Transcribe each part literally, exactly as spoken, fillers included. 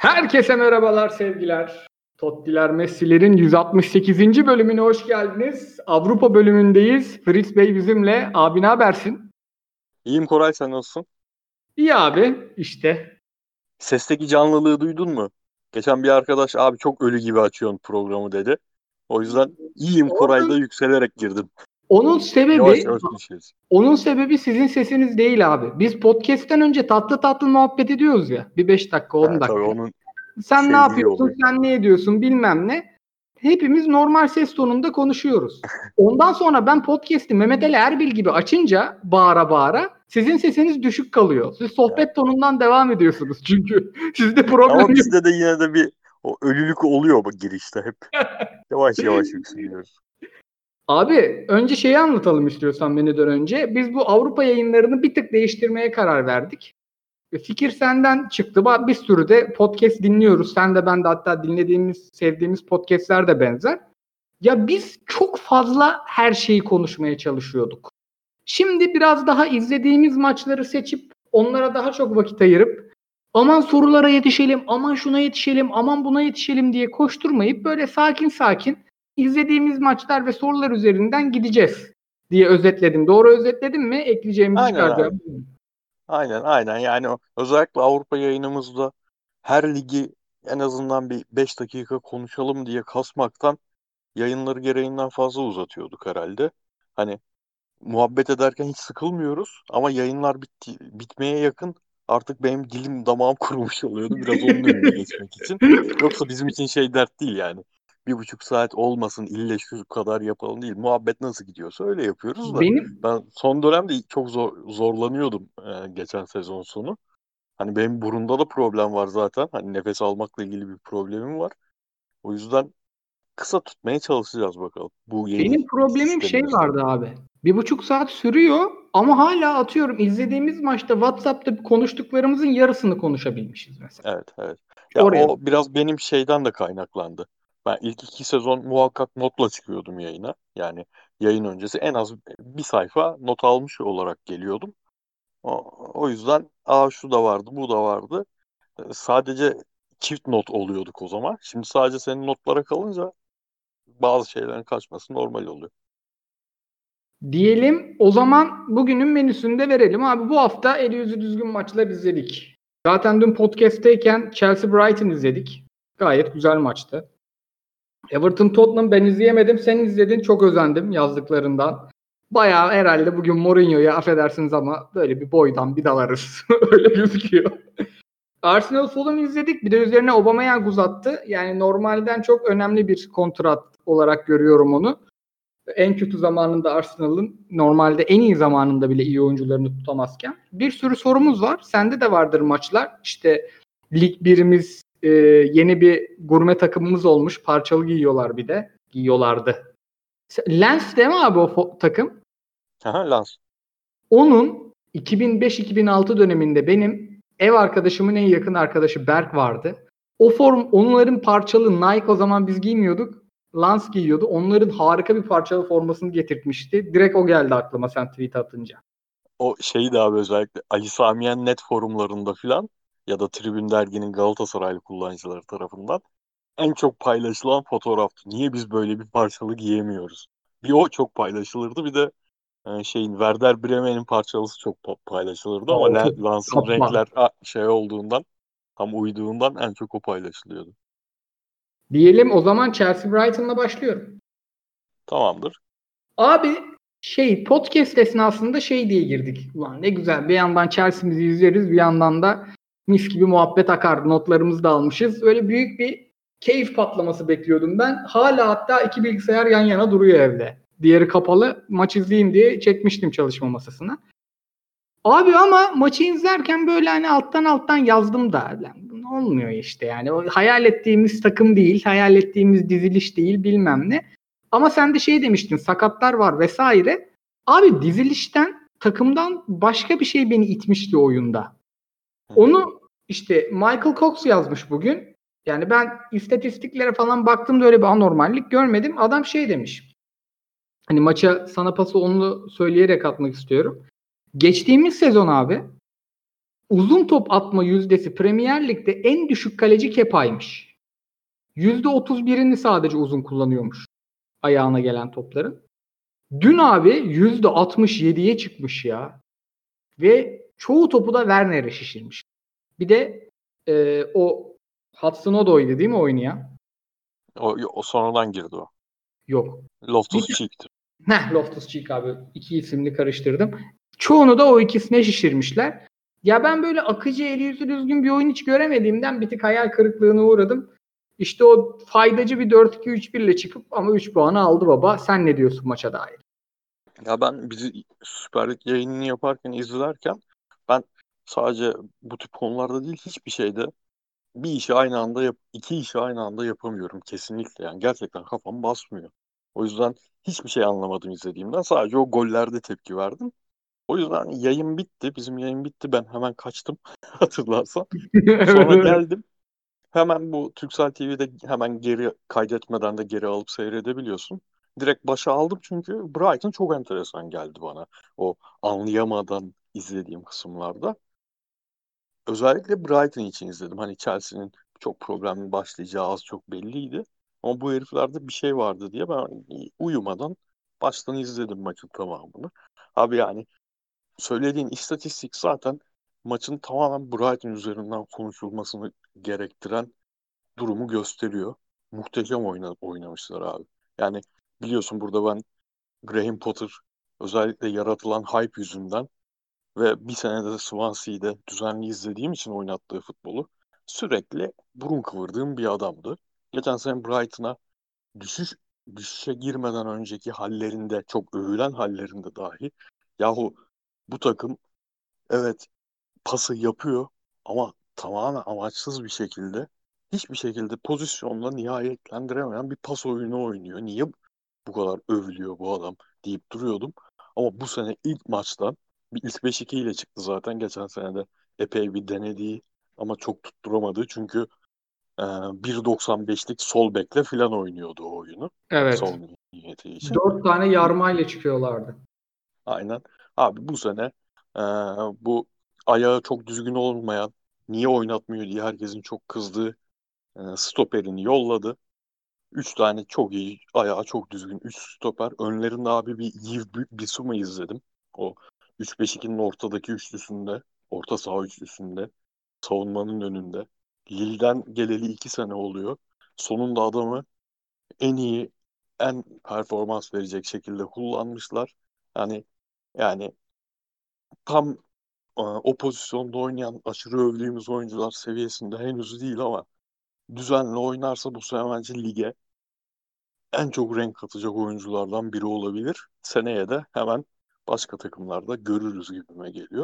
Herkese merhabalar sevgiler. Tottiler Messi'lerin yüz altmış sekizinci bölümüne hoş geldiniz. Avrupa bölümündeyiz. Fritz Bey bizimle. Abi ne habersin? İyiyim Koray, sen nasılsın? İyi abi işte. Sesteki canlılığı duydun mu? Geçen bir arkadaş abi çok ölü gibi açıyorsun programı dedi. O yüzden iyiyim Koray'da Onun, yükselerek girdim. onun Yavaş sebebi yavaş düşeceğiz. onun sebebi sizin sesiniz değil abi. Biz podcast'ten önce tatlı tatlı muhabbet ediyoruz ya. Bir beş dakika on Ha, tabii dakika. onun Sen ne sevdiği yapıyorsun? oluyor. Sen ne ediyorsun? Bilmem ne. Hepimiz normal ses tonunda konuşuyoruz. Ondan sonra ben podcast'i Mehmet Ali Erbil gibi açınca bağıra bağıra sizin sesiniz düşük kalıyor. Siz sohbet tonundan devam ediyorsunuz çünkü. Sizde problem Ama yok. bizde de yine de bir o ölülük oluyor bu girişte hep. Yavaş yavaş yükseliyoruz. Abi önce şeyi anlatalım istiyorsan menüden önce. Biz bu Avrupa yayınlarını bir tık değiştirmeye karar verdik. Fikir senden çıktı. Bir sürü de podcast dinliyoruz. Sen de ben de hatta dinlediğimiz, sevdiğimiz podcastler de benzer. Ya biz çok fazla her şeyi konuşmaya çalışıyorduk. Şimdi biraz daha izlediğimiz maçları seçip onlara daha çok vakit ayırıp aman sorulara yetişelim, aman şuna yetişelim, aman buna yetişelim diye koşturmayıp böyle sakin sakin izlediğimiz maçlar ve sorular üzerinden gideceğiz diye özetledim. Doğru özetledim mi? Ekleyeceğimizi Aynen abi. çıkaracağım. Aynen aynen yani o- özellikle Avrupa yayınımızda her ligi en azından bir beş dakika konuşalım diye kasmaktan yayınları gereğinden fazla uzatıyorduk herhalde. Hani muhabbet ederken hiç sıkılmıyoruz ama yayınlar bitti, bitmeye yakın artık benim dilim damağım kurumuş oluyordu. Biraz onun önüne geçmek için. Yoksa bizim için şey dert değil yani. Bir buçuk saat olmasın ille şu kadar yapalım değil. Muhabbet nasıl gidiyorsa öyle yapıyoruz da. Benim Ben son dönemde çok zor, zorlanıyordum e, geçen sezon sonu. Hani benim burunda da problem var zaten. Hani nefes almakla ilgili bir problemim var. O yüzden kısa tutmaya çalışacağız bakalım. Bu yeni benim problemim şey sistemimizde. vardı abi. Bir buçuk saat sürüyor ama hala atıyorum izlediğimiz maçta WhatsApp'ta konuştuklarımızın yarısını konuşabilmişiz mesela. Evet, evet. Ya Oraya. o biraz benim şeyden de kaynaklandı. Ben ilk iki sezon muhakkak notla çıkıyordum yayına. Yani yayın öncesi en az bir sayfa not almış olarak geliyordum. O, o yüzden aa şu da vardı, bu da vardı. E, Sadece çift not oluyorduk o zaman. Şimdi sadece senin notlara kalınca bazı şeylerin kaçması normal oluyor. Diyelim o zaman bugünün menüsünü de verelim. Abi bu hafta eli yüzü düzgün maçlar izledik. Zaten dün podcast'teyken Chelsea Brighton izledik. Gayet güzel maçtı. Everton Tottenham ben izleyemedim. Sen izledin. Çok özendim yazdıklarından. Bayağı herhalde bugün Mourinho'ya affedersiniz ama böyle bir boydan bir dalarız. Öyle gözüküyor. Arsenal Fulham izledik. Bir de üzerine Aubameyang uzattı. Yani normalden çok önemli bir kontrat olarak görüyorum onu. En kötü zamanında Arsenal'ın normalde en iyi zamanında bile iyi oyuncularını tutamazken. Bir sürü sorumuz var. Sende de vardır maçlar. İşte lig birimiz e, yeni bir gurme takımımız olmuş. Parçalı giyiyorlar bir de. Giyiyorlardı. Lens değil mi abi o fo- takım? Aha, Lans. Onun iki bin beş iki bin altı döneminde benim ev arkadaşımın en yakın arkadaşı Berk vardı. O form onların parçalı Nike o zaman biz giymiyorduk. Lans giyiyordu. Onların harika bir parçalı formasını getirtmişti. Direkt o geldi aklıma sen tweet atınca. O şeyi de abi özellikle Ali Samiyen net forumlarında filan ya da Tribün Dergi'nin Galatasaraylı kullanıcıları tarafından en çok paylaşılan fotoğraftı. Niye biz böyle bir parçalı giyemiyoruz? Bir o çok paylaşılırdı, bir de e, şeyin Werder Bremen'in parçalısı çok pa- paylaşılırdı ama O La- çok Lans'ın kapma. renkler a, şey olduğundan, tam uyduğundan en çok o paylaşılıyordu. Diyelim o zaman Chelsea Brighton'la başlıyorum. Tamamdır. Abi şey podcast esnasında şey diye girdik. Ulan ne güzel bir yandan Chelsea'mizi izleriz bir yandan da mis gibi muhabbet akar. Notlarımızı da almışız. Öyle büyük bir keyif patlaması bekliyordum ben. Hala hatta iki bilgisayar yan yana duruyor evde. Diğeri kapalı. Maç izleyeyim diye çekmiştim çalışma masasına. Abi ama maçı izlerken böyle hani alttan alttan yazdım da. Lan, olmuyor işte yani. O hayal ettiğimiz takım değil. Hayal ettiğimiz diziliş değil bilmem ne. Ama sen de şey demiştin sakatlar var vesaire. Abi dizilişten takımdan başka bir şey beni itmişti oyunda. Onu işte Michael Cox yazmış bugün. Yani ben istatistiklere falan baktığımda öyle bir anormallik görmedim. Adam şey demiş. Hani maça sana pası onu söyleyerek atmak istiyorum. Geçtiğimiz sezon abi uzun top atma yüzdesi Premier Lig'de en düşük kaleci Kepa'ymış. yüzde otuz birini sadece uzun kullanıyormuş ayağına gelen topların. Dün abi yüzde altmış yediye çıkmış ya. Ve çoğu topu da Werner'e şişirmiş. Bir de e, o Hudson-Odoi değil mi oynayan? O, o sonradan girdi o. Yok. Bir de, Loftus-Cheek'ti. heh, Loftus-Cheek abi. İki isimli karıştırdım. Çoğunu da o ikisine şişirmişler. Ya ben böyle akıcı, eli yüzü düzgün bir oyun hiç göremediğimden bir tık hayal kırıklığına uğradım. İşte o faydacı bir dört iki üç bir ile çıkıp ama üç puanı aldı baba. Sen ne diyorsun maça dair? Ya ben bizi Süper Lig yayınını yaparken, izlerken ben sadece bu tip konularda değil hiçbir şeyde bir işi aynı anda yap, iki işi aynı anda yapamıyorum kesinlikle yani gerçekten kafam basmıyor. O yüzden hiçbir şey anlamadım izlediğimden. Sadece o gollerde tepki verdim. O yüzden yayın bitti. Bizim yayın bitti. Ben hemen kaçtım hatırlarsan. Sonra Evet. geldim. Hemen bu Turkcell T V'de hemen geri kaydetmeden de geri alıp seyredebiliyorsun. Direkt başa aldım çünkü Brighton çok enteresan geldi bana. O anlayamadan izlediğim kısımlarda. Özellikle Brighton için izledim. Hani Chelsea'nin çok problemli başlayacağı az çok belliydi. Ama bu heriflerde bir şey vardı diye ben uyumadan baştan izledim maçın tamamını. Abi yani söylediğin istatistik zaten maçın tamamen Brighton üzerinden konuşulmasını gerektiren durumu gösteriyor. Muhteşem oyna, oynamışlar abi. Yani biliyorsun burada ben Graham Potter özellikle yaratılan hype yüzünden ve bir senede de Swansea'de düzenli izlediğim için oynattığı futbolu sürekli burun kıvırdığım bir adamdı. Geçen sene Brighton'a düşüş düşüşe girmeden önceki hallerinde, çok övülen hallerinde dahi yahu bu takım evet pası yapıyor ama tamamen amaçsız bir şekilde hiçbir şekilde pozisyonla nihayetlendiremeyen bir pas oyunu oynuyor. Niye bu kadar övülüyor bu adam deyip duruyordum. Ama bu sene ilk maçtan bir ilk beş iki ile çıktı zaten. Geçen sene de epey bir denediği ama çok tutturamadığı çünkü e, bir doksan beşlik sol bekle falan oynuyordu o oyunu. Evet. Sol niyeti için. Dört tane yarmayla çıkıyorlardı. Aynen. Abi bu sene e, bu ayağı çok düzgün olmayan, niye oynatmıyor diye herkesin çok kızdığı e, stoperini yolladı. Üç tane çok iyi, ayağı çok düzgün. Üç stoper. Önlerinde abi bir Yves Bissouma izledim. O üç beş ikinin ortadaki üçlüsünde, orta saha üçlüsünde, savunmanın önünde. Lille'den geleli iki sene oluyor. Sonunda adamı en iyi, en performans verecek şekilde kullanmışlar. Yani yani tam e, o pozisyonda oynayan aşırı övdüğümüz oyuncular seviyesinde henüz değil ama düzenli oynarsa bu sene bence lige en çok renk katacak oyunculardan biri olabilir. Seneye de hemen başka takımlarda görürüz gibime geliyor.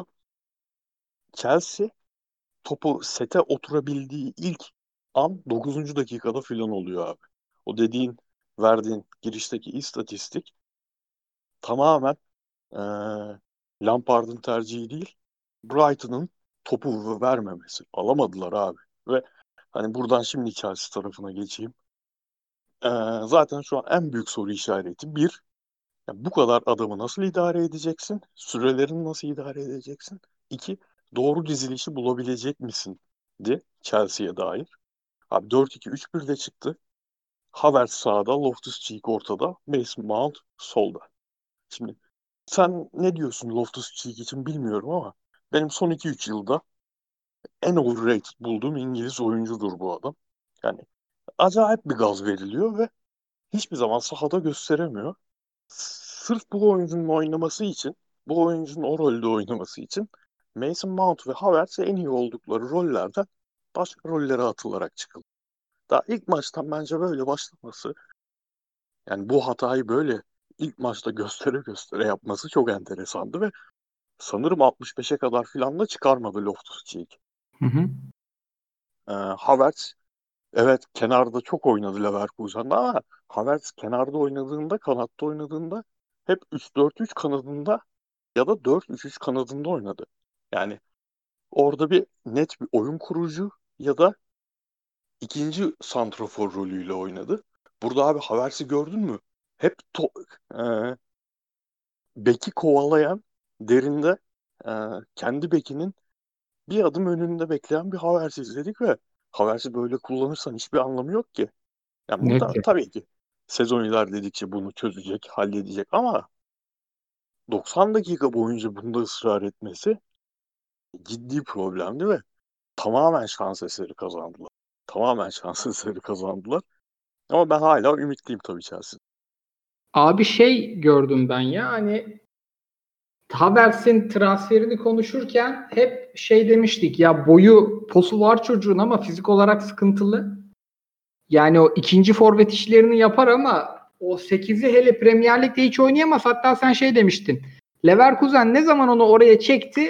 Chelsea topu sete oturabildiği ilk an dokuzuncu dakikada filan oluyor abi. O dediğin, verdiğin girişteki istatistik tamamen eee Lampard'ın tercihi değil, Brighton'ın topu vermemesi. Alamadılar abi. Ve hani buradan şimdi Chelsea tarafına geçeyim. Eee, zaten şu an en büyük soru işareti bir, ya bu kadar adamı nasıl idare edeceksin? Sürelerini nasıl idare edeceksin? İki, doğru dizilişi bulabilecek misin? Di Chelsea'ye dair. Abi dört iki üç bir de çıktı. Havertz sağda, Loftus-Cheek ortada, Mason Mount solda. Şimdi sen ne diyorsun Loftus-Cheek için bilmiyorum ama benim son iki üç yılda en overrated bulduğum İngiliz oyuncudur bu adam. Yani acayip bir gaz veriliyor ve hiçbir zaman sahada gösteremiyor. Sırf bu oyuncunun oynaması için, bu oyuncunun o rolde oynaması için Mason Mount ve Havertz en iyi oldukları rollerden başka rollere atılarak çıkıldı. Daha ilk maçtan bence böyle başlaması, yani bu hatayı böyle ilk maçta göstere göstere yapması çok enteresandı ve sanırım altmış beşe kadar filan da çıkarmadı Loftus-Cheek. Hı hı. Ee, Havertz evet kenarda çok oynadı Leverkusen'de ama Havertz kenarda oynadığında, kanatta oynadığında hep üç dört üç kanadında ya da dört üç üç kanadında oynadı. Yani orada bir net bir oyun kurucu ya da ikinci santrafor rolüyle oynadı. Burada abi Havertz'i gördün mü? Hep to e, beki kovalayan, derinde e, kendi bekinin bir adım önünde bekleyen bir Havertz izledik ve Havertz'i böyle kullanırsan hiçbir anlamı yok ki. Yani Net. muhtemelen tabii ki sezon ilerledikçe bunu çözecek, halledecek ama doksan dakika boyunca bunda ısrar etmesi ciddi problemdi ve tamamen şans eseri kazandılar. Tamamen şans eseri kazandılar. Ama ben hala ümitliyim tabii Chelsea. Abi şey gördüm ben ya hani Havertz'in transferini konuşurken hep şey demiştik ya boyu posu var çocuğun ama fizik olarak sıkıntılı. Yani o ikinci forvet işlerini yapar ama o sekizi hele Premier Lig'de hiç oynayamaz. Hatta sen şey demiştin. Leverkusen ne zaman onu oraya çekti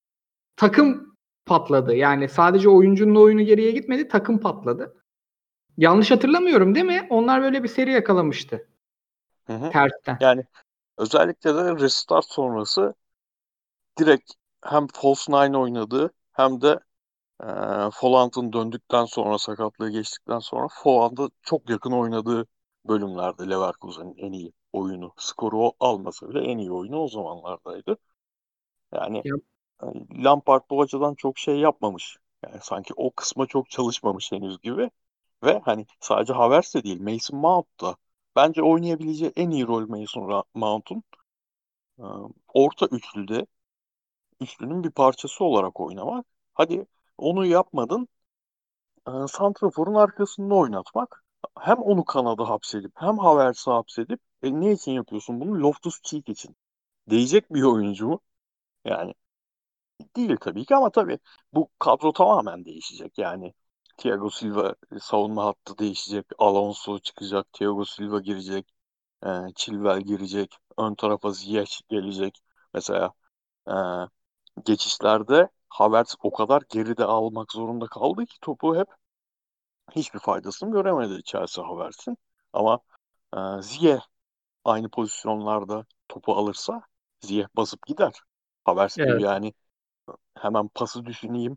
takım patladı. Yani sadece oyuncunun oyunu geriye gitmedi takım patladı. Yanlış hatırlamıyorum değil mi? Onlar böyle bir seri yakalamıştı. Hı hı. Tersten. Yani özellikle de restart sonrası direkt hem false nine oynadığı hem de e, Folland'ın döndükten sonra sakatlığı geçtikten sonra Folland'a çok yakın oynadığı bölümlerde Leverkusen'in en iyi oyunu. Skoru o almasa bile en iyi oyunu o zamanlardaydı. Yani Ya, e, Lampard bu açıdan çok şey yapmamış. Yani sanki o kısma çok çalışmamış henüz gibi. Ve hani sadece Havertz de değil Mason Mount da bence oynayabileceği en iyi rol Mason Ra- Mount'un e, orta üçlüde üçlünün bir parçası olarak oynamak. Hadi onu yapmadın. E, Santrafor'un arkasında oynatmak. Hem onu kanada hapsedip hem Havertz'i hapsedip e, ne için yapıyorsun bunu? Loftus-Cheek için. Değecek bir oyuncu mu? Yani değil tabii ki ama tabii bu kadro tamamen değişecek. Yani Thiago Silva savunma hattı değişecek. Alonso çıkacak. Thiago Silva girecek. E, Chilwell girecek. Ön tarafa Ziyech gelecek. Mesela e, geçişlerde Havertz o kadar geride almak zorunda kaldı ki topu hep hiçbir faydasını göremedi Chelsea Havertz'in. Ama e, Ziyech aynı pozisyonlarda topu alırsa Ziyech basıp gider. Havertz gibi evet. yani hemen pası düşüneyim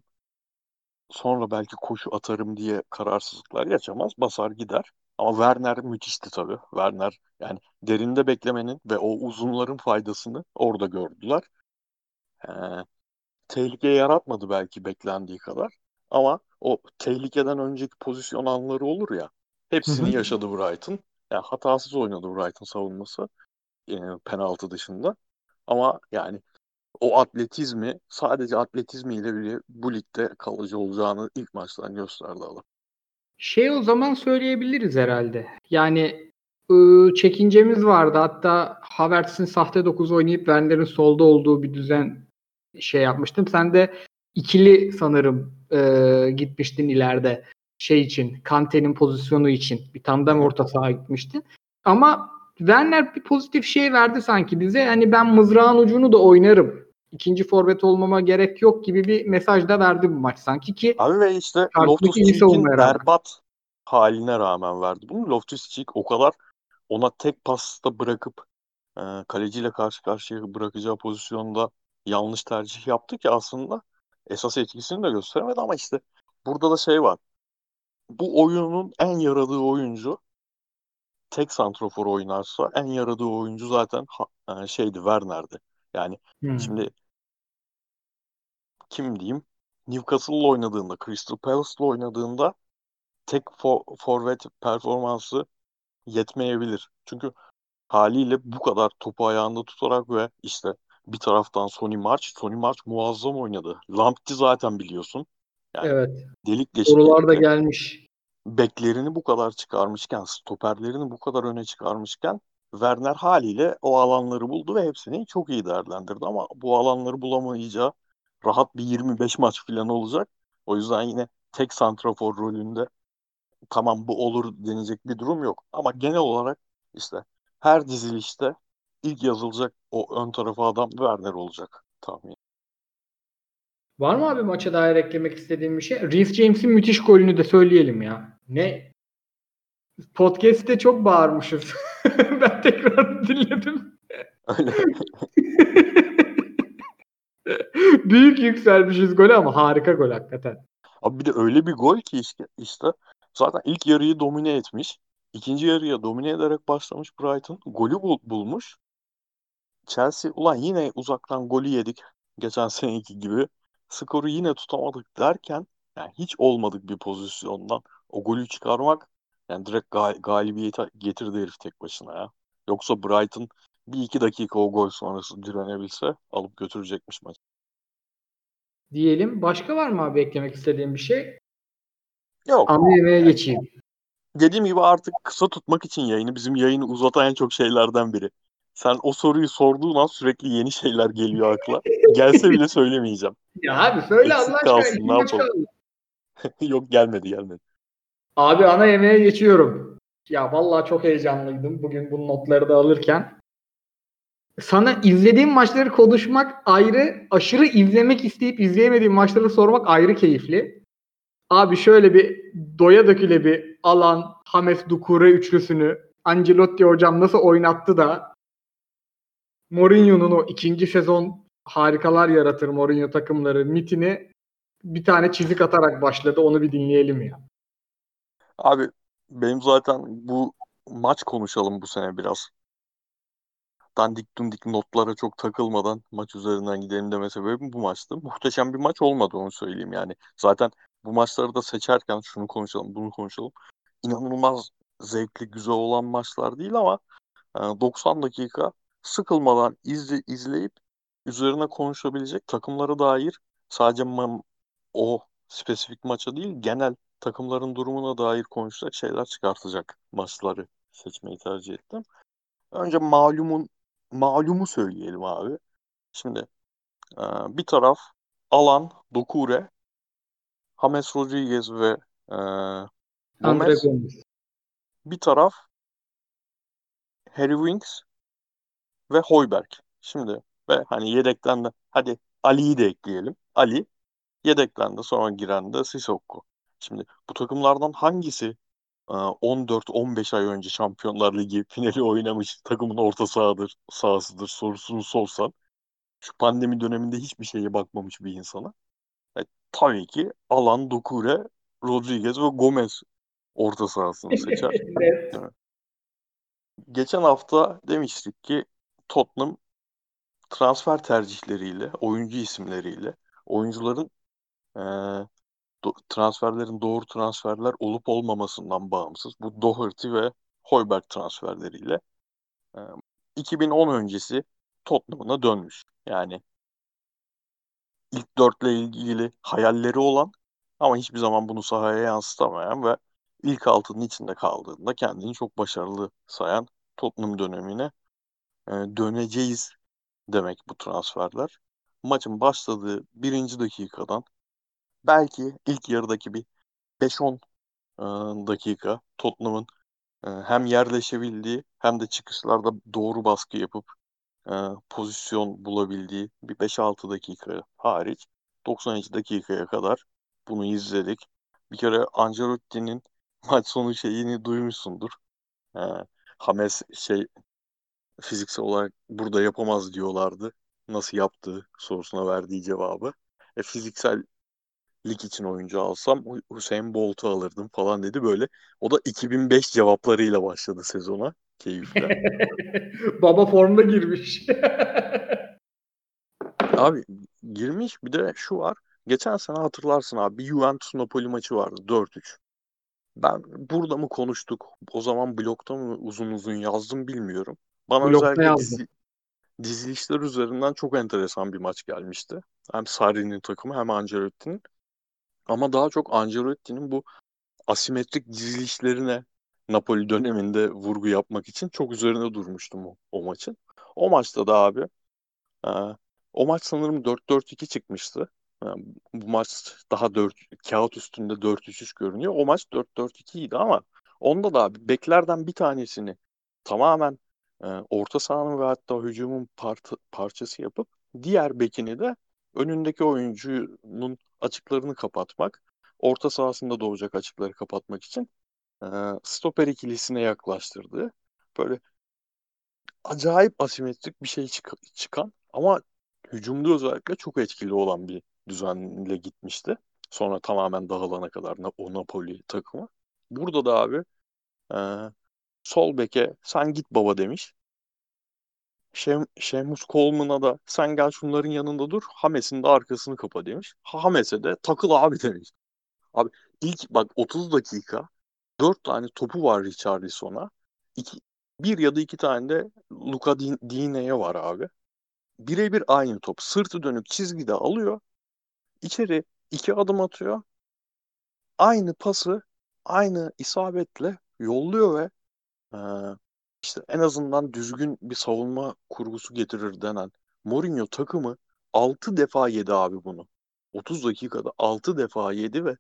sonra belki koşu atarım diye kararsızlıklar yaşamaz. Basar gider. Ama Werner müthişti tabii. Werner yani derinde beklemenin ve o uzunların faydasını orada gördüler. Ee, Tehlike yaratmadı belki beklendiği kadar. Ama o tehlikeden önceki pozisyon anları olur ya. Hı Hepsini hı. yaşadı Brighton. Yani hatasız oynadı Brighton savunması e, penaltı dışında. Ama yani o atletizmi sadece atletizmiyle bile bu ligde kalıcı olacağını ilk maçtan gösterdi adam. Şey o zaman söyleyebiliriz herhalde. Yani ıı, çekincemiz vardı. Hatta Havertz'in sahte dokuz oynayıp Werner'in solda olduğu bir düzen şey yapmıştım. Sen de ikili sanırım ıı, gitmiştin ileride şey için, Kante'nin pozisyonu için bir Hı tandem hı. orta saha gitmiştin. Ama Werner bir pozitif şey verdi sanki bize. Hani ben mızrağın ucunu da oynarım. İkinci forvet olmama gerek yok gibi bir mesaj da verdi bu maç sanki ki Abi ve işte karşıdaki iyi Loftus-Cheek'in savunmaya rağmen. berbat haline rağmen verdi bunu. Loftus-Cheek o kadar ona tek pasta bırakıp e, kaleciyle karşı karşıya bırakacağı pozisyonda yanlış tercih yaptı ki aslında esas etkisini de gösteremedi ama işte burada da şey var. Bu oyunun en yaradığı oyuncu tek santrafor oynarsa en yaradığı oyuncu zaten ha- e, şeydi Werner'di. Yani Hmm. şimdi kim diyeyim Newcastle'la oynadığında, Crystal Palace'la oynadığında tek fo- forvet performansı yetmeyebilir. Çünkü haliyle bu kadar topu ayağında tutarak ve işte bir taraftan Sonny March, Sonny March muazzam oynadı. Lamptey zaten biliyorsun. Yani Evet. delik deşik Sorular da etti. gelmiş. Beklerini bu kadar çıkarmışken, stoperlerini bu kadar öne çıkarmışken Werner haliyle o alanları buldu ve hepsini çok iyi değerlendirdi ama bu alanları bulamayacağı rahat bir yirmi beş maç falan olacak. O yüzden yine tek santrafor rolünde tamam bu olur denecek bir durum yok. Ama genel olarak işte her dizilişte ilk yazılacak o ön tarafa adam Werner olacak tahmin. Var mı abi maça dair eklemek istediğim bir şey? Reece James'in müthiş golünü de söyleyelim ya. Ne? Podcast'te çok bağırmışız. Ben tekrar dinledim. Öyle. Büyük yükselmişiz golü ama harika gol hakikaten. Abi bir de öyle bir gol ki işte, işte zaten ilk yarıyı domine etmiş. İkinci yarıya domine ederek başlamış Brighton. Golü bul- bulmuş. Chelsea ulan yine uzaktan golü yedik. Geçen seneki gibi. skoru yine tutamadık derken yani hiç olmadık bir pozisyondan o golü çıkarmak yani direkt gal- galibiyete getirdi herif tek başına ya. Yoksa Brighton bir iki dakika o gol sonrası direnebilse alıp götürecekmiş maç. Diyelim. Başka var mı abi eklemek istediğim bir şey? Yok. Ana yemeğe Yani geçeyim. dediğim gibi artık kısa tutmak için yayını bizim yayını uzatan en çok şeylerden biri. Sen o soruyu sorduğun an sürekli yeni şeyler geliyor akla. Gelse bile söylemeyeceğim. Ya abi söyle Allah Eksik aşkına. kalsın, İki ne maç yapalım. kaldı. Yok, gelmedi gelmedi. Abi ana yemeğe geçiyorum. Ya vallahi çok heyecanlıydım bugün bu notları da alırken. Sana izlediğim maçları konuşmak ayrı, aşırı izlemek isteyip izleyemediğim maçları sormak ayrı keyifli. Abi şöyle bir doya döküle bir Alan, James Doucouré üçlüsünü Ancelotti hocam nasıl oynattı da Mourinho'nun o ikinci sezon harikalar yaratır Mourinho takımları mitini bir tane çizik atarak başladı. Onu bir dinleyelim ya. Abi benim zaten bu maç konuşalım bu sene biraz. Dandik dundik notlara çok takılmadan maç üzerinden gidelim deme sebebim bu maçtı. Muhteşem bir maç olmadı, onu söyleyeyim yani. Zaten bu maçları da seçerken şunu konuşalım, bunu konuşalım. İnanılmaz zevkli, güzel olan maçlar değil ama e, doksan dakika sıkılmadan izle, izleyip üzerine konuşabilecek, takımlara dair sadece ma- o spesifik maça değil genel takımların durumuna dair konuşacak şeyler çıkartacak maçları seçmeyi tercih ettim. Önce malumun malumu söyleyelim abi. Şimdi e, bir taraf Alan, Doucouré, James Rodriguez ve e, Andre Gomez. Gomes. Bir taraf Harry Winks ve Højbjerg. Şimdi ve hani yedekten de hadi Ali'yi de ekleyelim. Ali yedekten de sonra giren de Sissoko. Şimdi bu takımlardan hangisi e, on dört on beş ay önce Şampiyonlar Ligi finali oynamış takımın orta sahadır, sahasıdır sorusunu sorsan şu pandemi döneminde hiçbir şeye bakmamış bir insana. E, tabii ki Alan, Doucouré, Rodriguez ve Gomez orta sahasını seçer. Evet. Değil mi? Geçen hafta demiştik ki Tottenham transfer tercihleriyle, oyuncu isimleriyle, oyuncuların e, do- transferlerin doğru transferler olup olmamasından bağımsız bu Doherty ve Højbjerg transferleriyle e, iki bin on öncesi Tottenham'ına dönmüş. Yani ilk dörtle ilgili hayalleri olan ama hiçbir zaman bunu sahaya yansıtamayan ve ilk altının içinde kaldığında kendini çok başarılı sayan Tottenham dönemine e, döneceğiz demek bu transferler. Maçın başladığı birinci dakikadan belki ilk yarıdaki bir beş on e, dakika Tottenham'ın e, hem yerleşebildiği hem de çıkışlarda doğru baskı yapıp e, pozisyon bulabildiği bir beş altı dakika hariç doksanıncı dakikaya kadar bunu izledik. Bir kere Ancelotti'nin maç sonu şeyini duymuşsundur. E, James şey fiziksel olarak burada yapamaz diyorlardı. Nasıl yaptığı sorusuna verdiği cevabı. E, fiziksel lig için oyuncu alsam Hu- Hüseyin Bolt'u alırdım falan dedi böyle. O da iki bin beş cevaplarıyla başladı sezona keyifle. Baba formda girmiş. Abi girmiş, bir de şu var. Geçen sene hatırlarsın abi, bir Juventus Napoli maçı vardı dört üç. Ben burada mı konuştuk? O zaman blogda mı uzun uzun yazdım bilmiyorum. Bana Blokta özellikle yazdım. dizi, dizilişler üzerinden çok enteresan bir maç gelmişti. Hem Sarri'nin takımı hem Ancelotti'nin. Ama daha çok Ancelotti'nin bu asimetrik dizilişlerine Napoli döneminde vurgu yapmak için çok üzerine durmuştum o, o maçın. O maçta da abi e, o maç sanırım dört dört iki çıkmıştı. E, bu maç daha dört kağıt üstünde dört üç üç görünüyor. O maç dört dört iki idi ama onda da abi beklerden bir tanesini tamamen e, orta sahanın ve hatta hücumun part- parçası yapıp diğer bekini de önündeki oyuncunun açıklarını kapatmak, orta sahasında doğacak açıkları kapatmak için e, stoper ikilisine yaklaştırdığı böyle acayip asimetrik bir şey çık- çıkan ama hücumda özellikle çok etkili olan bir düzenle gitmişti. Sonra tamamen dağılana kadar na- o Napoli takımı. Burada da abi e, sol beke sen git baba demiş. Şem, Seamus Coleman'a da sen gel şunların yanında dur. Hames'in de arkasını kapa demiş. Hames'e de takıl abi demiş. Abi ilk bak otuz dakika dört tane topu var Richarlison'a. İki, bir ya da iki tane de Luka Di- Dine'ye var abi. Birebir aynı top. Sırtı dönük çizgide alıyor. İçeri iki adım atıyor. Aynı pası aynı isabetle yolluyor ve e, işte en azından düzgün bir savunma kurgusu getirir denen Mourinho takımı altı defa yedi abi bunu. otuz dakikada altı defa yedi ve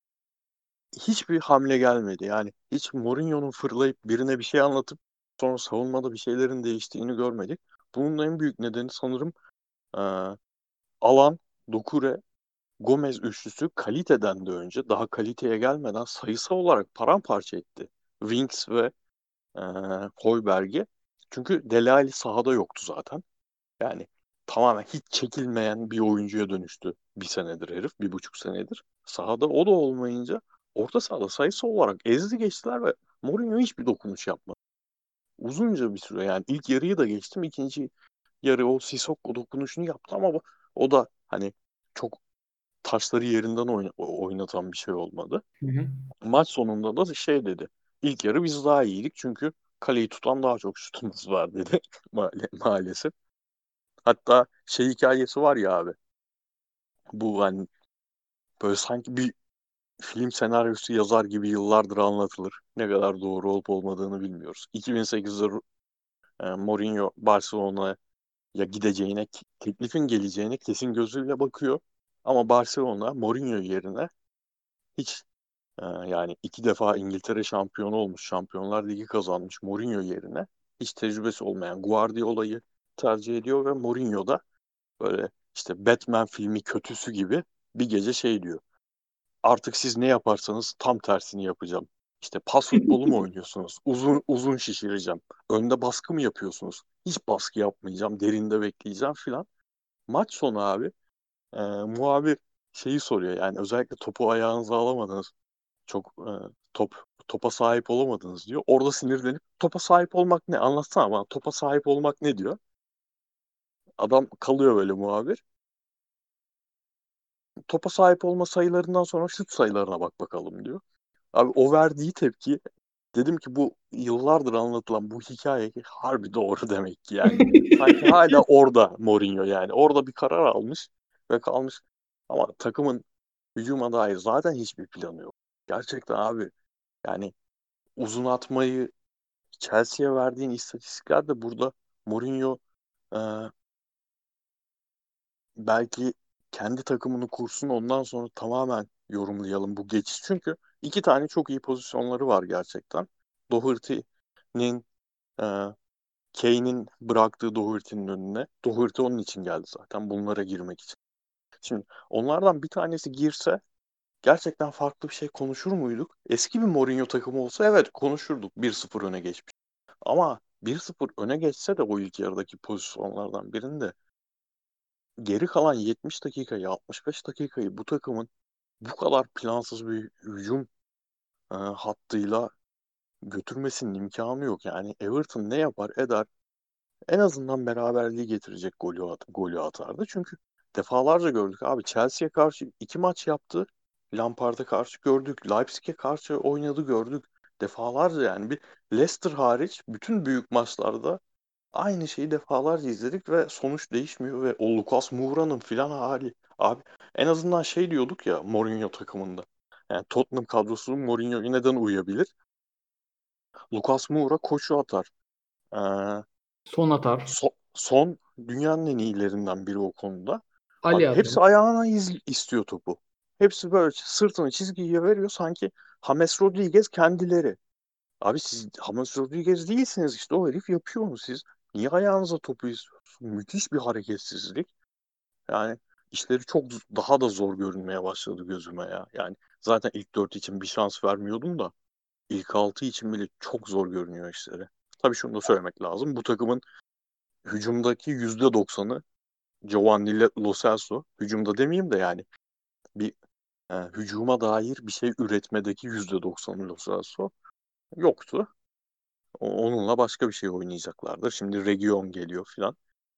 hiçbir hamle gelmedi. Yani hiç Mourinho'nun fırlayıp birine bir şey anlatıp sonra savunmada bir şeylerin değiştiğini görmedik. Bunun en büyük nedeni sanırım e, Alan, Doucouré, Gomez üçlüsü kaliteden de önce daha kaliteye gelmeden sayısal olarak paramparça etti. Winks ve e, Højbjerg'i. Çünkü Dele Alli sahada yoktu zaten. Yani tamamen hiç çekilmeyen bir oyuncuya dönüştü bir senedir herif, bir buçuk senedir. Sahada o da olmayınca orta sahada sayısal olarak ezdi geçtiler ve Mourinho hiçbir dokunuş yapmadı. Uzunca bir süre yani ilk yarıyı da geçtim. İkinci yarı o Sissoko dokunuşunu yaptı ama bu- o da hani çok taşları yerinden oyna- oynatan bir şey olmadı. Hı hı. Maç sonunda da şey dedi. İlk yarı biz daha iyiydik çünkü kaleyi tutan daha çok şutumuz var dedi Maal- maalesef. Hatta şey hikayesi var ya abi. Bu hani böyle sanki bir film senaryosu yazar gibi yıllardır anlatılır. Ne kadar doğru olup olmadığını bilmiyoruz. iki bin sekizde e, Mourinho Barcelona'ya gideceğine, teklifin geleceğine kesin gözüyle bakıyor. Ama Barcelona Mourinho yerine hiç e, yani iki defa İngiltere şampiyonu olmuş, Şampiyonlar Ligi kazanmış Mourinho yerine hiç tecrübesi olmayan Guardiola'yı tercih ediyor ve Mourinho da böyle işte Batman filmi kötüsü gibi bir gece şey diyor. Artık siz ne yaparsanız tam tersini yapacağım. İşte pas futbolu mu oynuyorsunuz? Uzun uzun şişireceğim. Önde baskı mı yapıyorsunuz? Hiç baskı yapmayacağım. Derinde bekleyeceğim filan. Maç sonu abi e, muhabir şeyi soruyor. Yani özellikle topu ayağınıza alamadınız. Çok e, top topa sahip olamadınız diyor. Orada sinirlenip topa sahip olmak ne? Anlatsana bana. Topa sahip olmak ne diyor? Adam kalıyor böyle muhabir. Topa sahip olma sayılarından sonra şut sayılarına bak bakalım diyor. Abi o verdiği tepki dedim ki bu yıllardır anlatılan bu hikaye harbi doğru demek ki yani. Sanki hala orada Mourinho yani. Orada bir karar almış ve kalmış. Ama takımın hücuma dair zaten hiçbir planı yok. Gerçekten abi yani uzun atmayı Chelsea'ye verdiğin istatistikler de burada Mourinho e, belki kendi takımını kursun ondan sonra tamamen yorumlayalım bu geçiş. Çünkü iki tane çok iyi pozisyonları var gerçekten. Doherty'nin e, Kane'in bıraktığı Doherty'nin önüne. Doherty onun için geldi zaten bunlara girmek için. Şimdi onlardan bir tanesi girse gerçekten farklı bir şey konuşur muyduk? Eski bir Mourinho takımı olsa evet konuşurduk bir sıfır öne geçmiş. Ama bir sıfır öne geçse de o ilk yarıdaki pozisyonlardan birinde geri kalan yetmiş dakikayı altmış beş dakikayı bu takımın bu kadar plansız bir hücum e, hattıyla götürmesinin imkanı yok. Yani Everton ne yapar eder en azından beraberliği getirecek golü, at golü atardı. Çünkü defalarca gördük abi Chelsea'ye karşı iki maç yaptı. Lampard'a karşı gördük. Leipzig'e karşı oynadı gördük. Defalarca yani bir Leicester hariç bütün büyük maçlarda aynı şeyi defalarca izledik ve sonuç değişmiyor ve o Lucas Moura'nın filan hali. Abi en azından şey diyorduk ya Mourinho takımında. Yani Tottenham kadrosu Mourinho'ya neden uyabilir? Lucas Moura koşu atar. Ee, Son atar. so- son dünyanın en iyilerinden biri o konuda. Ali Abi atar. hepsi ayağına iz- istiyor topu. Hepsi böyle sırtını çizgiye veriyor sanki James Rodriguez kendileri. Abi siz James Rodriguez değilsiniz işte o herif yapıyor onu siz. Niye ayağınıza topu istiyorsunuz? Müthiş bir hareketsizlik. Yani işleri çok z- daha da zor görünmeye başladı gözüme ya. Yani zaten ilk dört için bir şans vermiyordum da ilk altı için bile çok zor görünüyor işleri. Tabii şunu da söylemek lazım. Bu takımın hücumdaki yüzde doksanı Giovanni Lo Celso. Hücumda demeyeyim de yani bir e, hücuma dair bir şey üretmedeki yüzde doksanı Lo Celso yoktu. O- Onunla başka bir şey oynayacaklardır. Şimdi Region geliyor filan.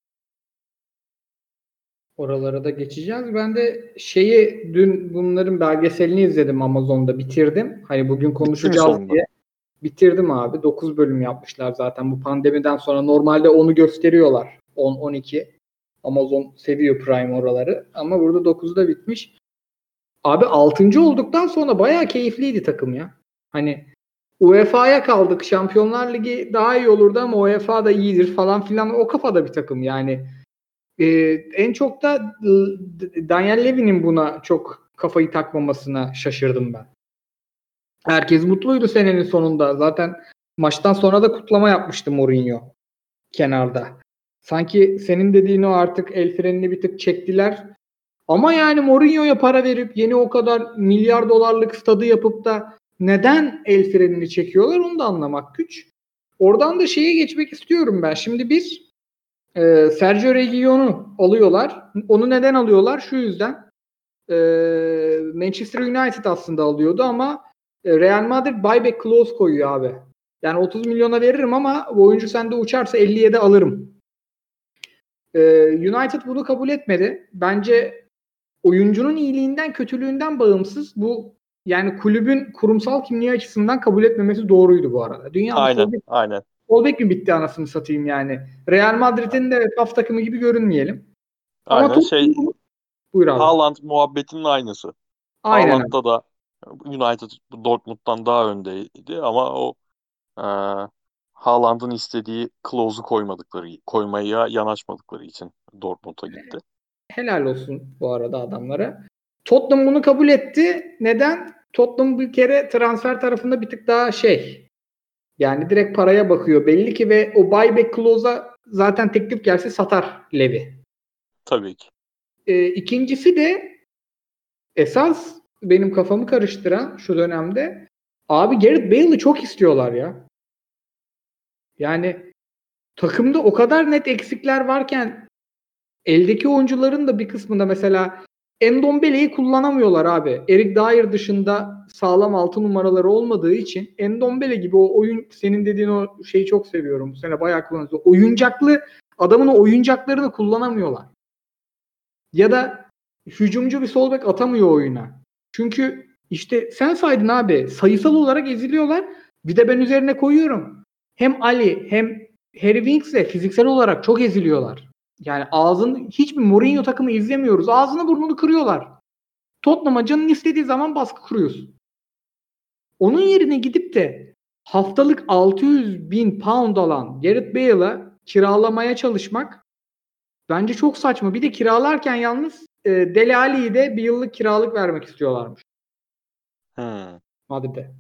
Oralara da geçeceğiz. Ben de şeyi dün bunların belgeselini izledim, Amazon'da bitirdim. Hani bugün Bitti mi konuşacağız sonunda? diye. Bitirdim abi. Dokuz bölüm yapmışlar zaten bu pandemiden sonra. Normalde onu gösteriyorlar. on on iki. Amazon seviyor Prime oraları. Ama burada dokuzda bitmiş. Abi altıncı olduktan sonra bayağı keyifliydi takım ya. Hani U E F A'ya kaldık. Şampiyonlar Ligi daha iyi olurdu ama U E F A da iyidir falan filan. O kafada bir takım yani. Ee, en çok da e, Daniel Levy'nin buna çok kafayı takmamasına şaşırdım ben. Herkes mutluydu senenin sonunda. Zaten maçtan sonra da kutlama yapmıştı Mourinho kenarda. Sanki senin dediğin o, artık el frenini bir tık çektiler. Ama yani Mourinho'ya para verip yeni o kadar milyar dolarlık stadı yapıp da neden el frenini çekiyorlar onu da anlamak güç. Oradan da şeye geçmek istiyorum ben. Şimdi bir e, Sergio Reguilon'u alıyorlar. Onu neden alıyorlar? Şu yüzden. E, Manchester United aslında alıyordu ama e, Real Madrid buyback clause koyuyor abi. Yani otuz milyona veririm ama bu oyuncu sende uçarsa elliye de alırım. E, United bunu kabul etmedi. Bence oyuncunun iyiliğinden kötülüğünden bağımsız bu, yani kulübün kurumsal kimliği açısından kabul etmemesi doğruydu bu arada. Dünyada sol Aynen, bek, aynen, sol bek mi bitti anasını satayım yani. Real Madrid'in de F A F takımı gibi görünmeyelim. Ama aynen. Şey, Tottenham, buyur abi. Haaland muhabbetinin aynısı. Aynen abi. Haaland'da da United Dortmund'dan daha öndeydi ama o e, Haaland'ın istediği clause'u koymadıkları, koymaya yanaşmadıkları için Dortmund'a gitti. Helal olsun bu arada adamlara. Tottenham bunu kabul etti. Neden? Tottenham bir kere transfer tarafında bir tık daha şey. Yani direkt paraya bakıyor belli ki ve o buyback clause'a zaten teklif gelse satar Levy. Tabii ki. E, ikincisi de esas benim kafamı karıştıran şu dönemde, abi Gareth Bale'ı çok istiyorlar ya. Yani takımda o kadar net eksikler varken eldeki oyuncuların da bir kısmında mesela Endombele'yi kullanamıyorlar abi. Eric Dyer dışında sağlam altı numaraları olmadığı için Endombele gibi o oyun, senin dediğin o şeyi çok seviyorum. Bu sene bayağı kullanıyoruz. Oyuncaklı adamın o oyuncaklarını kullanamıyorlar. Ya da hücumcu bir sol bek atamıyor oyuna. Çünkü işte sen saydın abi, sayısal olarak eziliyorlar. Bir de ben üzerine koyuyorum. Hem Ali hem Harry Winks de fiziksel olarak çok eziliyorlar. Yani ağzını, hiçbir Mourinho takımı izlemiyoruz. Ağzını burnunu kırıyorlar. Tottenham'a canın istediği zaman baskı kuruyorsun. Onun yerine gidip de haftalık altı yüz bin pound alan Gareth Bale'a kiralamaya çalışmak bence çok saçma. Bir de kiralarken yalnız e, Dele Alli'yi de bir yıllık kiralık vermek istiyorlarmış Hmm. Madrid'e.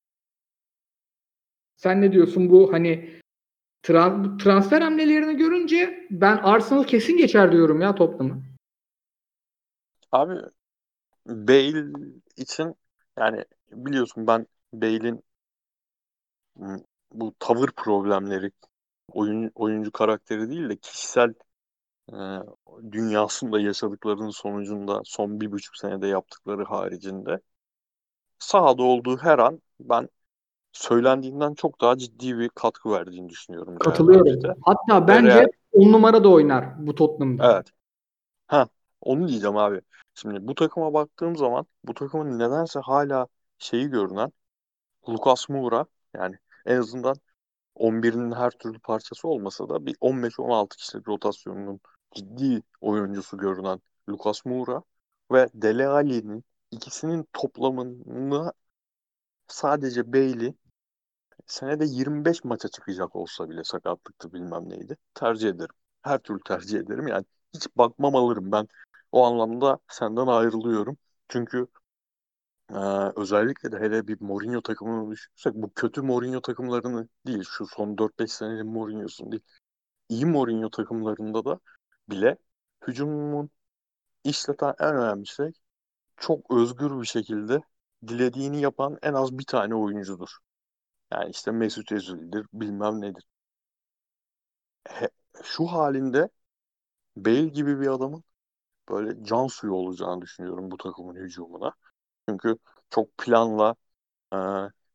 Sen ne diyorsun bu hani tra- transfer hamlelerini görünce ben Arsenal kesin geçer diyorum ya Tottenham'ı. Abi Bale için yani biliyorsun ben Bale'in m, bu tavır problemleri oyun, oyuncu karakteri değil de kişisel e, dünyasında yaşadıklarının sonucunda son bir buçuk senede yaptıkları haricinde sahada olduğu her an ben söylendiğinden çok daha ciddi bir katkı verdiğini düşünüyorum Real Katılıyorum. Madrid'e. Hatta Ve bence Real, on numara da oynar bu Tottenham'da. evet. Ha, onu diyeceğim abi. Şimdi bu takıma baktığım zaman bu takımın nedense hala şeyi görünen Lucas Moura, yani en azından on birinin her türlü parçası olmasa da bir on beş on altı kişilik rotasyonunun ciddi oyuncusu görünen Lucas Moura ve Dele Alli'nin ikisinin toplamını sadece Bailey senede yirmi beş maça çıkacak olsa bile sakatlıktı bilmem neydi. Tercih ederim. Her türlü tercih ederim. Yani hiç bakmam alırım ben. O anlamda senden ayrılıyorum. Çünkü e, özellikle de hele bir Mourinho takımını düşünürsek bu kötü Mourinho takımlarını değil, şu son dört beş senenin Mourinho'sunu değil. İyi Mourinho takımlarında da bile hücumun işleten en önemli şey çok özgür bir şekilde dilediğini yapan en az bir tane oyuncudur. Yani işte Mesut Özil'dir, bilmem nedir. He- şu halinde Bale gibi bir adamın böyle can suyu olacağını düşünüyorum bu takımın hücumuna. Çünkü çok planla, e,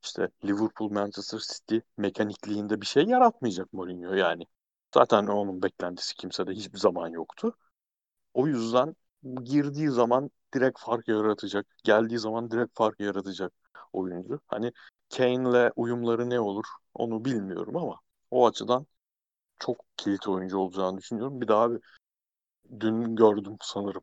işte Liverpool, Manchester City mekanikliğinde bir şey yaratmayacak Mourinho yani. Zaten onun beklentisi kimsede hiçbir zaman yoktu. O yüzden girdiği zaman direkt fark yaratacak. Geldiği zaman direkt fark yaratacak oyuncu. Hani Kane'le uyumları ne olur onu bilmiyorum ama o açıdan çok kilit oyuncu olacağını düşünüyorum. Bir daha abi dün gördüm sanırım.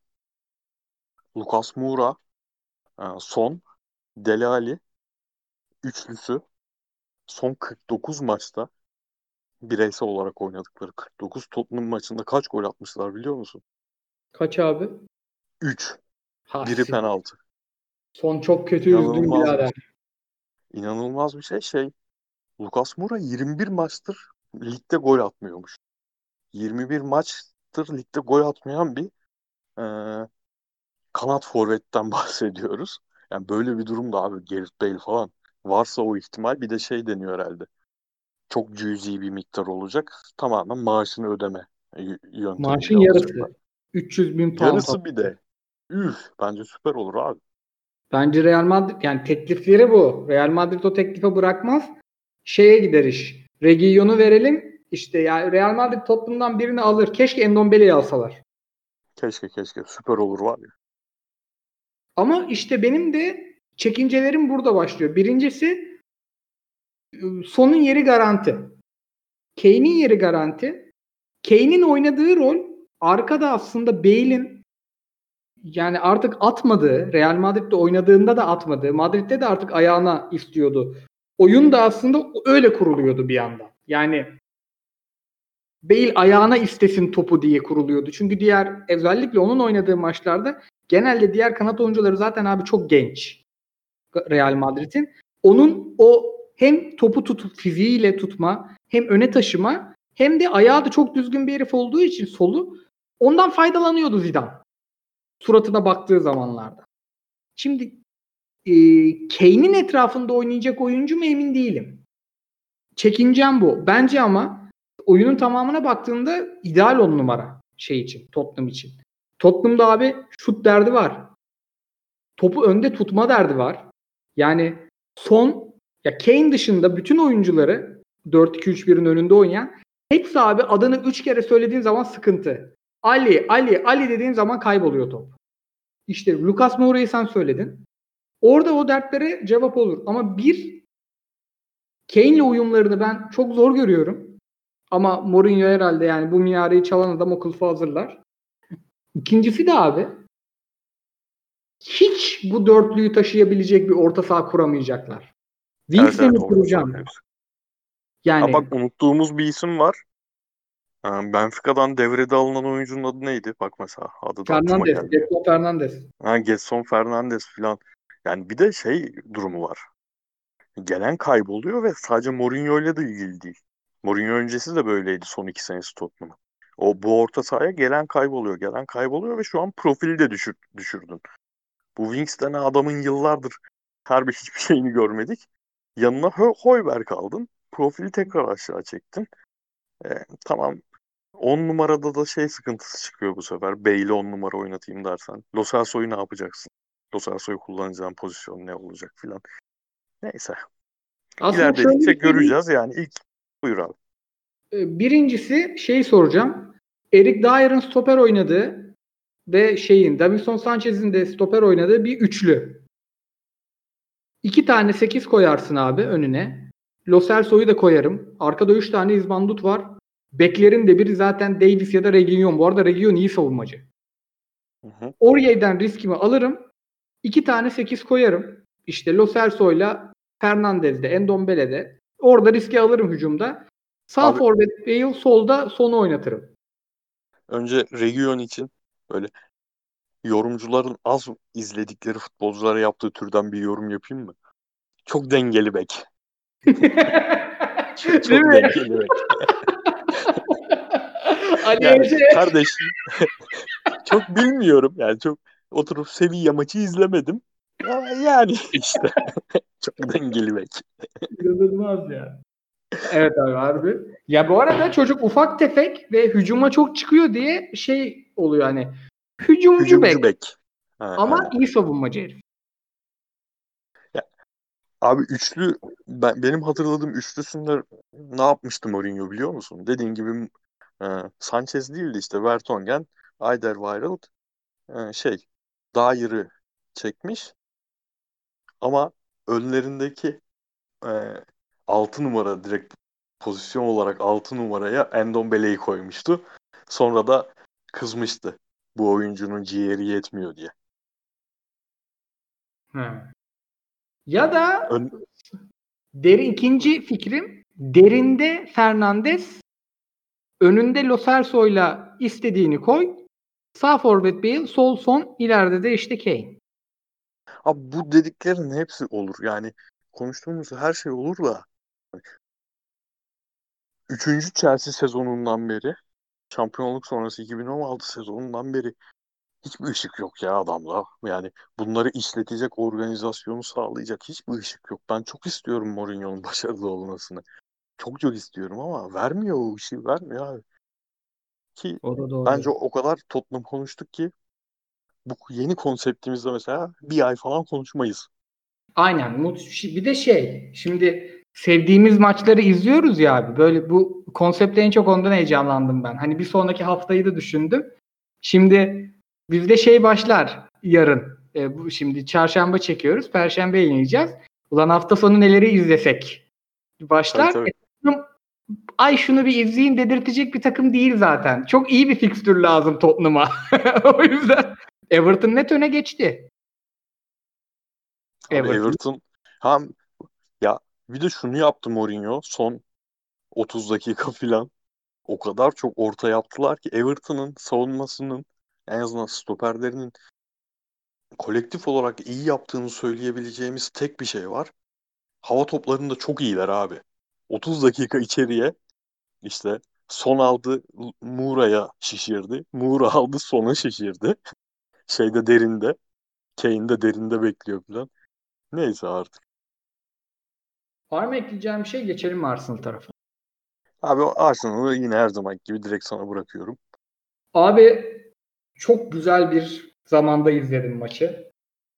Lucas Moura, e, Son, Dele Alli üçlüsü son kırk dokuz maçta bireysel olarak oynadıkları kırk dokuz Tottenham maçında kaç gol atmışlar biliyor musun? Kaç abi? üç. Biri Hasi. penaltı. Son çok kötü üzdün İnanılmaz bir birader. şey. İnanılmaz bir şey. Şey, Lucas Moura yirmi bir maçtır ligde gol atmıyormuş. yirmi bir maçtır ligde gol atmayan bir e, kanat forvetten bahsediyoruz. Yani böyle bir durumda abi Gareth Bale falan varsa o ihtimal bir de şey deniyor herhalde. Çok cüzi bir miktar olacak. Tamamen maaşını ödeme y- Maaşın yöntemiyle alacaklar. yarısı. üç yüz bin pound. Yarısı bir de. Üf, bence süper olur abi. Bence Real Madrid yani teklifleri bu. Real Madrid o teklife bırakmaz. Şeye gider iş. Reguilon'u verelim. İşte ya Real Madrid Tottenham'dan birini alır. Keşke Endombele'yi alsalar. Keşke keşke süper olur var ya. Ama işte benim de çekincelerim burada başlıyor. Birincisi Son'un yeri garanti. Kane'in yeri garanti. Kane'in oynadığı rol arkada aslında Bale'in yani artık atmadığı, Real Madrid'de oynadığında da atmadığı, Madrid'de de artık ayağına istiyordu. Oyun da aslında öyle kuruluyordu bir yandan. Yani Bale ayağına istesin topu diye kuruluyordu. Çünkü diğer özellikle onun oynadığı maçlarda genelde diğer kanat oyuncuları zaten abi çok genç. Real Madrid'in. Onun o hem topu tutup fiziğiyle tutma, hem öne taşıma, hem de ayağı da çok düzgün bir herif olduğu için solu ondan faydalanıyordu Zidane. Suratına baktığı zamanlarda. Şimdi e, Kane'in etrafında oynayacak oyuncu mu emin değilim. Çekincem bu. Bence ama oyunun tamamına baktığında ideal on numara şey için, Tottenham için. Tottenham'da abi şut derdi var. Topu önde tutma derdi var. Yani son ya Kane dışında bütün oyuncuları dört iki üç birin önünde oynayan hepsi abi adını üç kere söylediğin zaman sıkıntı. Ali, Ali, Ali dediğin zaman kayboluyor top. İşte Lucas Moura'yı sen söyledin. Orada o dertlere cevap olur. Ama bir Kane'le uyumlarını ben çok zor görüyorum. Ama Mourinho herhalde yani bu minareyi çalan adam o kılıfı hazırlar. İkincisi de abi hiç bu dörtlüyü taşıyabilecek bir orta saha kuramayacaklar. Evet Wings'le evet mi orada kuracağım? söylüyoruz. Ha Yani bak unuttuğumuz bir isim var. Ha, Benfica'dan devrede alınan oyuncunun adı neydi? Bak mesela adı da aklıma Fernandes, gelmiyor. Getson Fernandes. Ha Gedson Fernandes falan. Yani bir de şey durumu var. Gelen kayboluyor ve sadece Mourinho ile de ilgili değil. Mourinho öncesi de böyleydi son iki senesi Tottenham'ın. O bu orta sahaya gelen kayboluyor, gelen kayboluyor ve şu an profili de düşür, düşürdün. Bu Wings denen adamın yıllardır harbi hiçbir şeyini görmedik. Yanına Ho- Højbjerg aldın. Profili tekrar aşağı çektin. E, tamam on numarada da şey sıkıntısı çıkıyor bu sefer. Bale'i on numara oynatayım dersen. Lo Celso'yu ne yapacaksın? Lo Celso'yu kullanacağın pozisyon ne olacak filan. Neyse. Aslında şöyle İlerledikçe bir şey değil. göreceğiz yani ilk buyur abi. Birincisi şey soracağım. Eric Dyer'ın stoper oynadığı ve şeyin Davinson Sanchez'in de stoper oynadığı bir üçlü. İki tane sekiz koyarsın abi önüne. Lo Celso'yu da koyarım. Arkada üç tane izbandut var. Beklerin de biri zaten Davis ya da Reguilon. Bu arada Reguilon iyi savunmacı. Hı hı. Aurier'den riskimi alırım. İki tane sekiz koyarım. İşte Lo Celso'yla Fernandez'de, Endombele'de. Orada riski alırım hücumda. Sağ Abi forvet Bale, solda Son'u oynatırım. önce Region için böyle yorumcuların az izledikleri futbolculara yaptığı türden bir yorum yapayım mı? Çok dengeli bek. Çok, Değil çok mi? dengeli bek. Ali Yani Ece. kardeş çok bilmiyorum yani çok oturup Sevilla maçı izlemedim. Ama yani işte çok dengeli bek. İnanılmaz ya. Evet abi harbi. Ya bu arada çocuk ufak tefek ve hücuma çok çıkıyor diye şey oluyor hani. Hücumcu bek Hücumcu bek. Ha, ama aynen. iyi savunmacı herif. Ya, Abi üçlü ben benim hatırladığım üçlüsünde ne yapmıştı Mourinho biliyor musun? Dediğin gibi e, Sanchez değildi işte Vertonghen, Alderweireld e, şey Dayır'ı çekmiş ama önlerindeki e, altı numara direkt pozisyon olarak altı numaraya Endombele'yi koymuştu. Sonra da kızmıştı. Bu oyuncunun ciğeri yetmiyor diye. He. Ya da Ön, derin ikinci fikrim derinde Fernandes, önünde Lo Celso'yla istediğini koy. Sağ forvet Bale, sol son, ileride de işte Kane. abi bu dediklerin hepsi olur. Yani konuştuğumuz her şey olur da üçüncü Chelsea sezonundan beri şampiyonluk sonrası iki bin on altı sezonundan beri hiçbir ışık yok ya adamla. Yani bunları işletecek, organizasyonu sağlayacak hiçbir ışık yok. Ben çok istiyorum Mourinho'nun başarılı olmasını. Çok çok istiyorum ama vermiyor o işi, vermiyor abi. Ki O da doğru. bence o kadar Tottenham konuştuk ki bu yeni konseptimizde mesela bir ay falan konuşmayız. Aynen. Mut- Bir de şey, şimdi sevdiğimiz maçları izliyoruz ya abi. Böyle bu konsepte en çok ondan heyecanlandım ben. Hani bir sonraki haftayı da düşündüm. Şimdi bizde şey başlar yarın. E, bu şimdi çarşamba çekiyoruz. Perşembe yayınlayacağız. Ulan hafta sonu neleri izlesek Tabii başlar. tabii. E, ay şunu bir izleyin dedirtecek bir takım değil zaten. Çok iyi bir fikstür lazım Tottenham'a. O yüzden Everton net öne geçti. Abi Everton. Everton hem ya bir de şunu yaptı Mourinho son otuz dakika falan. O kadar çok orta yaptılar ki Everton'ın savunmasının en azından stoperlerinin kolektif olarak iyi yaptığını söyleyebileceğimiz tek bir şey var. Hava toplarında çok iyiler abi. otuz dakika içeriye işte son aldı Moura'ya şişirdi. Moura aldı sona şişirdi. Şeyde derinde. Kane de derinde bekliyor falan. Neyse artık. Var mı ekleyeceğim bir şey? Geçelim mi Arsenal tarafa? Abi Arsenal'ı yine her zaman gibi direkt sana bırakıyorum. Abi çok güzel bir zamanda izledim maçı.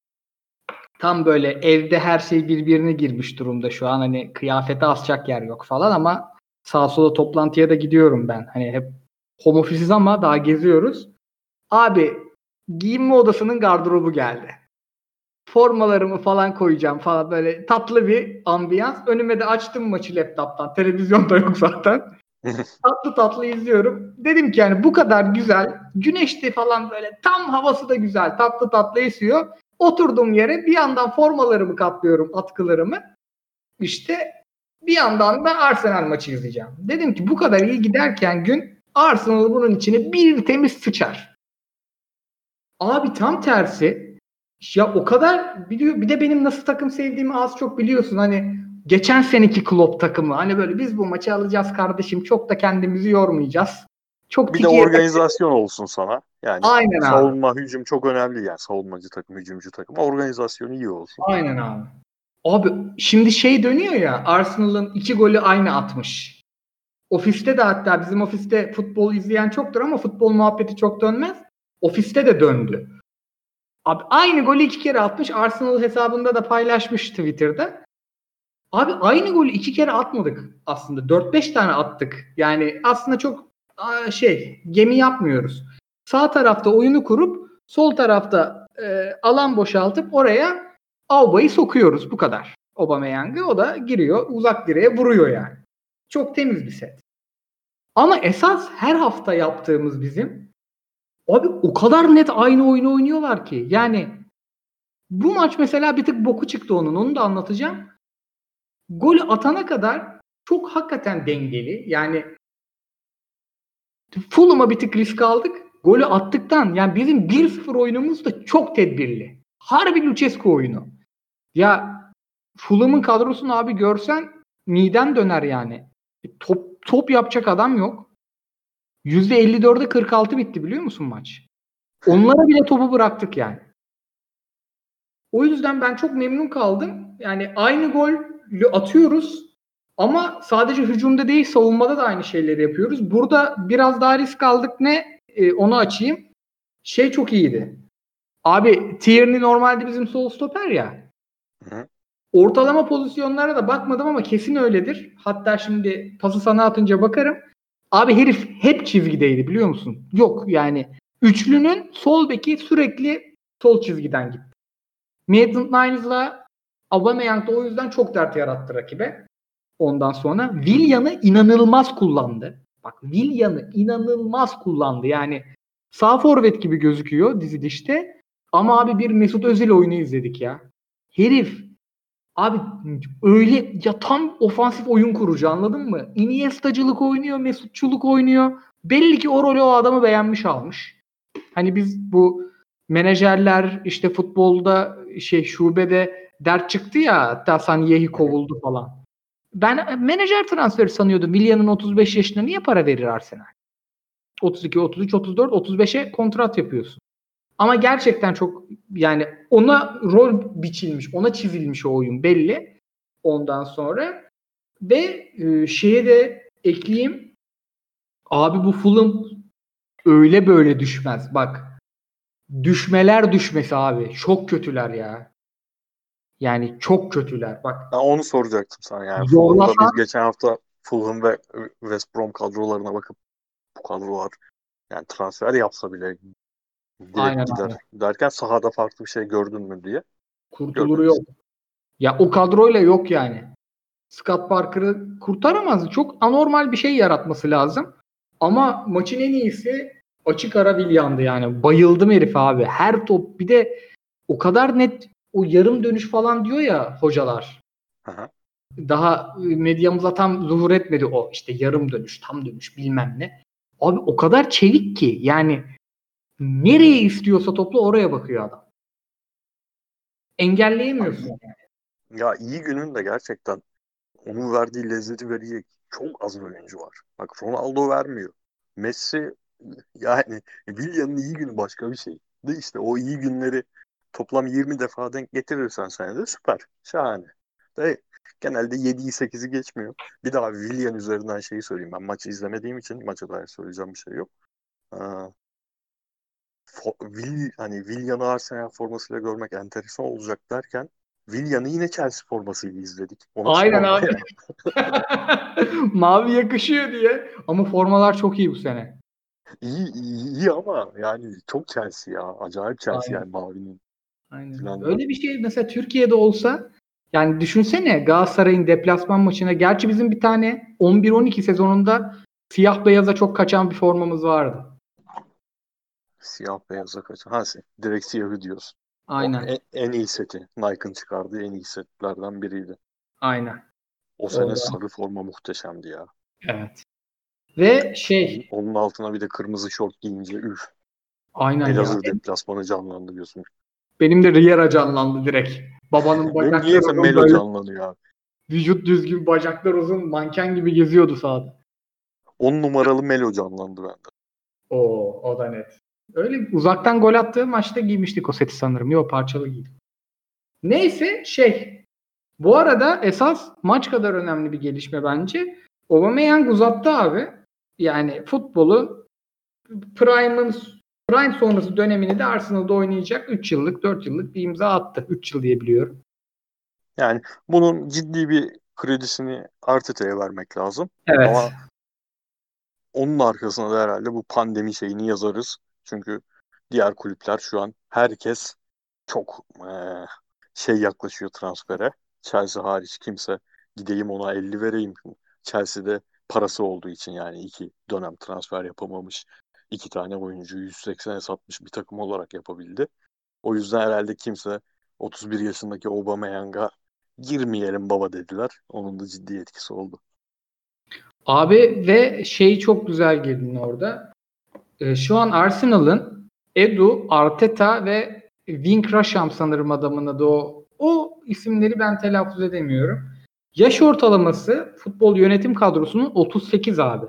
Tam böyle evde her şey birbirine girmiş durumda şu an. Hani kıyafete asacak yer yok falan ama sağa sola toplantıya da gidiyorum ben. Hani hep home office'iz ama daha geziyoruz. Abi giyinme odasının gardırobu geldi. Formalarımı falan koyacağım falan, böyle tatlı bir ambiyans. Önüme de açtım maçı laptop'tan. Televizyonda yok zaten. Tatlı tatlı izliyorum. Dedim ki yani bu kadar güzel. Güneşli falan, böyle tam havası da güzel. Tatlı tatlı esiyor. Oturduğum yere bir yandan formalarımı katlıyorum, atkılarımı. İşte bir yandan da Arsenal maçı izleyeceğim. Dedim ki bu kadar iyi giderken gün, Arsenal bunun içine bir temiz sıçar. Abi tam tersi. Ya o kadar biliyor. Bir de benim nasıl takım sevdiğimi az çok biliyorsun. Hani geçen seneki Klopp takımı. Hani böyle biz bu maçı alacağız kardeşim. Çok da kendimizi yormayacağız. Çok Bir de tiki yarak. organizasyon olsun sana. Yani Aynen abi. savunma, hücum çok önemli yani. Savunmacı takım, hücumcu takım. Organizasyonu iyi olsun. Aynen abi. Abi şimdi şey dönüyor ya. Arsenal'ın iki golü aynı atmış. Ofiste de, hatta bizim ofiste futbol izleyen çoktur ama futbol muhabbeti çok dönmez. Ofiste de döndü. Abi aynı golü iki kere atmış. Arsenal hesabında da paylaşmış Twitter'da. Abi aynı golü iki kere atmadık aslında. dört beş tane attık. Yani aslında çok şey, gemi yapmıyoruz. Sağ tarafta oyunu kurup sol tarafta e, alan boşaltıp oraya Auba'yı sokuyoruz. Bu kadar. Aubameyang'ı, o da giriyor. Uzak direğe vuruyor yani. Çok temiz bir set. Ama esas her hafta yaptığımız bizim, abi o kadar net aynı oyunu oynuyorlar ki. Yani bu maç mesela bir tık boku çıktı onun. Onu da anlatacağım. Golü atana kadar çok hakikaten dengeli. Yani Fulham'a bir tık risk aldık. Golü attıktan, yani bizim bir sıfır oyunumuz da çok tedbirli. Harbi Lucescu oyunu. Ya Fulham'ın kadrosunu abi görsen miden döner yani. Top, top yapacak adam yok. yüzde elli dörde kırk altı bitti biliyor musun maç? Onlara bile topu bıraktık yani. O yüzden ben çok memnun kaldım. Yani aynı golü atıyoruz ama sadece hücumda değil, savunmada da aynı şeyleri yapıyoruz. Burada biraz daha risk aldık, ne? Ee, onu açayım. Şey çok iyiydi. Abi Tierney normalde bizim sol stoper ya. Hı. Ortalama pozisyonlara da bakmadım ama kesin öyledir. Hatta şimdi pası sana atınca bakarım. Abi herif hep çizgideydi biliyor musun? Yok yani üçlünün sol beki sürekli sol çizgiden gitti. Maitland-Nines'la Aubameyang da o yüzden çok dert yarattı rakibe. Ondan sonra Willian'ı inanılmaz kullandı. Bak Willian'ı inanılmaz kullandı. Yani sağ forvet gibi gözüküyor dizilişte. Ama abi bir Mesut Özil oyunu izledik ya. Herif abi öyle ya tam ofansif oyun kurucu anladın mı? Iniesta'cılık oynuyor, Mesutçuluk oynuyor. Belli ki o rolü o adamı beğenmiş almış. Hani biz bu menajerler işte futbolda şey şubede dert çıktı ya hatta Sanyehi kovuldu falan. Ben menajer transferi sanıyordum. Willian'ın otuz beş yaşına niye para verir Arsenal? otuz iki, otuz üç, otuz dört, otuz beşe kontrat yapıyorsun. Ama gerçekten çok yani ona rol biçilmiş, ona çizilmiş o oyun belli. Ondan sonra ve e, şeye de ekleyeyim. Abi bu Fulham öyle böyle düşmez. Bak düşmeler düşmesi abi. Çok kötüler ya. Yani çok kötüler. Bak Ben onu soracaktım sana yani. Fulham'da zorlasan biz geçen hafta Fulham ve West Brom kadrolarına bakıp bu kadrolar yani transfer yapsa bile direkt aynen gider aynen. derken sahada farklı bir şey gördün mü diye Kurtuluru yok. görmemiştim. Ya o kadroyla yok yani. Scott Parker'ı kurtaramaz. Çok anormal bir şey yaratması lazım. Ama maçın en iyisi açık ara Willian'dı yani. Bayıldım herif abi. Her top bir de o kadar net o yarım dönüş falan diyor ya hocalar. Aha. Daha medyamıza tam zuhur etmedi o işte yarım dönüş, tam dönüş bilmem ne. Abi o kadar çevik ki yani nereye istiyorsa topla oraya bakıyor adam. Engelleyemiyorsun. Ay, ya iyi günün de gerçekten onun verdiği lezzeti verecek çok az oyuncu var. Bak Ronaldo vermiyor. Messi yani Willian'ın iyi günü başka bir şey. De işte o iyi günleri toplam yirmi defa denk getirirsen senede süper. Şahane. De genelde yediyi sekizi geçmiyor. Bir daha Willian üzerinden şeyi söyleyeyim. Ben maçı izlemediğim için maça dair söyleyeceğim bir şey yok. Aa, fo- Will, hani Willian'ı Arsenal formasıyla görmek enteresan olacak derken Willian'ı yine Chelsea formasıyla izledik. O nasıl Aynen forma abi. ya? Mavi yakışıyor diye. Ama formalar çok iyi bu sene. İyi, iyi, iyi ama yani çok Chelsea ya. Acayip Chelsea Aynen. yani mavinin Aynen. falan da. Öyle bir şey mesela Türkiye'de olsa yani düşünsene Galatasaray'ın deplasman maçına gerçi bizim bir tane on bir on iki sezonunda siyah beyaza çok kaçan bir formamız vardı. Siyah beyaza kaçan. Ha sen direkt siyahı diyorsun. O Aynen. en, en iyi seti. Nike'ın çıkardığı en iyi setlerden biriydi. Aynen. O sene Orada. sarı forma muhteşemdi ya. Evet. Ve Onun, şey onun altına bir de kırmızı şort giyince üf. aynen ya. Elazığ deplasmanı canlandı diyorsun. Benim de Riera canlandı direkt. Babanın Benim bacakları niyeyse uzun Melo böyle canlanıyor abi. vücut düzgün bacaklar uzun manken gibi geziyordu sahada. On numaralı Melo canlandı bende. Oo, o da net. Öyle uzaktan gol attığı maçta giymiştik o seti sanırım. Yok parçalı giydik. Neyse şey bu arada esas maç kadar önemli bir gelişme bence. Aubameyang uzattı abi. Yani futbolu Prime'ın Prime sonrası dönemini de Arsenal'da oynayacak üç yıllık dört yıllık bir imza attı. üç yıl diye biliyorum. Yani bunun ciddi bir kredisini Arteta'ya vermek lazım. Evet. Ama onun arkasına da herhalde bu pandemi şeyini yazarız. Çünkü diğer kulüpler şu an herkes çok eee, şey yaklaşıyor transfere. Chelsea hariç kimse gideyim ona elli vereyim. Chelsea'de parası olduğu için yani iki dönem transfer yapamamış. İki tane oyuncu yüz seksene satmış bir takım olarak yapabildi. O yüzden herhalde kimse otuz bir yaşındaki Aubameyang'a girmeyelim baba dediler. Onun da ciddi etkisi oldu. Abi ve şey çok güzel girdin orada. Ee, şu an Arsenal'ın Edu, Arteta ve Winkrasham sanırım adamın adı o. O isimleri ben telaffuz edemiyorum. Yaş ortalaması futbol yönetim kadrosunun otuz sekiz abi.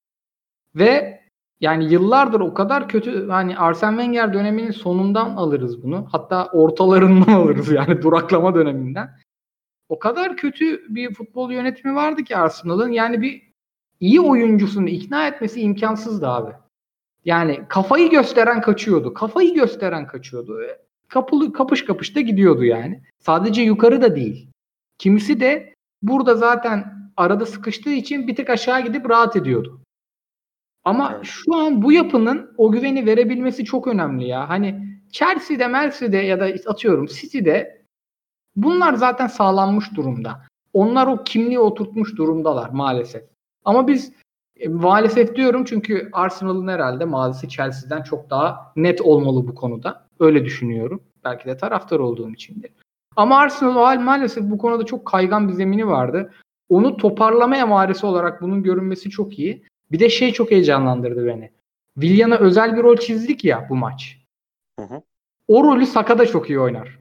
Ve yani yıllardır o kadar kötü hani Arsene Wenger döneminin sonundan alırız bunu. Hatta ortalarından alırız yani duraklama döneminden. O kadar kötü bir futbol yönetimi vardı ki Arsenal'ın. Yani bir iyi oyuncusunu ikna etmesi imkansızdı abi. Yani kafayı gösteren kaçıyordu. Kafayı gösteren kaçıyordu. Kapılı, kapış kapış da gidiyordu yani. Sadece yukarı da değil. Kimisi de burada zaten arada sıkıştığı için bir tık aşağı gidip rahat ediyordu. Ama Evet. şu an bu yapının o güveni verebilmesi çok önemli ya. Hani Chelsea'de, Mersea'de ya da atıyorum City'de bunlar zaten sağlanmış durumda. Onlar o kimliği oturtmuş durumdalar maalesef. Ama biz e, maalesef diyorum çünkü Arsenal'ın herhalde mazisi Chelsea'den çok daha net olmalı bu konuda. Öyle düşünüyorum. Belki de taraftar olduğum içindir. Ama Arsenal maalesef bu konuda çok kaygan bir zemini vardı. Onu toparlama emaresi olarak bunun görünmesi çok iyi. Bir de şey çok heyecanlandırdı beni. Willian'a özel bir rol çizdik ya bu maç. Hı hı. O rolü Saka çok iyi oynar.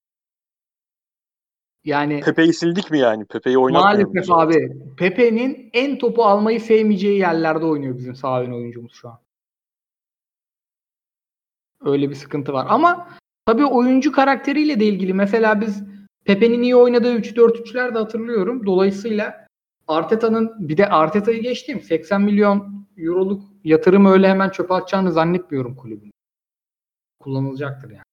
Yani Pepe'yi sildik mi yani? Pepe'yi oynatmıyor maalesef muyuz artık? abi Pepe'nin en topu almayı sevmeyeceği yerlerde oynuyor bizim sağ ön oyuncumuz şu an. Öyle bir sıkıntı var. Ama tabii oyuncu karakteriyle de ilgili. Mesela biz Pepe'nin iyi oynadığı üç dört üçler de hatırlıyorum. Dolayısıyla Arteta'nın bir de Arteta'yı geçtim. seksen milyon euroluk yatırım öyle hemen çöpe atacağını zannetmiyorum kulübün. Kullanılacaktır yani.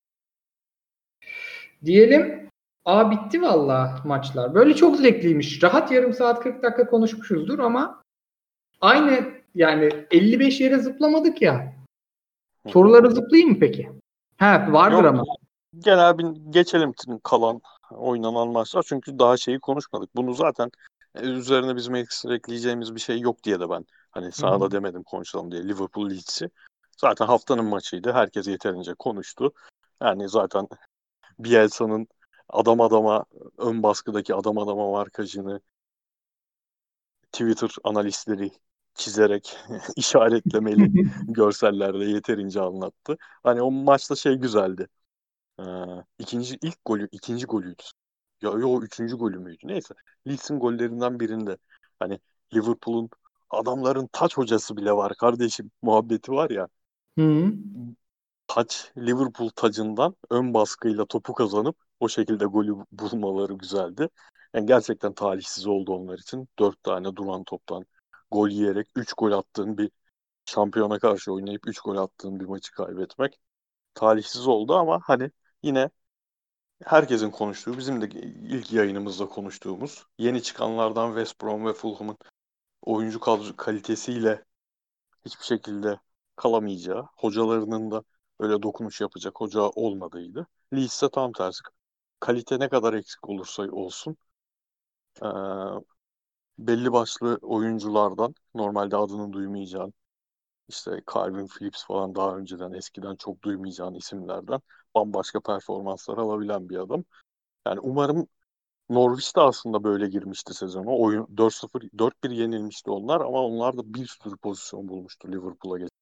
Diyelim. Aa bitti valla maçlar. Böyle çok zevkliymiş. Rahat yarım saat kırk dakika konuşmuşuzdur ama aynı yani elli beş yere zıplamadık ya. Hı hı. Soruları zıplayayım mı peki? Ha vardır Yok, ama. genel bir geçelim kalan oynanan maçlar. Çünkü daha şeyi konuşmadık. Bunu zaten e, üzerine bizim ekstra ekleyeceğimiz bir şey yok diye de ben hani Hı hı. sana da demedim konuşalım diye. Liverpool Leeds'i. Zaten haftanın maçıydı. Herkes yeterince konuştu. Yani zaten Bielsa'nın adam adama ön baskıdaki adam adama markajını Twitter analistleri çizerek işaretlemeli görsellerde yeterince anlattı. Hani o maçta şey güzeldi. Ee, ikinci ilk golü ikinci golüydü. Ya yo üçüncü golü müydü? Neyse. Leeds'in gollerinden birinde hani Liverpool'un adamların taç hocası bile var kardeşim muhabbeti var ya. Hı. Taç Liverpool tacından ön baskıyla topu kazanıp o şekilde golü bulmaları güzeldi. Yani gerçekten talihsiz oldu onlar için. Dört tane duran toptan gol yiyerek üç gol attığın bir şampiyona karşı oynayıp üç gol attığın bir maçı kaybetmek talihsiz oldu ama hani yine herkesin konuştuğu, bizim de ilk yayınımızda konuştuğumuz yeni çıkanlardan West Brom ve Fulham'ın oyuncu kadro kalitesiyle hiçbir şekilde kalamayacağı, hocalarının da öyle dokunuş yapacak hoca olmadığıydı. Leeds ise tam tersi. Kalite ne kadar eksik olursa olsun eee, belli başlı oyunculardan normalde adını duymayacağın işte Calvin Phillips falan daha önceden eskiden çok duymayacağın isimlerden bambaşka performanslar alabilen bir adam. Yani umarım Norwich de aslında böyle girmişti sezona. Oyun dört sıfır dört bir yenilmişti onlar ama onlar da bir sürü pozisyon bulmuştu Liverpool'a geç.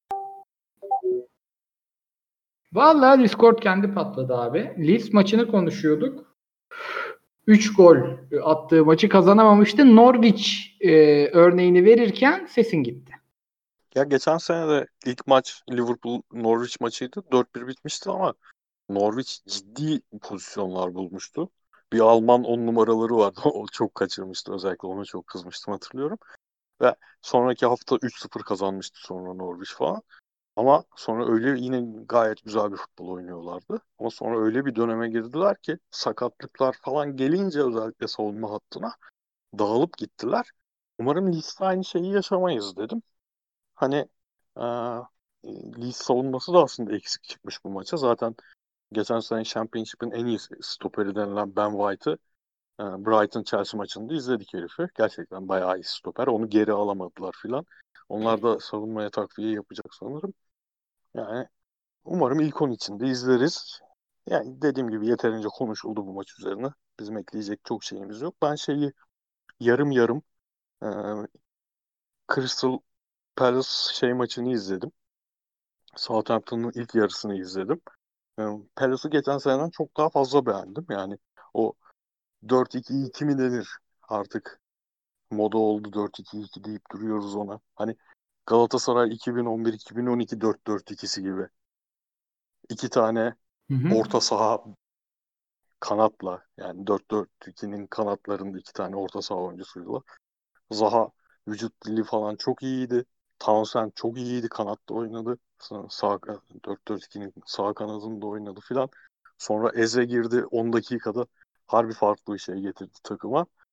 Vallahi Discord kendi patladı abi. Leeds maçını konuşuyorduk. üç gol attığı maçı kazanamamıştı. Norwich e, örneğini verirken sesin gitti. Ya geçen sene de ilk maç Liverpool Norwich maçıydı. dört bir bitmişti ama Norwich ciddi pozisyonlar bulmuştu. Bir Alman on numaraları vardı. O çok kaçırmıştı özellikle. Ona çok kızmıştım hatırlıyorum. Ve sonraki hafta üç sıfır kazanmıştı sonra Norwich falan. Ama sonra öyle yine gayet güzel bir futbol oynuyorlardı. Ama sonra öyle bir döneme girdiler ki sakatlıklar falan gelince özellikle savunma hattına dağılıp gittiler. Umarım Leeds'te aynı şeyi yaşamayız dedim. Hani e, Leeds savunması da aslında eksik çıkmış bu maça. Zaten geçen sene Championship'in en iyi stoperi denilen Ben White'ı e, Brighton Chelsea maçında izledik herifi. Gerçekten bayağı iyi stoper. Onu geri alamadılar filan. Onlar da savunmaya takviye yapacak sanırım. Yani umarım ilk on içinde izleriz. Yani dediğim gibi yeterince konuşuldu bu maç üzerine. Bizim ekleyecek çok şeyimiz yok. Ben şeyi yarım yarım e, Crystal Palace şey maçını izledim. Southampton'ın ilk yarısını izledim. E, Palace'ı geçen seneden çok daha fazla beğendim. Yani o dört iki iki mi denir artık moda oldu dört iki iki deyip duruyoruz ona. Hani Galatasaray iki bin on bir-iki bin on iki dört dört ikisi gibi. İki tane Hı hı. orta saha kanatla yani dört dört ikinin kanatlarında iki tane orta saha oyuncusuyla. Zaha vücut dili falan çok iyiydi. Townsend çok iyiydi. Kanatta oynadı. Sağ, sağ dört dört ikinin sağ kanadında oynadı filan. Sonra Eze girdi on dakikada harbi farklı bir şey getirdi takıma.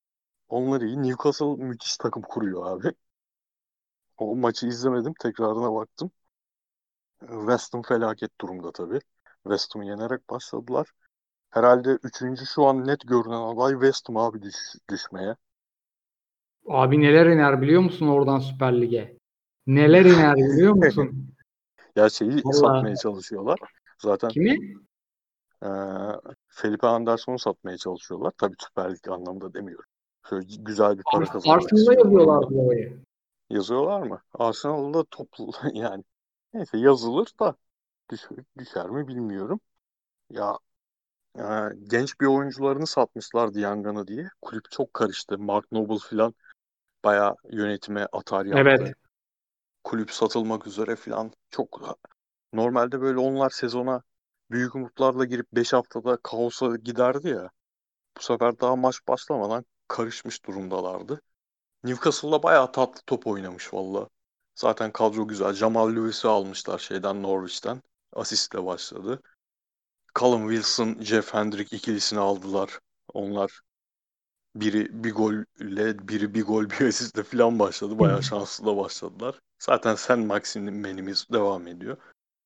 Onlar iyi. Newcastle müthiş takım kuruyor abi. O maçı izlemedim. Tekrarına baktım. West Ham felaket durumda tabii. West Ham'ı yenerek başladılar. Herhalde üçüncü şu an net görünen aday West Ham abi düş, düşmeye. Abi neler iner biliyor musun oradan Süper Lig'e? Neler iner biliyor musun? Ya şeyi Vallahi. satmaya çalışıyorlar. Zaten Kimi? eee Felipe Anderson'u satmaya çalışıyorlar. Tabii Süper Lig anlamında demiyorum. Şöyle güzel bir para Ars- kazanmak Arsenal'da istiyorlar yazıyorlar ondan. bu olayı. Yazıyorlar mı? Arsenal'da toplu yani. Neyse yazılır da düşer, düşer mi bilmiyorum. Ya e, genç bir oyuncularını satmışlar Diangana diye. Kulüp çok karıştı. Mark Noble falan bayağı yönetime atar yaptı. Evet. Kulüp satılmak üzere falan. Çok normalde böyle onlar sezona büyük umutlarla girip beş haftada kaosa giderdi ya. Bu sefer daha maç başlamadan karışmış durumdalardı. Newcastle'da bayağı tatlı top oynamış valla. Zaten kadro güzel. Jamal Lewis'i almışlar şeyden Norwich'ten. Asistle başladı. Callum Wilson, Jeff Hendrick ikilisini aldılar. Onlar biri bir golle, biri bir gol bir asistle falan başladı. Bayağı şanslı da başladılar. Zaten Sen Maximin'imiz devam ediyor.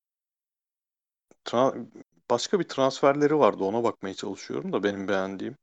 Tra- Başka bir transferleri vardı. Ona bakmaya çalışıyorum da benim beğendiğim.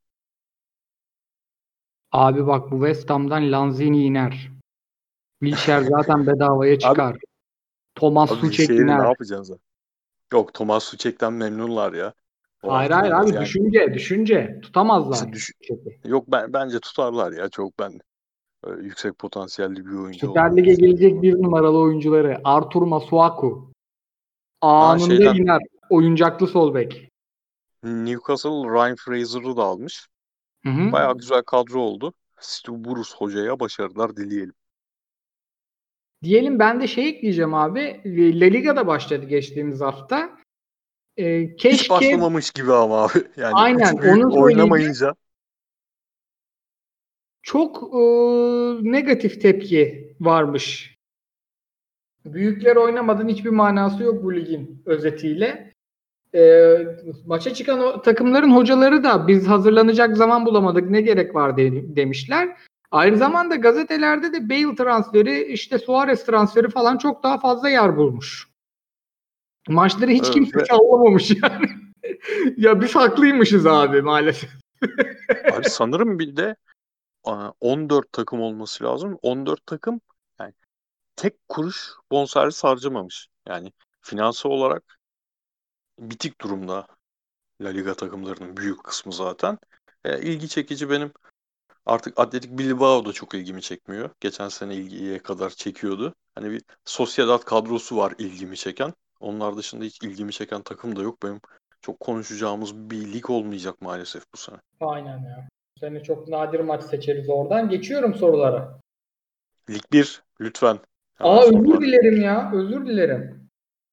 Abi bak bu West Ham'dan Lanzini iner. Wilshere zaten bedavaya Abi, çıkar. Thomas abi Suchek Wilshere'i ne iner. yapacaksın? Yok, Thomas Suchek'ten memnunlar ya. O Hayır hayır haftalar abi yani. düşünce düşünce tutamazlar. Düş Suchek'i. Yok, ben bence tutarlar ya, çok ben e, yüksek potansiyelli bir oyuncu Süper olduğunu Lig'e gelecek düşünüyorum. bir numaralı oyuncuları Artur Masuaku Ha anında şeyden iner. Oyuncaklı sol bek. Newcastle Ryan Fraser'ı da almış. Hı hı. Bayağı güzel kadro oldu. Stu Burus hocaya başarılar dileyelim. Diyelim ben de şey ekleyeceğim abi. La Liga'da başladı geçtiğimiz hafta. Ee, Hiç keşke başlamamış gibi ama abi. Yani aynen üç büyük onu söyleyeceğim. oynamayınca Çok e, negatif tepki varmış. Büyükler oynamadığın hiçbir manası yok bu ligin özetiyle. E, maça çıkan o, takımların hocaları da biz hazırlanacak zaman bulamadık ne gerek var de, demişler. Aynı zamanda gazetelerde de Bale transferi işte Suarez transferi falan çok daha fazla yer bulmuş. Maçları e, hiç kimse ve sallamamış yani. Ya biz haklıymışız abi maalesef. abi sanırım bir de e, on dört takım olması lazım. on dört takım yani tek kuruş bonservis harcamamış. Yani finansal olarak bitik durumda La Liga takımlarının büyük kısmı zaten. E, ilgi çekici benim artık Atletik Bilbao da çok ilgimi çekmiyor. Geçen sene ilgiye kadar çekiyordu. Hani bir Sociedad kadrosu var ilgimi çeken. Onlar dışında hiç ilgimi çeken takım da yok. Benim çok konuşacağımız bir lig olmayacak maalesef bu sene. Aynen ya. Bu sene çok nadir maç seçeriz oradan. Geçiyorum sorulara. Lig bir lütfen, hemen Aa özür sorular. dilerim ya. Özür dilerim.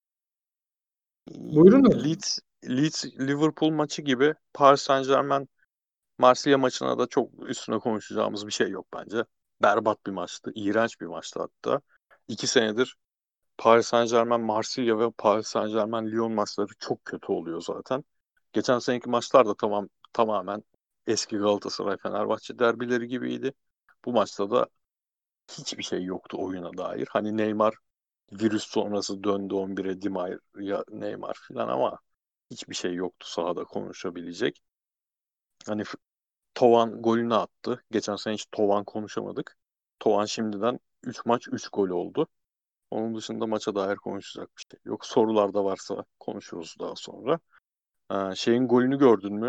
Buyurunuz. Leeds, Leeds Liverpool maçı gibi Paris Saint-Germain Marsilya maçına da çok üstüne konuşacağımız bir şey yok bence. Berbat bir maçtı. İğrenç bir maçtı hatta. İki senedir Paris Saint-Germain Marsilya ve Paris Saint-Germain Lyon maçları çok kötü oluyor zaten. Geçen seneki maçlar da tamam tamamen eski Galatasaray Fenerbahçe derbileri gibiydi. Bu maçta da hiçbir şey yoktu oyuna dair. Hani Neymar virüs sonrası döndü on bire, Di Maria, Neymar falan, ama hiçbir şey yoktu sahada konuşabilecek. Hani f- Tovan golünü attı. Geçen sene hiç Tovan konuşamadık. Tovan şimdiden üç maç üç gol oldu. Onun dışında maça dair konuşacak bir şey yok. Sorular da varsa konuşuruz daha sonra. Ee, şeyin golünü gördün mü?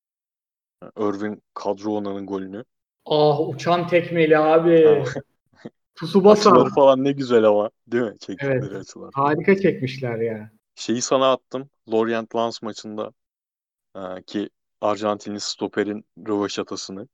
Irving Kadroana'nın golünü. Ah uçan tekmeli Ha, abi. Tsubasa. açıları falan ne güzel ama. Değil mi? Evet. Çektikleri açılar falan. Harika çekmişler ya. Şeyi sana attım. Lorient Lens maçında e, ki Arjantinli stoperin röveşatasını.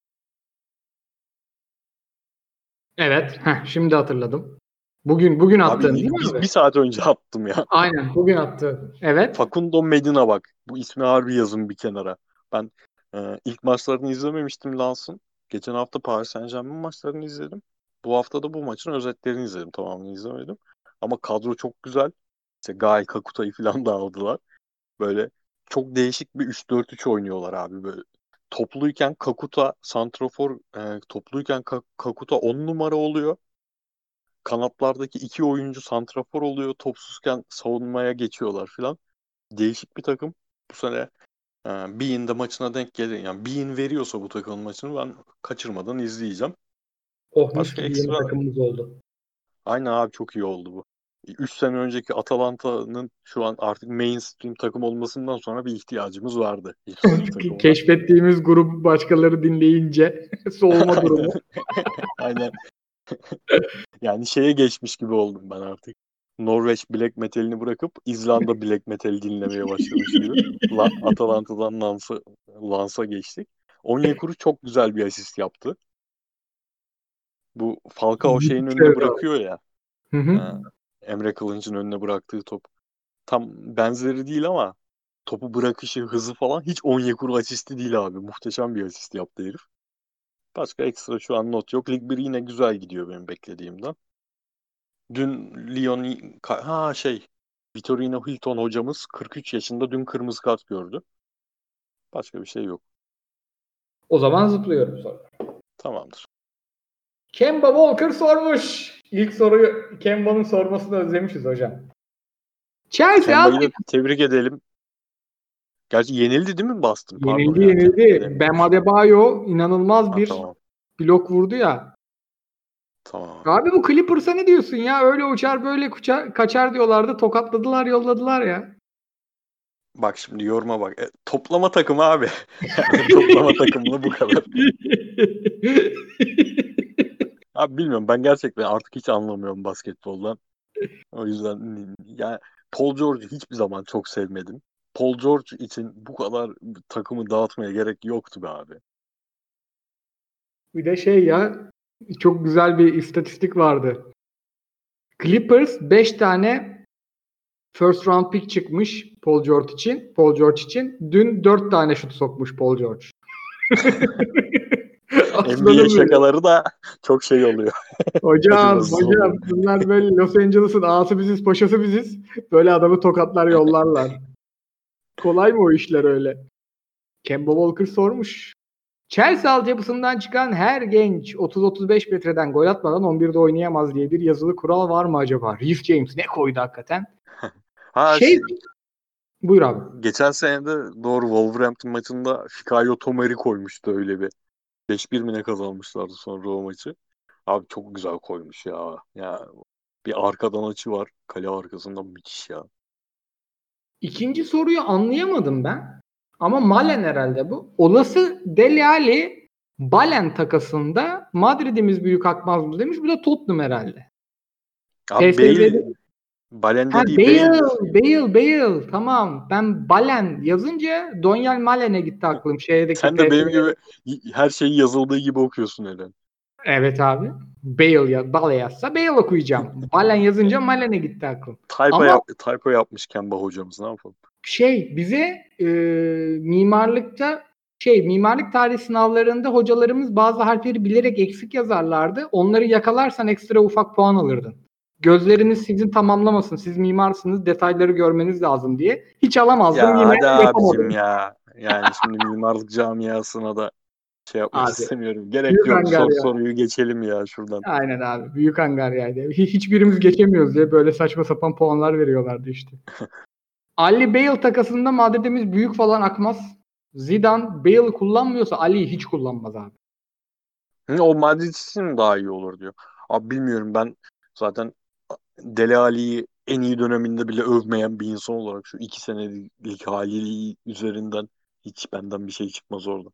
Evet. Heh, şimdi hatırladım. Bugün bugün attığın değil Abi mi bir, abi? bir saat önce attım ya. Aynen bugün attığın. Evet. Facundo Medina bak. Bu ismi harbi yazın bir kenara. Ben e, ilk maçlarını izlememiştim Lens'ın. Geçen hafta Paris Saint-Germain maçlarını izledim. Bu hafta da bu maçın özetlerini izledim. Tamamını izlemedim. Ama kadro çok güzel. İşte Gael Kakuta'yı falan da aldılar. Böyle çok değişik bir üç dört üç oynuyorlar abi. Böyle topluyken Kakuta santrafor e, topluyken Ka- Kakuta on numara oluyor. Kanatlardaki iki oyuncu santrafor oluyor. Topsuzken savunmaya geçiyorlar filan. Değişik bir takım. Bu sene e, Bein de maçına denk gelir. Yani Bein veriyorsa bu takımın maçını ben kaçırmadan izleyeceğim. Oh, mis Başka gibi yeni ekstra takımımız oldu. aynen abi, çok iyi oldu bu. üç sene önceki Atalanta'nın şu an artık mainstream takım olmasından sonra bir ihtiyacımız vardı. yeni bir takımına. Keşfettiğimiz grubu başkaları dinleyince soğuma durumu. Aynen. Yani şeye geçmiş gibi oldum ben artık. Norveç black metalini bırakıp İzlanda black metal dinlemeye başlamış gibi. La, Atalanta'dan Lans'a, Lans'a geçtik. Onyekuru çok güzel bir asist yaptı. Bu Falcao şeyin önüne bırakıyor ya. Hı hı. Ha, Emre Kılınç'ın önüne bıraktığı top. Tam benzeri değil ama topu bırakışı, hızı falan hiç Onyekuru asisti değil abi. Muhteşem bir asist yaptı herif. Başka ekstra şu an not yok. Lig bir yine güzel gidiyor benim beklediğimden. Dün Lyon ha şey Vitorino Hilton hocamız kırk üç yaşında dün kırmızı kart gördü. Başka bir şey yok. O zaman zıplıyorum sonra. Tamamdır. Kemba Walker sormuş. İlk soruyu Kemba'nın sormasını özlemişiz hocam. Chelsea Kemba'yı da az tebrik edelim. Gerçi yenildi değil mi Boston? Pardon yenildi ya, tebrik yenildi. edemiyorum. Bam Adebayo inanılmaz Ha, bir tamam. blok vurdu ya. Tamam. Abi bu Clippers'a ne diyorsun ya? Öyle uçar böyle kuça, kaçar diyorlardı. Tokatladılar yolladılar ya. Bak şimdi yoruma bak. E, toplama takımı abi. Yani toplama takımını bu kadar. Abi bilmiyorum, ben gerçekten artık hiç anlamıyorum basketboldan. O yüzden yani Paul George'u hiçbir zaman çok sevmedim. Paul George için bu kadar takımı dağıtmaya gerek yoktu be abi. Bir de şey ya, çok güzel bir istatistik vardı. Clippers beş tane first round pick çıkmış Paul George için. Paul George için. Dün dört tane şut sokmuş Paul George. N B A şakaları da çok şey oluyor. Hocam, Acımasız hocam oluyor. bunlar böyle Los Angeles'ın ağası biziz, paşası biziz. Böyle adamı tokatlar yollarlar. Kolay mı o işler öyle? Kemba Walker sormuş. Chelsea altyapısından çıkan her genç otuz otuz beş metreden gol atmadan on birde oynayamaz diye bir yazılı kural var mı acaba? Reece James ne koydu hakikaten? Ha, Şey, buyur abi. geçen sene de doğru Wolverhampton maçında Fikayo Tomori koymuştu öyle bir. beş bir mi ne kazanmışlardı sonra o maçı. Abi çok güzel koymuş ya. Ya bir arkadan açı var. Kale arkasında müthiş ya. İkinci soruyu anlayamadım ben. Ama Malen herhalde bu. Olası Dele Alli Balen takasında Madrid'imiz büyük akmaz mı demiş. Bu da Tottenham herhalde. Abi Bale, Balen Ha, dediği Bale, Bale. Bale, Bale. Tamam. Ben Balen yazınca Donyal Malen'e gitti aklım. Şeydeki Sen de P S benim G'de. gibi her şeyi yazıldığı gibi okuyorsun Eren. Evet abi. Bale ya, Bale yazsa Bale okuyacağım. Balen yazınca Malen'e gitti aklım. Typo, Ama yap, typo yapmış Kemba hocamız, ne yapalım? şey bize e, mimarlıkta şey mimarlık tarih sınavlarında hocalarımız bazı harfleri bilerek eksik yazarlardı. Onları yakalarsan ekstra ufak puan alırdın. Gözleriniz sizin tamamlamasın. Siz mimarsınız, detayları görmeniz lazım diye. Hiç alamazdım, Ya yine hadi abicim yapamadım. ya. Yani şimdi mimarlık camiasına da şey yapmak Abi. istemiyorum. Gerek Büyük yok. hangar Sor ya. soruyu geçelim ya şuradan. Aynen abi. Büyük hangar yani. Hiçbirimiz geçemiyoruz diye böyle saçma sapan puanlar veriyorlardı işte. Ali Bale takasında Madrid'imiz büyük falan akmaz. Zidane Bale'ı kullanmıyorsa Ali'yi hiç kullanmaz abi. Hı, o Madrid için daha iyi olur diyor. Abi bilmiyorum, ben zaten Dele Alli'yi en iyi döneminde bile övmeyen bir insan olarak şu iki senelik hali üzerinden hiç benden bir şey çıkmaz orada.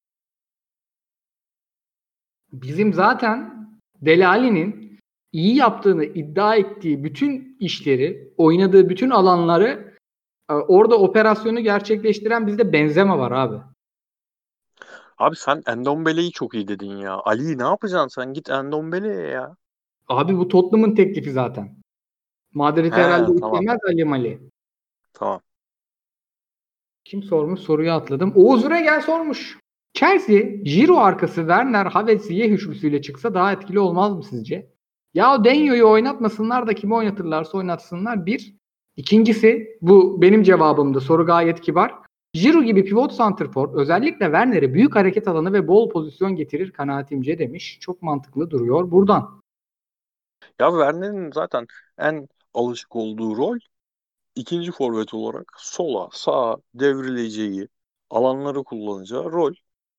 Bizim zaten Dele Alli'nin iyi yaptığını iddia ettiği bütün işleri, oynadığı bütün alanları orada operasyonu gerçekleştiren bizde Benzema var abi. Abi sen Endombele'yi çok iyi dedin ya. Ali'yi ne yapacaksın sen? Git Endombele'ye ya. Abi bu Tottenham'ın teklifi zaten. Madrid He, herhalde tamam. istemez Ali Mali. Tamam. Kim sormuş? Soruyu atladım. Oğuz Üregen sormuş. Chelsea, Giroud arkası Werner, Havertz, Ziyech üçlüsüyle çıksa daha etkili olmaz mı sizce? Ya o Denyo'yu oynatmasınlar da kimi oynatırlarsa oynatsınlar. Bir. İkincisi, bu benim cevabımdı. Soru gayet kibar. Giroud gibi pivot santrfor özellikle Werner'e büyük hareket alanı ve bol pozisyon getirir kanaatimce demiş. Çok mantıklı duruyor buradan. Ya Werner'in zaten en alışık olduğu rol ikinci forvet olarak sola, sağa devrileceği, alanları kullanacağı rol.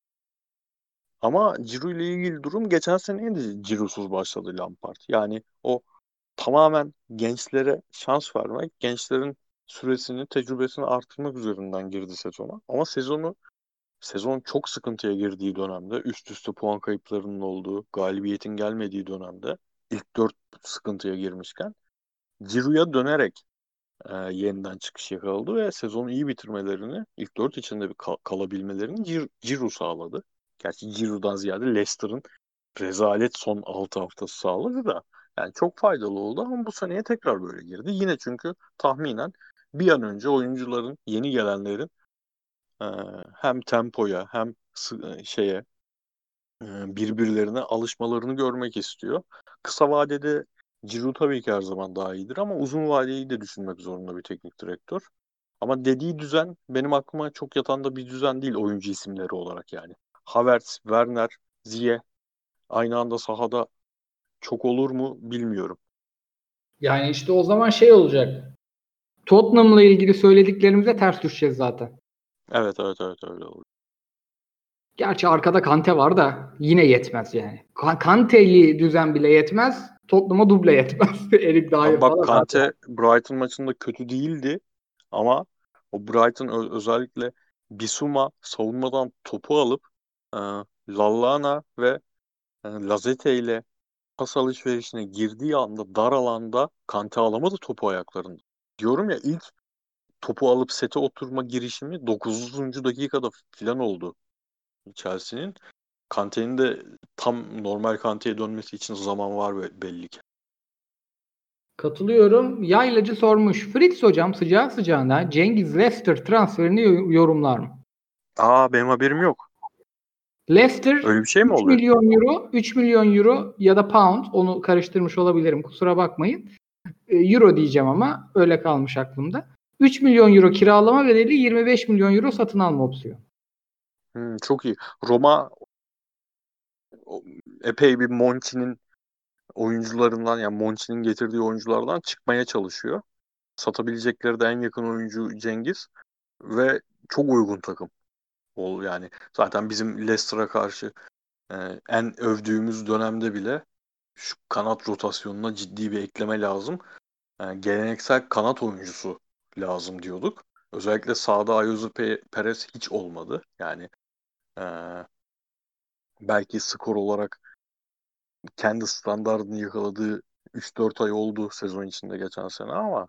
Ama Ciro ile ilgili durum geçen seneye de Ciro'suz başladı Lampard. Yani o tamamen gençlere şans vermek, gençlerin süresini, tecrübesini artırmak üzerinden girdi sezona. Ama sezonu sezon çok sıkıntıya girdiği dönemde, üst üste puan kayıplarının olduğu, galibiyetin gelmediği dönemde ilk dört sıkıntıya girmişken Ciro'ya dönerek e, yeniden çıkış yakaladı ve sezonu iyi bitirmelerini, ilk dört içinde bir kal- kalabilmelerini Cir- Ciro sağladı. Gerçi Ciro'dan ziyade Leicester'ın rezalet son altı haftası sağladı da. Yani çok faydalı oldu ama bu seneye tekrar böyle girdi. Yine çünkü tahminen bir an önce oyuncuların, yeni gelenlerin e, hem tempoya hem sı- şeye e, birbirlerine alışmalarını görmek istiyor. Kısa vadede Giroud tabii ki her zaman daha iyidir ama uzun vadeyi de düşünmek zorunda bir teknik direktör. Ama dediği düzen benim aklıma çok yatan da bir düzen değil oyuncu isimleri olarak yani. Havertz, Werner, Ziyech aynı anda sahada çok olur mu bilmiyorum. Yani işte o zaman şey olacak. Tottenham'la ilgili söylediklerimize ters düşeceğiz zaten. Evet evet evet öyle olur. Gerçi arkada Kante var da yine yetmez yani. Ka- Kante'li düzen bile yetmez. Tottenham'a duble yetmez. Erik Ama Dyer bak falan abi. Kante Brighton maçında kötü değildi ama o Brighton ö- özellikle Bissouma savunmadan topu alıp e, Lallana ve e, Lazete ile pas alışverişine girdiği anda dar alanda Kante alamadı topu ayaklarında. Diyorum ya ilk topu alıp sete oturma girişimi dokuzuncu dakikada falan oldu Chelsea'nin. Kante'nin de tam normal Kante'ye dönmesi için zaman var be- belli ki. Katılıyorum. Yaylacı sormuş. Fritz hocam sıcağı sıcağına Cengiz Leicester transferini yo- yorumlar mı? Aa benim haberim yok. Leicester Öyle bir şey mi üç oluyor? milyon euro, üç milyon euro ya da pound, onu karıştırmış olabilirim, kusura bakmayın. E, Euro diyeceğim ama öyle kalmış aklımda. üç milyon euro kiralama bedeli, yirmi beş milyon euro satın alma opsiyonu. Hmm, çok iyi. Roma o- epey bir Monchi'nin oyuncularından yani Monchi'nin getirdiği oyunculardan çıkmaya çalışıyor. Satabilecekleri de en yakın oyuncu Cengiz ve çok uygun takım. O yani zaten bizim Leicester'a karşı e, en övdüğümüz dönemde bile şu kanat rotasyonuna ciddi bir ekleme lazım. E, geleneksel kanat oyuncusu lazım diyorduk. Özellikle sağda Ayoze Pe- Perez hiç olmadı. Yani e, belki skor olarak kendi standardını yakaladığı üç dört ay oldu sezon içinde geçen sene ama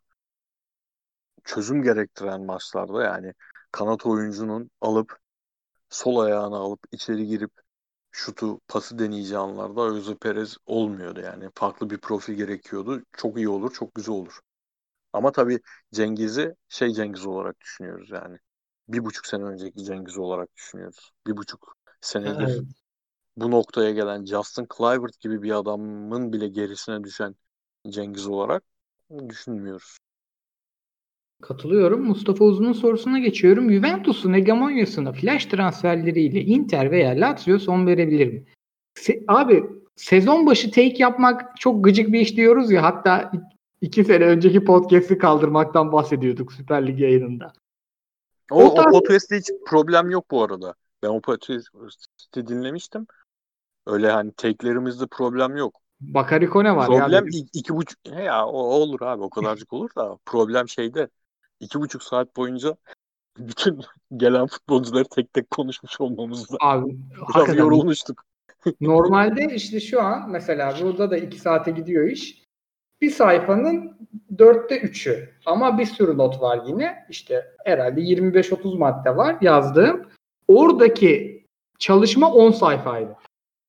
çözüm gerektiren maçlarda yani kanat oyuncunun alıp sol ayağını alıp içeri girip şutu pası deneyeceği anlarda Ayoze Perez olmuyordu yani. Farklı bir profil gerekiyordu. Çok iyi olur, çok güzel olur. Ama tabii Cengiz'i şey Cengiz olarak düşünüyoruz yani. Bir buçuk sene önceki Cengiz olarak düşünüyoruz. Bir buçuk senedir Evet. bu noktaya gelen Justin Kluivert gibi bir adamın bile gerisine düşen Cengiz olarak düşünmüyoruz. Katılıyorum. Mustafa Uzun'un sorusuna geçiyorum. Juventus'un hegemonyasına flash transferleriyle Inter veya Lazio son verebilir mi? Se- abi sezon başı take yapmak çok gıcık bir iş diyoruz ya, hatta iki sene önceki podcast'i kaldırmaktan bahsediyorduk Süper Lig yayınında. O O, o tarz podcast'te hiç problem yok bu arada. Ben o podcast'i dinlemiştim. Öyle hani take'lerimizde problem yok. Bakary Kone var ya Problem dedim. i- iki buçuk he ya o olur abi o kadarcık olur da problem şeyde iki buçuk saat boyunca bütün gelen futbolcuları tek tek konuşmuş olmamızda Abi biraz hakikaten yorulmuştuk. normalde işte şu an mesela burada da iki saate gidiyor iş. Bir sayfanın dörtte üçü. Ama bir sürü not var yine. İşte herhalde yirmi beş otuz madde var yazdığım. Oradaki çalışma on sayfaydı.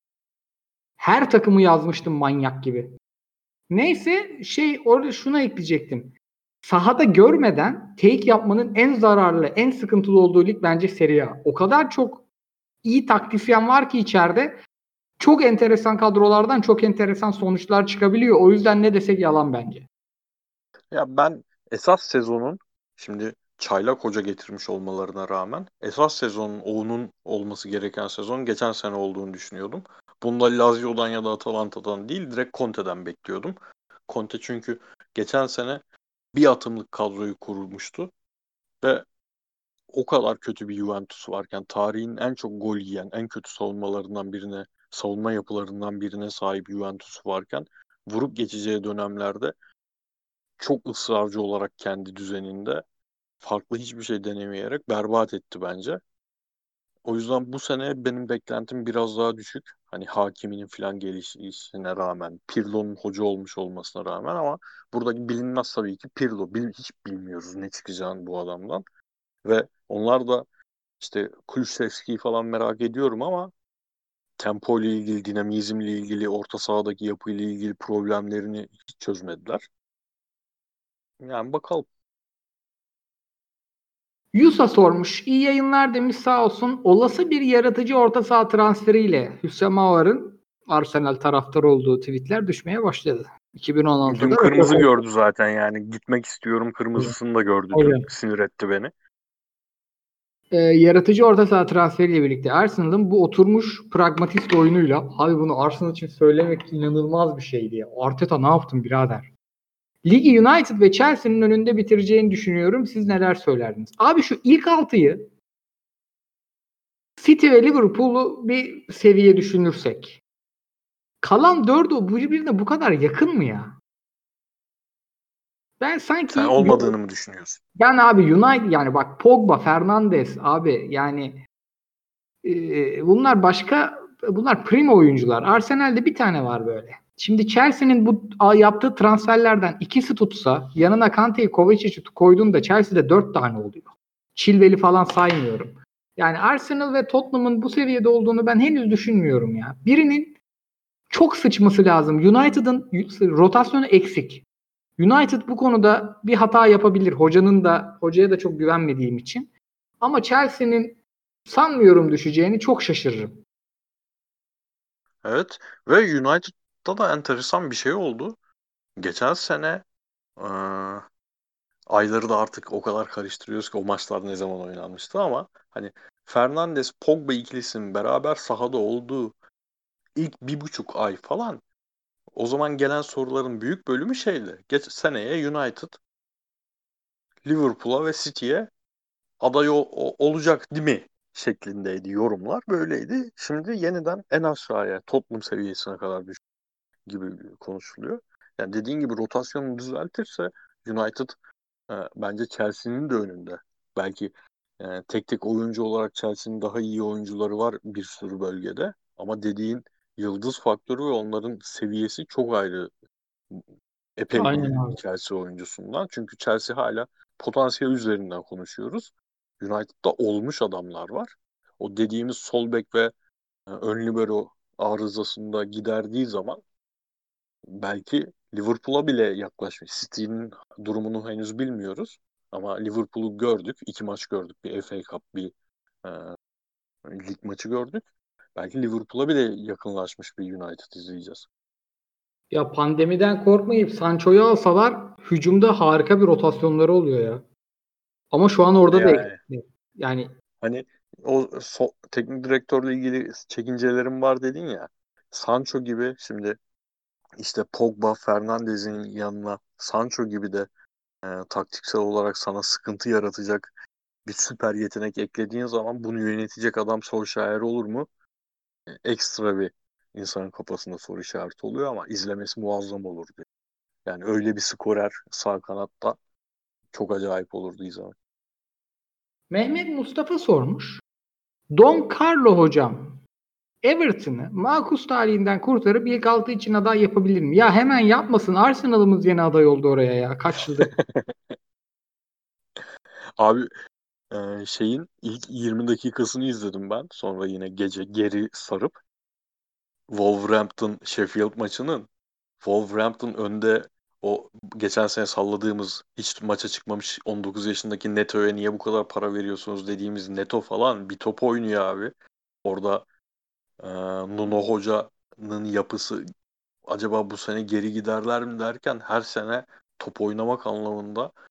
Her takımı yazmıştım manyak gibi. Neyse şey orada şuna ekleyecektim. Sahada görmeden take yapmanın en zararlı, en sıkıntılı olduğu lig bence Serie A. O kadar çok iyi taktisyen var ki içeride. Çok enteresan kadrolardan çok enteresan sonuçlar çıkabiliyor. O yüzden ne desek yalan bence. Ya ben esas sezonun şimdi çaylak hoca getirmiş olmalarına rağmen esas sezonun onun olması gereken sezon geçen sene olduğunu düşünüyordum. Bunu da Lazio'dan ya da Atalanta'dan değil direkt Conte'den bekliyordum. Conte çünkü geçen sene bir atımlık kadroyu kurmuştu ve o kadar kötü bir Juventus varken tarihin en çok gol yiyen, en kötü savunmalarından birine, savunma yapılarından birine sahip Juventus varken vurup geçeceği dönemlerde çok ısrarcı olarak kendi düzeninde farklı hiçbir şey denemeyerek berbat etti bence. O yüzden bu sene benim beklentim biraz daha düşük. Hani Hakimi'nin falan gelişine rağmen, Pirlo'nun hoca olmuş olmasına rağmen ama buradaki bilinmez tabii ki Pirlo. Bil, hiç bilmiyoruz ne çıkacağını bu adamdan. Ve onlar da işte Kulusevski'yi falan merak ediyorum ama tempo ile ilgili, dinamizmle ilgili, orta sahadaki yapıyla ilgili problemlerini hiç çözmediler. Yani bakalım. Yusa sormuş. İyi yayınlar demiş sağ olsun. Olası bir yaratıcı orta saha transferiyle Hüsam Avar'ın Arsenal taraftarı olduğu tweetler düşmeye başladı. Dün iki bin on altıda kırmızı rekor gördü zaten yani. Gitmek istiyorum kırmızısını da gördü dün. oldu. Sinir etti beni. Ee, yaratıcı orta saha transferiyle birlikte Arsenal'ın bu oturmuş pragmatist oyunuyla abi bunu Arsenal için söylemek inanılmaz bir şeydi ya. Arteta ne yaptın birader? Ligi United ve Chelsea'nin önünde bitireceğini düşünüyorum. Siz neler söylerdiniz? Abi şu ilk altıyı City ve Liverpool'u bir seviye düşünürsek kalan dördü birbirine bu kadar yakın mı ya? Ben Sen sanki olmadığını mı düşünüyorsun? ben abi United yani bak Pogba, Fernandes abi yani e, bunlar başka bunlar primo oyuncular. Arsenal'de bir tane var böyle. Şimdi Chelsea'nin bu yaptığı transferlerden ikisi tutsa yanına Kante'yi Kovacic'i koyduğunda Chelsea'de dört tane oluyor. Chilwell'i falan saymıyorum. Yani Arsenal ve Tottenham'ın bu seviyede olduğunu ben henüz düşünmüyorum ya. Birinin çok sıçması lazım. United'ın rotasyonu eksik. United bu konuda bir hata yapabilir. Hocanın da hocaya da çok güvenmediğim için. Ama Chelsea'nin sanmıyorum düşeceğini, çok şaşırırım. Evet. Ve United'da da enteresan bir şey oldu. Geçen sene eee, ayları da artık o kadar karıştırıyoruz ki o maçlar ne zaman oynanmıştı ama hani Fernandes Pogba ikilisinin beraber sahada olduğu ilk bir buçuk ay falan o zaman gelen soruların büyük bölümü şeydi. Geç seneye United Liverpool'a ve City'ye aday o- o- olacak değil mi şeklindeydi yorumlar. Böyleydi. Şimdi yeniden en aşağıya Tottenham seviyesine kadar düş gibi konuşuluyor. Yani dediğin gibi rotasyonu düzeltirse United e, bence Chelsea'nin de önünde. Belki e, tek tek oyuncu olarak Chelsea'nin daha iyi oyuncuları var bir sürü bölgede. Ama dediğin yıldız faktörü ve onların seviyesi çok ayrı. Epey Aynen büyüyor abi. Chelsea oyuncusundan. Çünkü Chelsea hala potansiyel üzerinden konuşuyoruz. United'da olmuş adamlar var. O dediğimiz sol bek ve e, ön libero arızasında giderdiği zaman belki Liverpool'a bile yaklaşmış. City'nin durumunu henüz bilmiyoruz. Ama Liverpool'u gördük. İki maç gördük. Bir F A Cup, bir e, lig maçı gördük. Belki Liverpool'a bile yakınlaşmış bir United izleyeceğiz. Ya pandemiden korkmayıp Sancho'yu alsalar hücumda harika bir rotasyonları oluyor ya. Ama şu an orada da Yani eksik. Yani hani o so- teknik direktörle ilgili çekincelerim var dedin ya. Sancho gibi şimdi işte Pogba, Fernandes'in yanına Sancho gibi de e, taktiksel olarak sana sıkıntı yaratacak bir süper yetenek eklediğin zaman bunu yönetecek adam Solskjaer olur mu? E, ekstra bir insanın kafasında soru işareti oluyor ama izlemesi muazzam olurdu. Yani öyle bir skorer sağ kanatta çok acayip olurdu izlemek. Mehmet Mustafa sormuş. Don Carlo hocam Everton'ı makus talihinden kurtarıp ilk altı için aday yapabilir mi? Ya hemen yapmasın. Arsenal'ımız yeni aday oldu oraya ya. Kaç yıldır. Abi e, şeyin ilk yirmi dakikasını izledim ben. Sonra yine gece geri sarıp Wolverhampton Sheffield maçının Wolverhampton önde o geçen sene salladığımız hiç maça çıkmamış on dokuz yaşındaki Neto'ya niye bu kadar para veriyorsunuz dediğimiz Neto falan bir top oynuyor abi. Orada e, Nuno Hoca'nın yapısı acaba bu sene geri giderler mi derken her sene top oynamak anlamında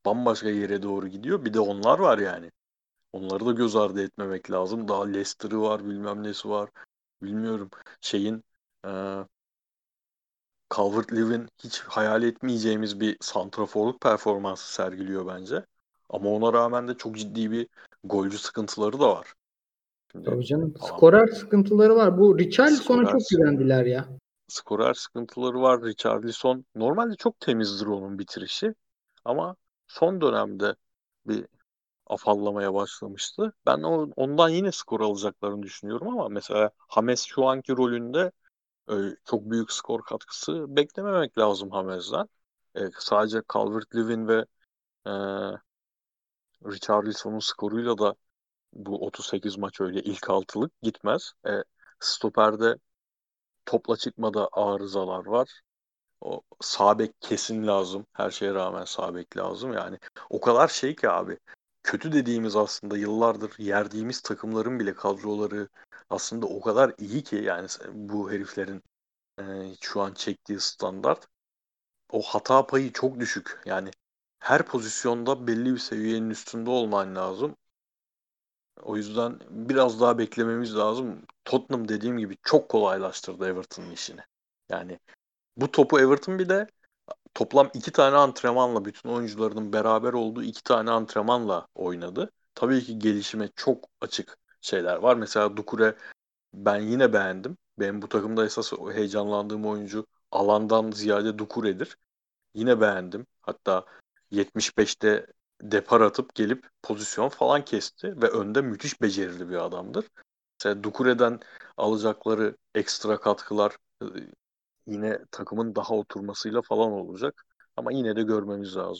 bambaşka yere doğru gidiyor. Bir de onlar var yani. Onları da göz ardı etmemek lazım. Daha Leicester'ı var, bilmem nesi var. Bilmiyorum. Şeyin e, Calvert-Lewin hiç hayal etmeyeceğimiz bir santraforluk performansı sergiliyor bence. Ama ona rağmen de çok ciddi bir golcü sıkıntıları da var. Şimdi Tabii canım. tamam. Skorer sıkıntıları var. Bu Richarlison'a Skorer, çok güvendiler ya. skorer sıkıntıları var. Richarlison normalde çok temizdir onun bitirişi. Ama son dönemde bir afallamaya başlamıştı. Ben o, ondan yine skor alacaklarını düşünüyorum ama mesela James şu anki rolünde e, çok büyük skor katkısı beklememek lazım James'den. E, sadece Calvert-Lewin ve e, Richarlison'un skoruyla da bu otuz sekiz maç öyle ilk altılık gitmez. E, stoperde topla çıkmada arızalar var. O sağ bek kesin lazım. Her şeye rağmen sağ bek lazım. Yani o kadar şey ki abi. Kötü dediğimiz aslında yıllardır yerdiğimiz takımların bile kadroları aslında o kadar iyi ki yani bu heriflerin e, şu an çektiği standart. O hata payı çok düşük. Yani her pozisyonda belli bir seviyenin üstünde olman lazım. O yüzden biraz daha beklememiz lazım. Tottenham dediğim gibi çok kolaylaştırdı Everton'ın işini. Yani bu topu Everton bir de toplam iki tane antrenmanla bütün oyuncularının beraber olduğu iki tane antrenmanla oynadı. Tabii ki gelişime çok açık şeyler var. Mesela Doucouré ben yine beğendim. Benim bu takımda esas heyecanlandığım oyuncu alandan ziyade Doucouré'dir. Yine beğendim. Hatta yetmiş beşte depar atıp gelip pozisyon falan kesti ve önde müthiş becerili bir adamdır. Mesela Doucouré'den alacakları ekstra katkılar e, yine takımın daha oturmasıyla falan olacak. Ama yine de görmemiz lazım.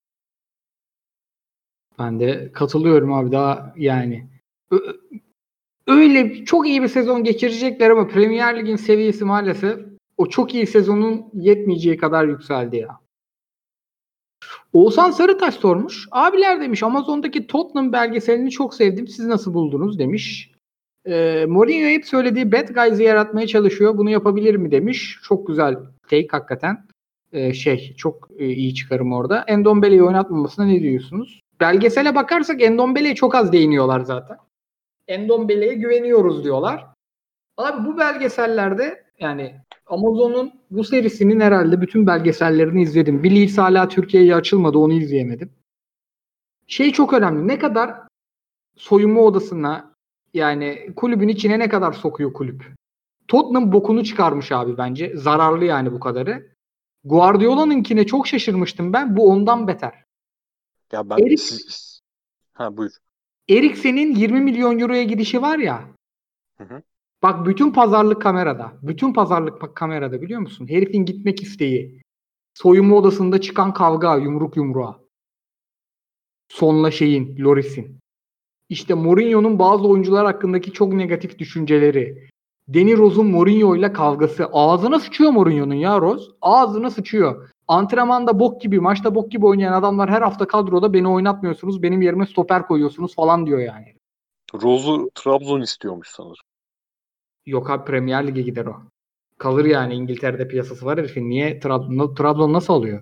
Ben de katılıyorum abi daha yani. Ö- Öyle çok iyi bir sezon geçirecekler ama Premier Lig'in seviyesi maalesef o çok iyi sezonun yetmeyeceği kadar yükseldi ya. Oğuzhan Sarıtaş sormuş. Abiler demiş Amazon'daki Tottenham belgeselini çok sevdim. Siz nasıl buldunuz demiş. E, Mourinho hep söylediği bad guys'ı yaratmaya çalışıyor. Bunu yapabilir mi demiş. Çok güzel take hakikaten. E, şey çok e, iyi çıkarım orada. Endombele'yi oynatmamasına ne diyorsunuz? Belgesele bakarsak Endombele'ye çok az değiniyorlar zaten. Endombele'ye güveniyoruz diyorlar. Abi bu belgesellerde yani Amazon'un bu serisinin herhalde bütün belgesellerini izledim. Bir Leeds hala Türkiye'ye açılmadı, onu izleyemedim. Şey çok önemli. Ne kadar soyunma odasına yani kulübün içine ne kadar sokuyor kulüp. Tottenham bokunu çıkarmış abi bence. Zararlı yani bu kadarı. Guardiola'nınkine çok şaşırmıştım ben. Bu ondan beter. Ya ben Erik, siz... Ha buyur. Eriksen'in yirmi milyon euroya gidişi var ya. Hı hı. Bak bütün pazarlık kamerada. Bütün pazarlık bak kamerada biliyor musun? Herifin gitmek isteği. Soyunma odasında çıkan kavga yumruk yumruğa. Sonla şeyin, Loris'in. İşte Mourinho'nun bazı oyuncular hakkındaki çok negatif düşünceleri. Danny Rose'un Mourinho ile kavgası. Ağzına sıçıyor Mourinho'nun ya Rose. Ağzına sıçıyor. Antrenmanda bok gibi, maçta bok gibi oynayan adamlar her hafta kadroda beni oynatmıyorsunuz, benim yerime stoper koyuyorsunuz falan diyor yani. Rose'u Trabzon istiyormuş sanırım. Yok abi Premier Lig'e gider o. Kalır yani İngiltere'de piyasası var herifin. Niye Trabzon, Trabzon nasıl alıyor?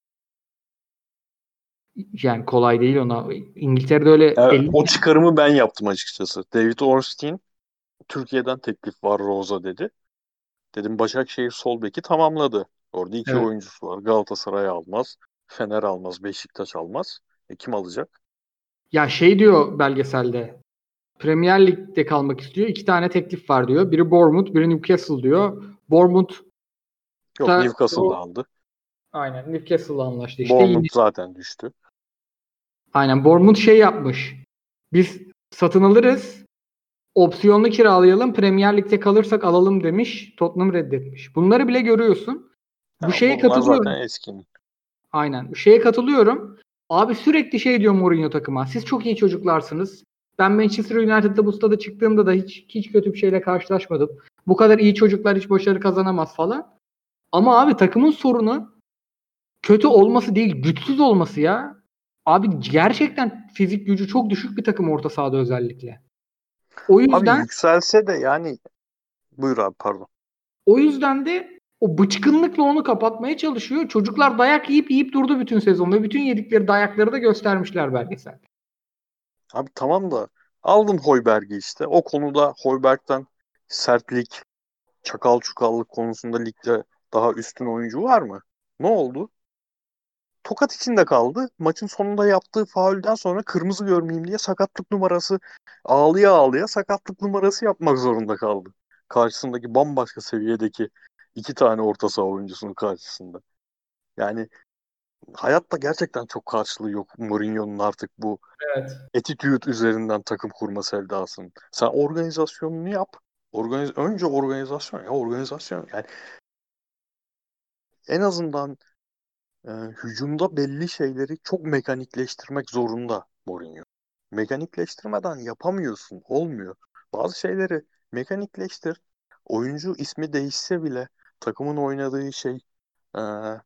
Yani kolay değil ona. İngiltere'de öyle Yani elli o çıkarımı ben yaptım açıkçası. David Ornstein Türkiye'den teklif var Rose'a dedi. Dedim Başakşehir sol beki tamamladı. Orada iki evet. oyuncusu var. Galatasaray almaz, Fener almaz, Beşiktaş almaz. E kim alacak? Ya şey diyor belgeselde. Premier Lig'de kalmak istiyor. İki tane teklif var diyor. Biri Bournemouth, biri Newcastle diyor. Bournemouth Yok da Newcastle'da o aldı. aynen Newcastle'la anlaştı. İşte yine Bournemouth zaten düştü. aynen Bournemouth şey yapmış. Biz satın alırız. Opsiyonlu kiralayalım. Premier Lig'de kalırsak alalım demiş. Tottenham reddetmiş. Bunları bile görüyorsun. Bu Ha, şeye bunlar katılıyorum. zaten eski. Aynen. Bu şeye katılıyorum. Abi sürekli şey diyor Mourinho takıma. Siz çok iyi çocuklarsınız. Ben Manchester United'da bu stada çıktığımda da hiç hiç kötü bir şeyle karşılaşmadım. Bu kadar iyi çocuklar hiç başarı kazanamaz falan. Ama abi takımın sorunu kötü olması değil, güçsüz olması ya. Abi gerçekten fizik gücü çok düşük bir takım orta sahada özellikle. O Abi yüzden yükselse de yani buyur abi pardon. o yüzden de O bıçkınlıkla onu kapatmaya çalışıyor. Çocuklar dayak yiyip yiyip durdu bütün sezon ve bütün yedikleri dayakları da göstermişler belgesel. Abi tamam da aldın Højbjerg'i işte. O konuda Højbjerg'den sertlik, çakal çukallık konusunda ligde daha üstün oyuncu var mı? Ne oldu? Tokat içinde kaldı. Maçın sonunda yaptığı faulden sonra kırmızı görmeyeyim diye sakatlık numarası ağlıya ağlıya sakatlık numarası yapmak zorunda kaldı. Karşısındaki bambaşka seviyedeki iki tane orta saha oyuncusunun karşısında. Yani hayatta gerçekten çok karşılığı yok Mourinho'nun artık bu Evet. attitude üzerinden takım kurma sevdasının. Sen organizasyonunu yap. Organiz önce organizasyon ya organizasyon. Yani en azından e, hücumda belli şeyleri çok mekanikleştirmek zorunda Mourinho. Mekanikleştirmeden yapamıyorsun. Olmuyor. Bazı şeyleri mekanikleştir. Oyuncu ismi değişse bile takımın oynadığı şey e,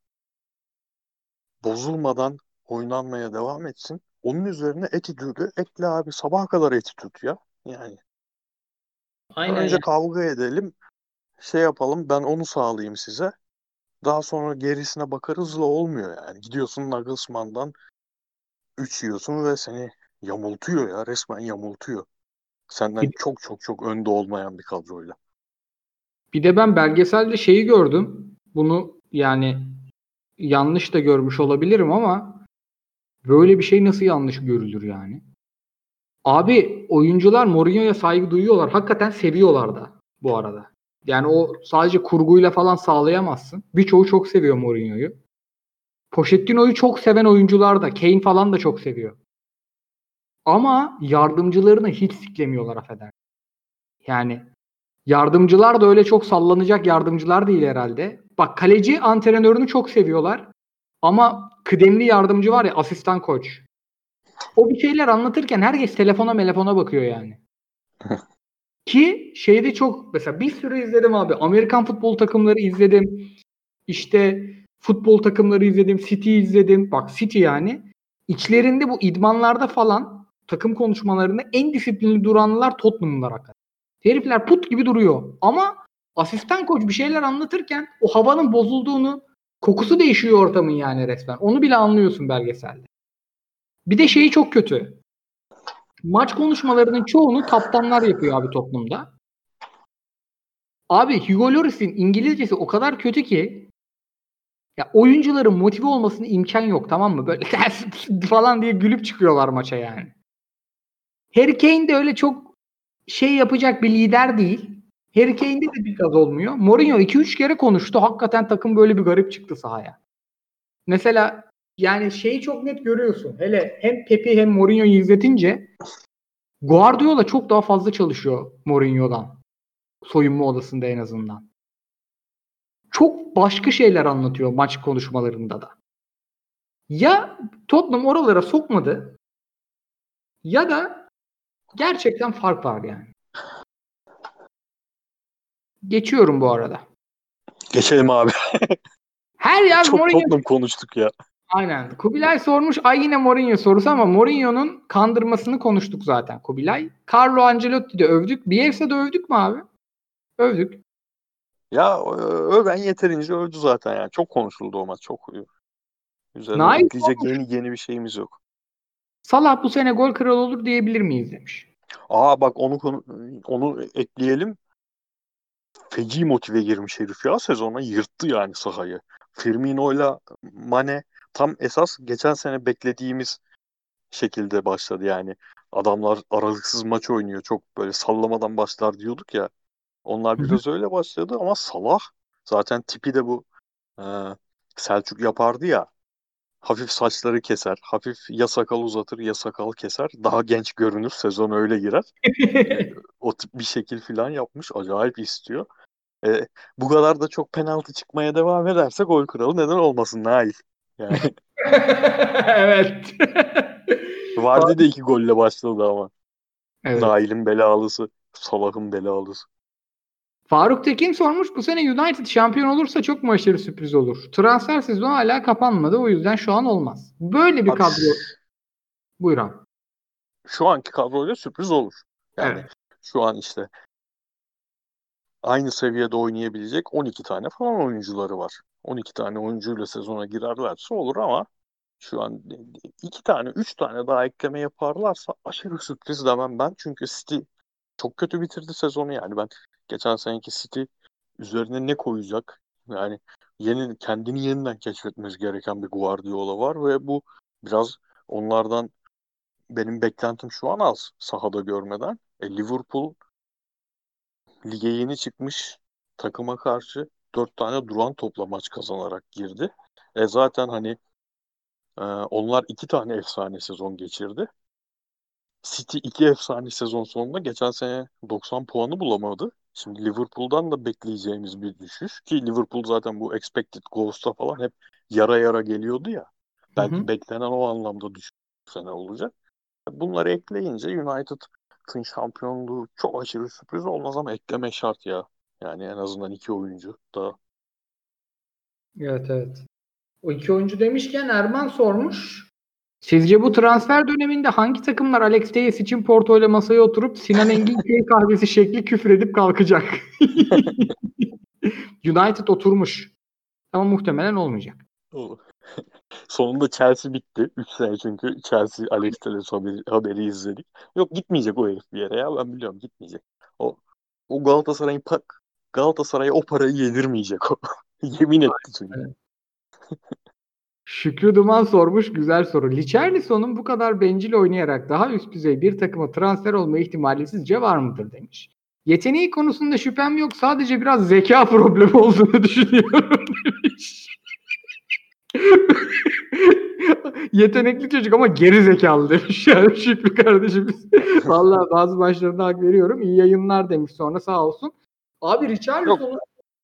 bozulmadan oynanmaya devam etsin. Onun üzerine attitude'ü ekle abi. Sabaha kadar attitude ya. Yani Aynen önce ya. kavga edelim, şey yapalım, ben onu sağlayayım size. Daha sonra gerisine bakarızla olmuyor yani. Gidiyorsun Nagelsmann'dan üç yiyorsun ve seni yamultuyor ya. Resmen yamultuyor. Senden Bir, çok çok çok önde olmayan bir kadroyla. bir de ben belgeselde şeyi gördüm. Bunu yani yanlış da görmüş olabilirim ama böyle bir şey nasıl yanlış görülür yani? Abi oyuncular Mourinho'ya saygı duyuyorlar. Hakikaten seviyorlar da bu arada. Yani o sadece kurguyla falan sağlayamazsın. Birçoğu çok seviyor Mourinho'yu. Pochettino'yu çok seven oyuncular da. Kane falan da çok seviyor. Ama yardımcılarını hiç siklemiyorlar affeder. Yani yardımcılar da öyle çok sallanacak yardımcılar değil herhalde. Bak kaleci antrenörünü çok seviyorlar. Ama kıdemli yardımcı var ya asistan koç. O bir şeyler anlatırken herkes telefona telefona bakıyor yani. Ki şeyde çok mesela bir sürü izledim abi. Amerikan futbol takımları izledim. İşte futbol takımları izledim. City izledim. Bak City yani. İçlerinde bu idmanlarda falan takım konuşmalarında en disiplinli duranlar Tottenham'lar hakikaten. Herifler put gibi duruyor. Ama asistan koç bir şeyler anlatırken o havanın bozulduğunu, kokusu değişiyor ortamın yani resmen. Onu bile anlıyorsun belgeselde. Bir de şeyi çok kötü. Maç konuşmalarının çoğunu kaptanlar yapıyor abi Tottenham'da. Abi Hugo Lloris'in İngilizcesi o kadar kötü ki ya oyuncuların motive olmasına imkan yok, tamam mı? Böyle falan diye gülüp çıkıyorlar maça yani. Harry Kane de öyle çok şey yapacak bir lider değil. Harry Kane'de de bir gaz olmuyor. Mourinho iki üç kere konuştu. Hakikaten takım böyle bir garip çıktı sahaya. Mesela yani şeyi çok net görüyorsun. Hele hem Pep'i hem Mourinho'yu izletince Guardiola çok daha fazla çalışıyor Mourinho'dan. Soyunma odasında en azından. Çok başka şeyler anlatıyor maç konuşmalarında da. Ya Tottenham oralara sokmadı ya da gerçekten fark var yani. Geçiyorum bu arada. Geçelim abi. Her yaz Çok Mourinho. Tottenham konuştuk ya. Aynen. Kubilay sormuş. Ay yine Mourinho sorusu ama Mourinho'nun kandırmasını konuştuk zaten Kubilay. Carlo Ancelotti'de övdük. Bielsa'da övdük mü abi? Övdük. Ya Öven yeterince övdü zaten yani. Çok konuşuldu o maç. Çok üzerine Nail ekleyecek yeni yeni bir şeyimiz yok. Salah bu sene gol kralı olur diyebilir miyiz demiş. Aa bak onu konu- onu ekleyelim. Feci motive girmiş herif ya sezona. Yırttı yani sahayı. Firmino'yla Mane tam esas geçen sene beklediğimiz şekilde başladı yani. Adamlar aralıksız maç oynuyor. Çok böyle sallamadan başlar diyorduk ya. Onlar Hı hı. biraz öyle başladı ama Salah zaten tipi de bu e, Selçuk yapardı ya. Hafif saçları keser. Hafif ya sakal uzatır ya sakal keser. Daha genç görünür. Sezon öyle girer. E, o tip bir şekil falan yapmış. Acayip istiyor. E, bu kadar da çok penaltı çıkmaya devam ederse gol kralı neden olmasın Nail? Yani Evet. Vardy de iki golle başladı ama. Evet. Nail'in belalısı. Salah'ın belalısı. Faruk Tekin sormuş. Bu sene United şampiyon olursa çok mu aşırı sürpriz olur? Transfer sezonu hala kapanmadı. O yüzden şu an olmaz. Böyle bir Abi kadro. Buyur abi. şu anki kadroyla sürpriz olur. Yani Evet. şu an işte aynı seviyede oynayabilecek on iki tane falan oyuncuları var. on iki tane oyuncuyla sezona girerlerse olur ama şu an iki tane, üç tane daha ekleme yaparlarsa aşırı sürpriz demem ben. Çünkü City çok kötü bitirdi sezonu yani. Ben geçen seneki City üzerine ne koyacak? Yani yeni kendini yeniden keşfetmesi gereken bir Guardiola var ve bu biraz onlardan benim beklentim şu an az sahada görmeden. E, Liverpool lige yeni çıkmış takıma karşı dört tane duran topla maç kazanarak girdi. E zaten hani e, onlar iki tane efsane sezon geçirdi. City iki efsane sezon sonunda geçen sene doksan puanı bulamadı. Şimdi Liverpool'dan da bekleyeceğimiz bir düşüş ki Liverpool zaten bu expected goals'ta falan hep yara yara geliyordu ya. Hı hı. Belki beklenen o anlamda düşük sene olacak. Bunları ekleyince United'ın şampiyonluğu çok aşırı sürpriz olmaz ama ekleme şart ya. Yani en azından iki oyuncu da. Evet evet. O iki oyuncu demişken Erman sormuş. Sizce bu transfer döneminde hangi takımlar Alex Telles için Porto ile masaya oturup Sinan Engin köy kahvesi şekli küfredip kalkacak? United oturmuş. Ama muhtemelen olmayacak. O- Sonunda Chelsea bitti. üç sene çünkü Chelsea Alex Telles haberi, haberi izledik. Yok gitmeyecek o herif bir yere ya. Ben biliyorum gitmeyecek. O o Galatasaray'ın pak Galatasaray'a o parayı yedirmeyecek o. Yemin etti çünkü. Evet. Şükrü Duman sormuş. Güzel soru. Richarlison'un bu kadar bencil oynayarak daha üst düzey bir takıma transfer olma ihtimali sizce var mıdır demiş. Yeteneği konusunda şüphem yok. Sadece biraz zeka problemi olduğunu düşünüyorum demiş. Yetenekli çocuk ama geri zekalı demiş yani Şükrü kardeşimiz. Vallahi bazı maçlarında hak veriyorum. İyi yayınlar demiş sonra sağ olsun. Abi Yok Richarlison'un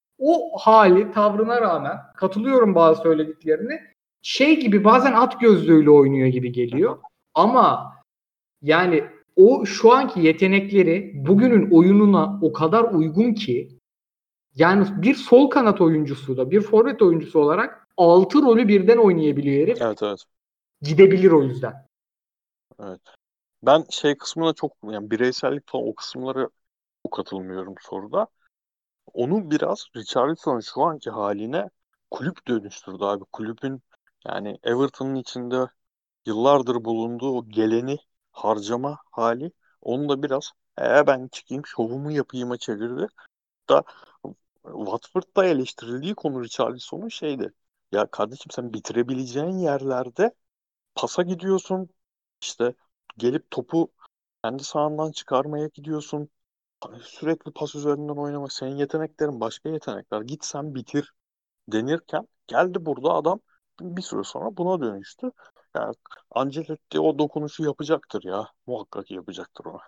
o hali, tavrına rağmen katılıyorum bazı söylediklerine. Şey gibi bazen at gözlüğüyle oynuyor gibi geliyor. Ama yani o şu anki yetenekleri bugünün oyununa o kadar uygun ki yani bir sol kanat oyuncusu da bir forvet oyuncusu olarak altı rolü birden oynayabiliyor herif. evet evet. Gidebilir o yüzden. Evet. Ben şey kısmına çok yani bireysellik falan o kısımlara çok katılmıyorum soruda. Onu biraz Richarlison şu anki haline kulüp dönüştürdü abi. Kulübün yani Everton'ın içinde yıllardır bulunduğu o geleni harcama hali onu da biraz e, ben çıkayım şovumu yapayım'a çevirdi. Da Watford'da eleştirildiği konu Richarlison'un şeydi. Ya kardeşim sen bitirebileceğin yerlerde pasa gidiyorsun. İşte gelip topu kendi sahandan çıkarmaya gidiyorsun. Sürekli pas üzerinden oynamak. Senin yeteneklerin başka yetenekler. Git sen bitir denirken geldi burada adam bir süre sonra buna dönüştü. Yani Ancelotti o dokunuşu yapacaktır ya. Muhakkak yapacaktır ona.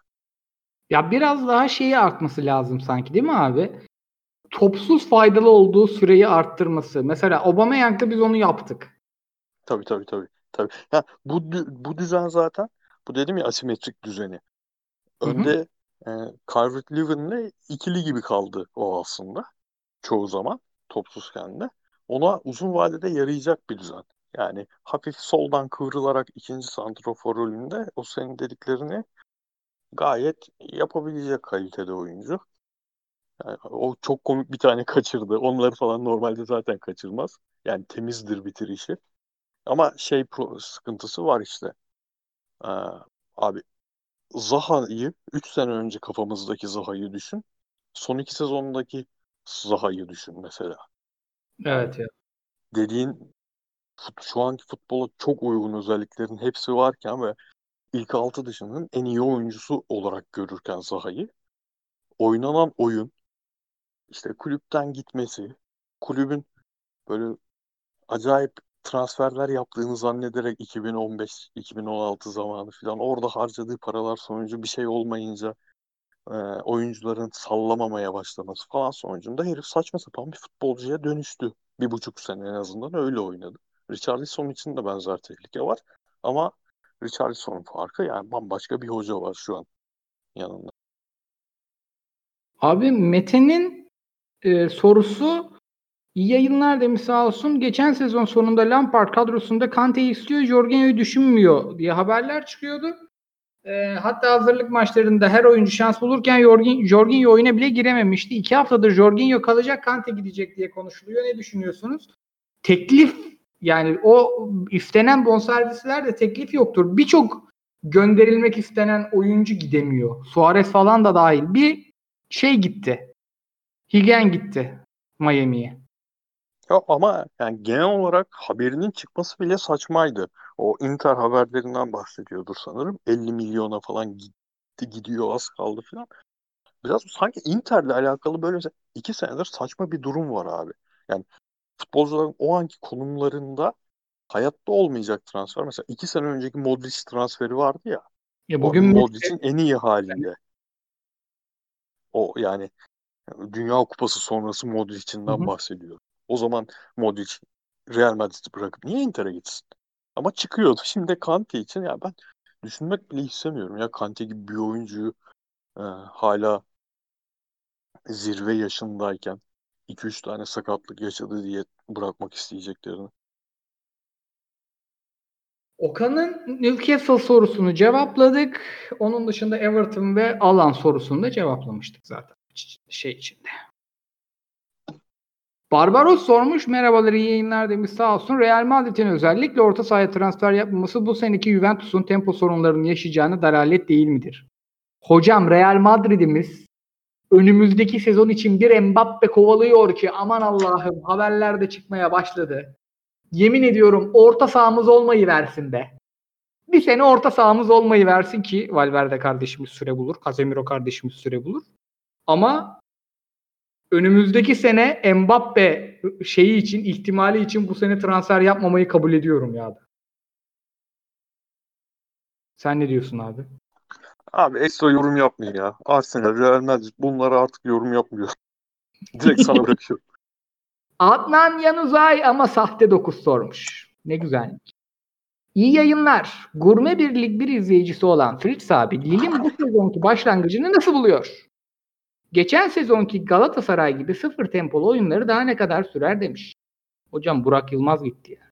Ya biraz daha şeyi artması lazım sanki değil mi abi? Topsuz faydalı olduğu süreyi arttırması. Mesela Aubameyang'da biz onu yaptık. Tabii tabii tabii. Tabii. Ya bu dü- bu düzen zaten bu dedim ya asimetrik düzeni. Hı hı. Önde e, Calvert-Lewin'le ikili gibi kaldı o aslında. Çoğu zaman topsuzken de. Ona uzun vadede yarayacak bir düzen. Yani hafif soldan kıvrılarak ikinci santrafor rolünde o senin dediklerini gayet yapabilecek kalitede oyuncu. Yani o çok komik bir tane kaçırdı. Onları falan normalde zaten kaçırmaz. Yani temizdir bitirişi. Ama şey pro- sıkıntısı var işte. Ee, abi Zaha'yı üç sene önce kafamızdaki Zaha'yı düşün. Son iki sezondaki Zaha'yı düşün mesela. Yani Evet ya. dediğin fut- şu anki futbola çok uygun özelliklerin hepsi varken ve ilk altı dışının en iyi oyuncusu olarak görürken Zaha'yı oynanan oyun işte kulüpten gitmesi, kulübün böyle acayip transferler yaptığını zannederek iki bin on beş iki bin on altı zamanı falan orada harcadığı paralar sonucu bir şey olmayınca e, oyuncuların sallamamaya başlaması falan sonucunda herif saçma sapan bir futbolcuya dönüştü. Bir buçuk sene en azından öyle oynadı. Richarlison için de benzer tehlike var. Ama Richarlison'un farkı yani bambaşka bir hoca var şu an yanında. Abi Mete'nin e, sorusu iyi yayınlar demiş sağ olsun. Geçen sezon sonunda Lampard kadrosunda Kante'yi istiyor, Jorginho'yu düşünmüyor diye haberler çıkıyordu. E, hatta hazırlık maçlarında her oyuncu şans bulurken Jorginho, Jorginho oyuna bile girememişti. İki haftadır Jorginho kalacak, Kante gidecek diye konuşuluyor. Ne düşünüyorsunuz? Teklif, yani o istenen bonservislerde teklif yoktur. Birçok gönderilmek istenen oyuncu gidemiyor. Suarez falan da dahil. Bir şey gitti. Higuain gitti Miami'ye. Ya ama yani genel olarak haberinin çıkması bile saçmaydı. O Inter haberlerinden bahsediyordur sanırım. elli milyona falan gitti, gidiyor, az kaldı falan. Biraz sanki Inter'le alakalı böyle iki senedir saçma bir durum var abi. Yani futbolcuların o anki konumlarında hayatta olmayacak transfer. Mesela iki sene önceki Modric transferi vardı ya. Ya O bugün Modric'in en iyi haliyle. O yani Dünya Kupası sonrası Hı Modric'inden hı. bahsediyor. O zaman Modric Real Madrid'i bırakıp niye Inter'e gitsin? Ama çıkıyordu. Şimdi de Kante için ya ben düşünmek bile istemiyorum. Ya Kante gibi bir oyuncuyu e, hala zirve yaşındayken iki üç tane sakatlık yaşadı diye bırakmak isteyeceklerini. Okan'ın Newcastle sorusunu cevapladık. Onun dışında Everton ve Alan sorusunu da cevaplamıştık zaten şey içinde. Barbaros sormuş. Merhabalar, iyi yayınlar demiş, sağ olsun. Real Madrid'in özellikle orta sahaya transfer yapmaması bu seneki Juventus'un tempo sorunlarını yaşayacağını dalalet değil midir? Hocam, Real Madrid'imiz önümüzdeki sezon için bir Mbappe kovalıyor ki aman Allah'ım, haberler de çıkmaya başladı. Yemin ediyorum orta sahamız olmayı versin be. Bir sene orta sahamız olmayı versin ki Valverde kardeşimiz süre bulur. Casemiro kardeşimiz süre bulur. Ama önümüzdeki sene Mbappe şeyi için, ihtimali için bu sene transfer yapmamayı kabul ediyorum ya. Sen ne diyorsun abi? Abi ekstra yorum yapmayın ya. Arsenal, Real Madrid bunlara artık yorum yapmıyor. Direkt sana bırakıyorum. Adnan Yanuzay ama sahte dokuz sormuş. Ne güzel. İyi yayınlar. Gurme bir lig bir izleyicisi olan Fritz abi, Lille'in bu sezonki başlangıcını nasıl buluyor? Geçen sezonki Galatasaray gibi sıfır tempolu oyunları daha ne kadar sürer demiş. Hocam Burak Yılmaz gitti ya.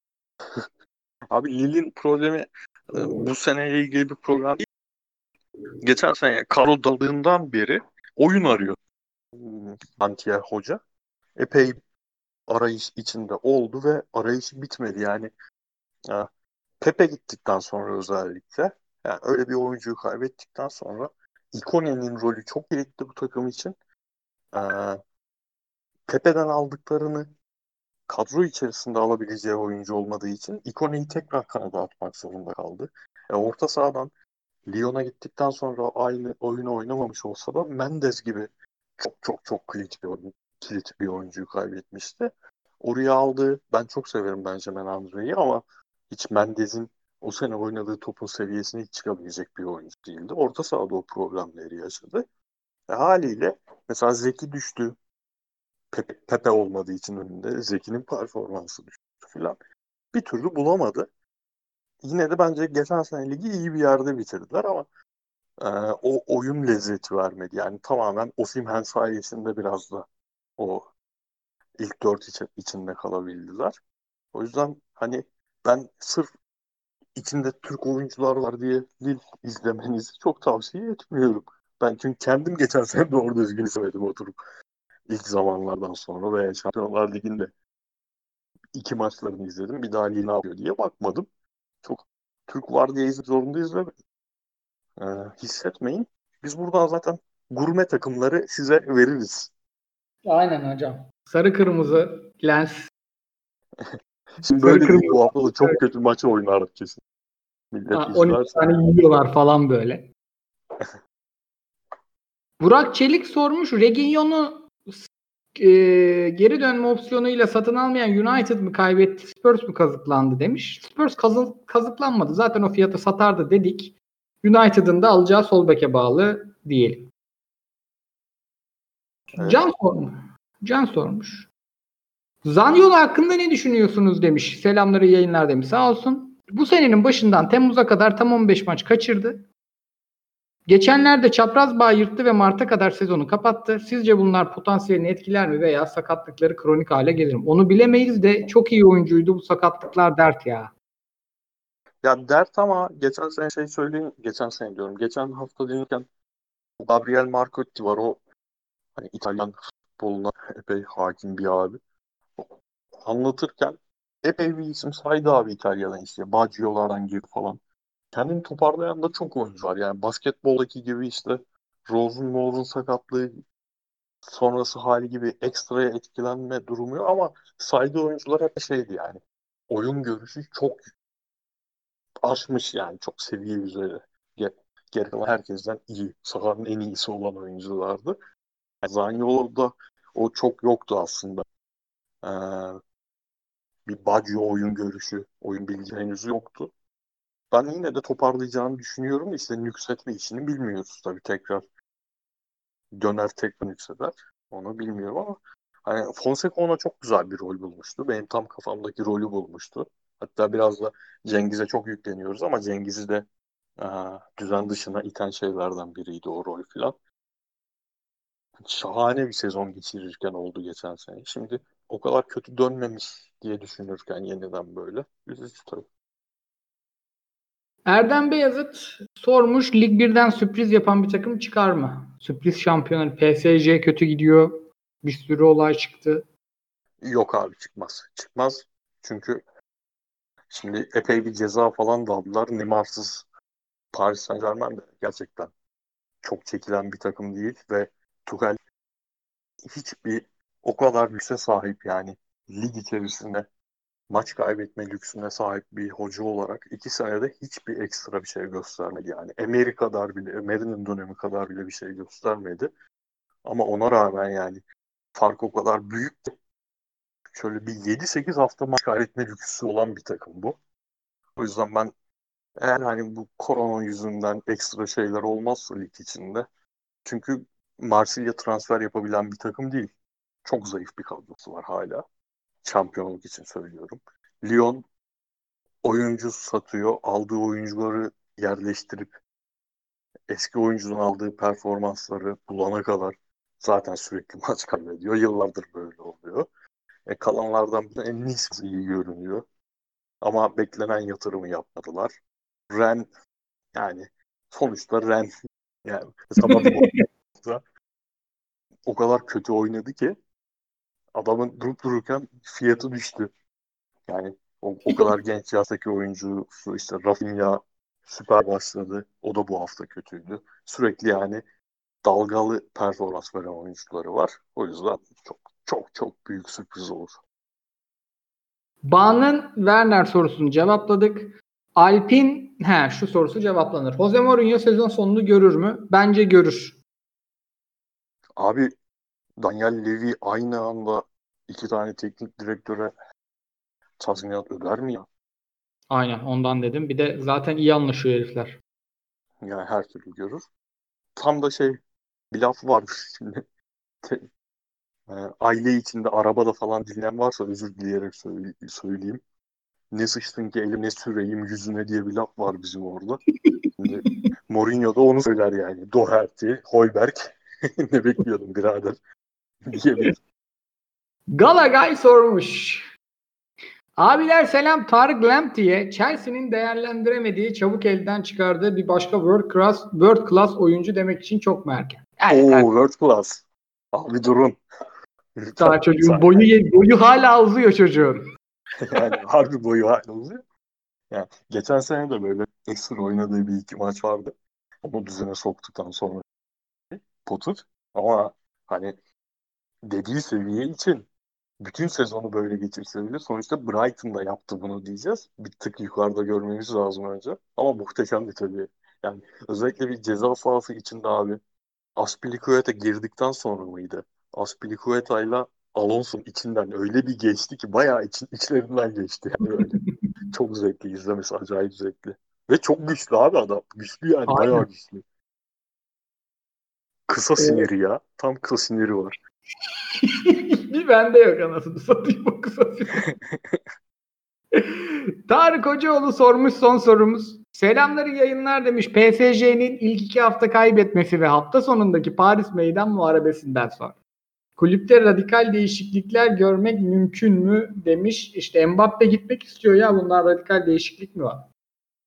Abi Lille'in problemi e, bu seneyle ilgili bir problem değil. Geçen sene kadro daldığından beri oyun arıyor. Hmm, Antier Hoca. Epey arayış içinde oldu ve arayışı bitmedi. Yani e, Pepe gittikten sonra özellikle yani öyle bir oyuncuyu kaybettikten sonra Ikone'nin rolü çok kilitli bu takım için. E, Pepe'den aldıklarını kadro içerisinde alabileceği oyuncu olmadığı için Ikone'yi tekrar kanada atmak zorunda kaldı. E, orta sahadan Lyon'a gittikten sonra aynı oyunu oynamamış olsa da Mendes gibi çok çok çok kilit bir oyun, kilit bir oyuncuyu kaybetmişti. Oraya aldığı, ben çok severim Benjamin Andre'yi ama hiç Mendes'in o sene oynadığı topun seviyesine hiç çıkabilecek bir oyuncu değildi. Orta sahada o problemleri yaşadı. E, haliyle mesela Zeki düştü. Pepe, Pepe olmadığı için önünde Zeki'nin performansı düştü falan. Bir türlü bulamadı. Yine de bence geçen sene ligi iyi bir yerde bitirdiler ama e, o oyun lezzeti vermedi. Yani tamamen Osimhen sayesinde biraz da o ilk dört içi, içinde kalabildiler. O yüzden hani ben sırf içinde Türk oyuncular var diye Lille izlemenizi çok tavsiye etmiyorum. Ben çünkü kendim geçen sene doğru düzgün izlemedim oturup ilk zamanlardan sonra veya Şampiyonlar Ligi'nde iki maçlarını izledim. Bir daha Lille ne yapıyor diye bakmadım. Çok Türk var diye izlemek zorundayız ve e, hissetmeyin. Biz buradan zaten gurme takımları size veririz. Aynen hocam. Sarı kırmızı lens. Şimdi Sarı böyle değil. kırmızı. Bu hafta da çok kötü maçı oynardık kesin. Millet on iki izlerse. tane yiyorlar falan böyle. Burak Çelik sormuş. Reguilon'u e, geri dönme opsiyonuyla satın almayan United mı kaybetti, Spurs mu kazıklandı demiş. Spurs kazı, kazıklanmadı. Zaten o fiyata satardı dedik. United'ın da alacağı sol beke bağlı diyelim. Evet. Can sormuş. Can sormuş. Zaniolo hakkında ne düşünüyorsunuz demiş. Selamları, yayınlar demiş. Sağ olsun. Bu senenin başından Temmuz'a kadar tam on beş maç kaçırdı. Geçenlerde çapraz bağ yırttı ve Mart'a kadar sezonu kapattı. Sizce bunlar potansiyelini etkiler mi veya sakatlıkları kronik hale gelir mi? Onu bilemeyiz de çok iyi oyuncuydu, bu sakatlıklar dert ya. Ya dert ama geçen sene şey söyleyeyim, geçen sene diyorum. Geçen hafta dinlerken Gabriel Marcotti var. O hani İtalyan futboluna epey hakim bir abi. Anlatırken epey bir isim saydı abi İtalya'dan işte. Baggio'lardan gir falan. Kendini toparlayan da çok oyuncu var. Yani basketboldaki gibi işte Rose'un Moore'un sakatlığı sonrası hali gibi ekstraya etkilenme durumu yok ama saydığı oyuncular hep şeydi yani. Oyun görüşü çok aşmış yani. Çok seviye üzeri. Ge- Geri kalan herkesten iyi. Sahanın en iyisi olan oyunculardı. Yani Zaniolo'da o çok yoktu aslında. Ee, Bir Baggio oyun görüşü, oyun bilgi henüz yoktu. Ben yine de toparlayacağını düşünüyorum. İşte nüksetme işini bilmiyoruz tabii tekrar. Döner tekrar nükseder. Onu bilmiyorum ama hani Fonseca ona çok güzel bir rol bulmuştu. Benim tam kafamdaki rolü bulmuştu. Hatta biraz da Cengiz'e çok yükleniyoruz ama Cengiz'i de e, düzen dışına iten şeylerden biriydi o rol filan. Şahane bir sezon geçirirken oldu geçen sene. Şimdi o kadar kötü dönmemiş diye düşünürken yeniden böyle. Üzücü tabii. Erdem Beyazıt sormuş, Lig birden sürpriz yapan bir takım çıkar mı? Sürpriz şampiyonu P S G kötü gidiyor. Bir sürü olay çıktı. Yok abi çıkmaz. Çıkmaz çünkü şimdi epey bir ceza falan da aldılar. Neymar'sız Paris Saint-Germain de gerçekten çok çekilen bir takım değil ve Tuchel hiçbir o kadar lükse sahip yani lig içerisinde maç kaybetme lüksüne sahip bir hoca olarak iki senede hiçbir ekstra bir şey göstermedi yani. Emery kadar bile, Emery'nin dönemi kadar bile bir şey göstermedi. Ama ona rağmen yani fark o kadar büyük ki şöyle bir yedi sekiz hafta maç kaybetme lüksü olan bir takım bu. O yüzden ben eğer hani bu korona yüzünden ekstra şeyler olmazsa lig içinde çünkü Marsilya transfer yapabilen bir takım değil. Çok zayıf bir kadrosu var hala. Şampiyonluk için söylüyorum. Lyon oyuncu satıyor. Aldığı oyuncuları yerleştirip eski oyuncunun aldığı performansları bulana kadar zaten sürekli maç kaybediyor. Yıllardır böyle oluyor. E, kalanlardan biri en iyisi iyi görünüyor. Ama beklenen yatırımı yapmadılar. Ren yani sonuçta Ren yani mesela bu hafta o kadar kötü oynadı ki adamın durup dururken fiyatı düştü. Yani o, o kadar genç yaştaki oyuncusu işte Rafinha süper başladı. O da bu hafta kötüydü. Sürekli yani dalgalı performans veren oyuncuları var. O yüzden çok çok çok büyük sürpriz olur. Bağ'ın Werner sorusunu cevapladık. Alp'in he şu sorusu cevaplanır. Jose Mourinho sezon sonunu görür mü? Bence görür. Abi Daniel Levy aynı anda iki tane teknik direktöre tazminat öder mi ya? Aynen ondan dedim. Bir de zaten iyi anlaşıyor herifler. Yani her türlü görür. Tam da şey bir laf vardır şimdi. Te- e, aile içinde arabada falan dinleyen varsa özür dileyerek söyle- söyleyeyim. Ne sıçtın ki elime süreyim yüzüne diye bir laf var bizim orada. Şimdi Mourinho da onu söyler yani. Doherty, Højbjerg ne bekliyordum birader diyebilir. Galagay sormuş. Abiler selam, Tarık Lamptey'e Chelsea'nin değerlendiremediği, çabuk elden çıkardığı bir başka world class, world class oyuncu demek için çok mu erken? Evet, Oo evet. world class. Abi durun. Lütfen. Daha çocuğun Sakin. boyu boyu hala uzuyor çocuğun. Yani harbi boyu hala uzuyor. Yani geçen sene de böyle ekstra oynadığı bir iki maç vardı. Onu düzene soktuktan sonra Potter. Ama hani dediği seviye için bütün sezonu böyle geçirse bile sonuçta Brighton'da yaptı bunu diyeceğiz. Bir tık yukarıda görmemiz lazım önce. Ama muhteşemdi tabii. Yani özellikle bir ceza sahası içinde abi Azpilicueta girdikten sonra mıydı? Azpilicueta'yla Alonso'nun içinden öyle bir geçti ki bayağı için, içlerinden geçti yani öyle. Çok zevkli izlemesi acayip zevkli. Ve çok güçlü abi adam. Güçlü yani bayağı Aynen. güçlü. Kısa Evet. siniri ya. Tam kısa siniri var. Bir bende yok anasını satayım o kısa süre. Tarık Hocaoğlu sormuş son sorumuz. Selamları yayınlar demiş. P S G'nin ilk iki hafta kaybetmesi ve hafta sonundaki Paris Meydan Muharebesi'nden sonra. Kulüpte radikal değişiklikler görmek mümkün mü demiş. İşte Mbappe gitmek istiyor ya bunlar radikal değişiklik mi var?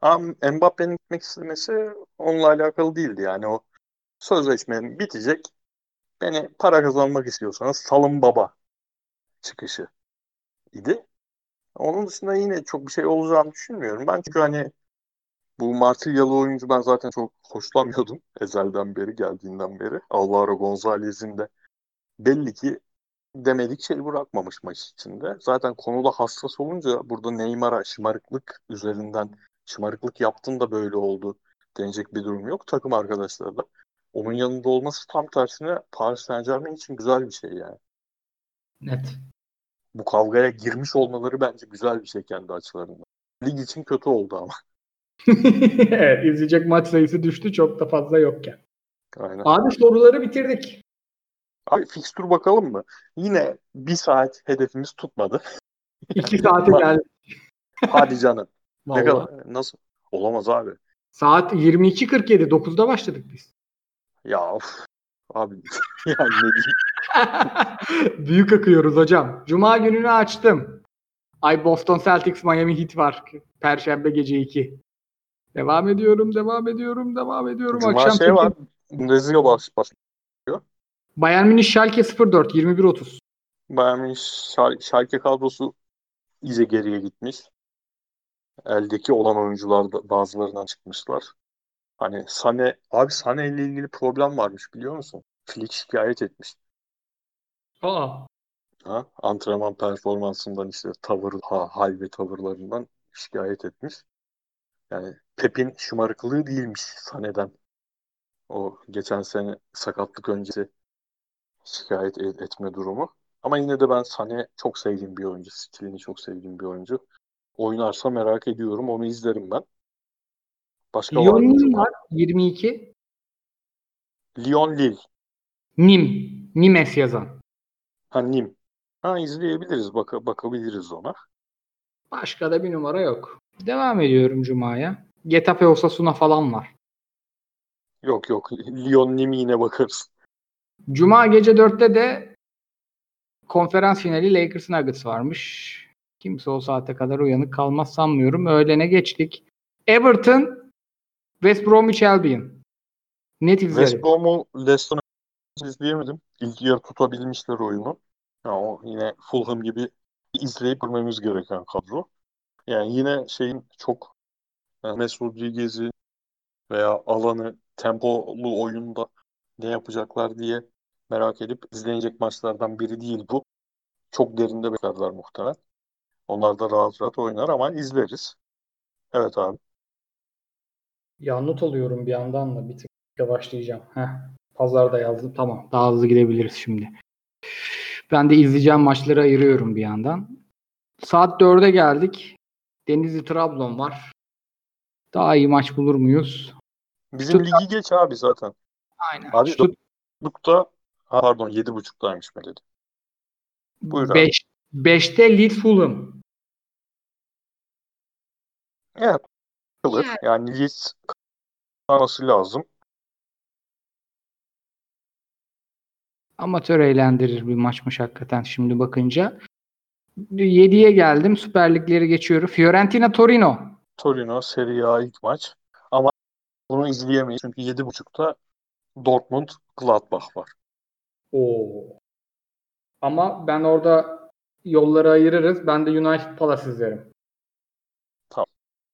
Ama Mbappe'nin gitmek istemesi onunla alakalı değildi. Yani o sözleşmenin bitecek. Beni para kazanmak istiyorsanız salın baba çıkışı idi. Onun dışında yine çok bir şey olacağını düşünmüyorum. Ben çünkü hani bu Marsilyalı oyuncu ben zaten çok hoşlanmıyordum ezelden beri, geldiğinden beri. Alvaro Gonzalez'in de belli ki demedik şey bırakmamış maç içinde. Zaten konuda hassas olunca burada Neymar'a şımarıklık üzerinden şımarıklık yaptın da böyle oldu denecek bir durum yok. Takım arkadaşları da. Onun yanında olması tam tersine Paris Saint-Germain için güzel bir şey yani. Net. Bu kavgaya girmiş olmaları bence güzel bir şey kendi açılarından. Lig için kötü oldu ama. Evet, izleyecek maç sayısı düştü çok da fazla yokken. Aynen. Abi soruları bitirdik. Abi fikstür bakalım mı? Yine bir saat hedefimiz tutmadı. İki saate Ma- geldi. Hadi canım. Ne Vallahi. kadar? Nasıl? Olamaz abi. Saat yirmi iki kırk yedi. dokuzda başladık biz. Ya of. Abi yani ne diyeyim? Büyük akıyoruz hocam. Cuma gününü açtım. Ay Boston Celtics Miami Heat var. Perşembe gece iki. Devam ediyorum, devam ediyorum, devam ediyorum. Cuma Akşam şey sekiz. var. Bundesliga baş, başlıyor. Bayern Münih Schalke sıfır dört yirmi bir otuz. Bayern Münih Şal- Schalke kadrosu iyice geriye gitmiş. Eldeki olan oyuncular da bazılarından çıkmışlar. Hani Sane, abi Sane ile ilgili problem varmış biliyor musun? Flick şikayet etmiş. Aa. Ha? Antrenman performansından işte tavır, ha, hal ve tavırlarından şikayet etmiş. Yani Pep'in şımarıklığı değilmiş Sane'den. O geçen sene sakatlık öncesi şikayet et- etme durumu. Ama yine de ben Sané çok sevdiğim bir oyuncu. Stilini çok sevdiğim bir oyuncu. Oynarsa merak ediyorum. Onu izlerim ben. Başka var mı Lyon Cuma? var yirmi iki. Lyon Lille. Nim. Nimes yazan. Ha Nîmes. Ha izleyebiliriz. Baka, bakabiliriz ona. Başka da bir numara yok. Devam ediyorum Cuma'ya. Getafe Osasuna falan var. Yok yok. Lyon Nîmes yine bakarız. Cuma gece dörtte de konferans finali Lakers Nuggets varmış. Kimse o saate kadar uyanık kalmaz sanmıyorum. Öğlene geçtik. Everton West Bromwich Albion. Net West izlerim. Brom'u Leicester'ı izleyemedim. İlk yarı tutabilmişler oyunu. Ya o yine Fulham gibi izleyip görmemiz gereken kadro. Yani yine şeyin çok yani Mesut Rodriguez'i veya alanı tempolu oyunda ne yapacaklar diye merak edip izlenecek maçlardan biri değil bu. Çok derinde beklerler muhtemelen. Onlar da rahat rahat oynar ama izleriz. Evet abi. Ya not alıyorum bir yandan da bir tık yavaşlayacağım. Heh. Pazarda yazdım. Tamam. Daha hızlı gidebiliriz şimdi. Ben de izleyeceğim maçları ayırıyorum bir yandan. Saat dörde geldik. Denizli Trabzon var. Daha iyi maç bulur muyuz? Bizim Stuttgart ligi geç abi zaten. aynen. Abi Stutt dörtlükte ha, pardon yedi buçuktaymış Melodi. Buyur abi. beş beşte Leeds Fulham. Evet Yani kalır. Yani Leeds kazanması lazım. amatör eğlendirir bir maçmış hakikaten şimdi bakınca. yediye geldim. Süper Ligleri geçiyorum. Fiorentina Torino. Torino Serie A ilk maç. Ama bunu izleyemeyiz çünkü yedi buçukta Dortmund Gladbach var. Oo. Ama ben orada yolları ayırırız. Ben de United Palace izlerim. Tamam.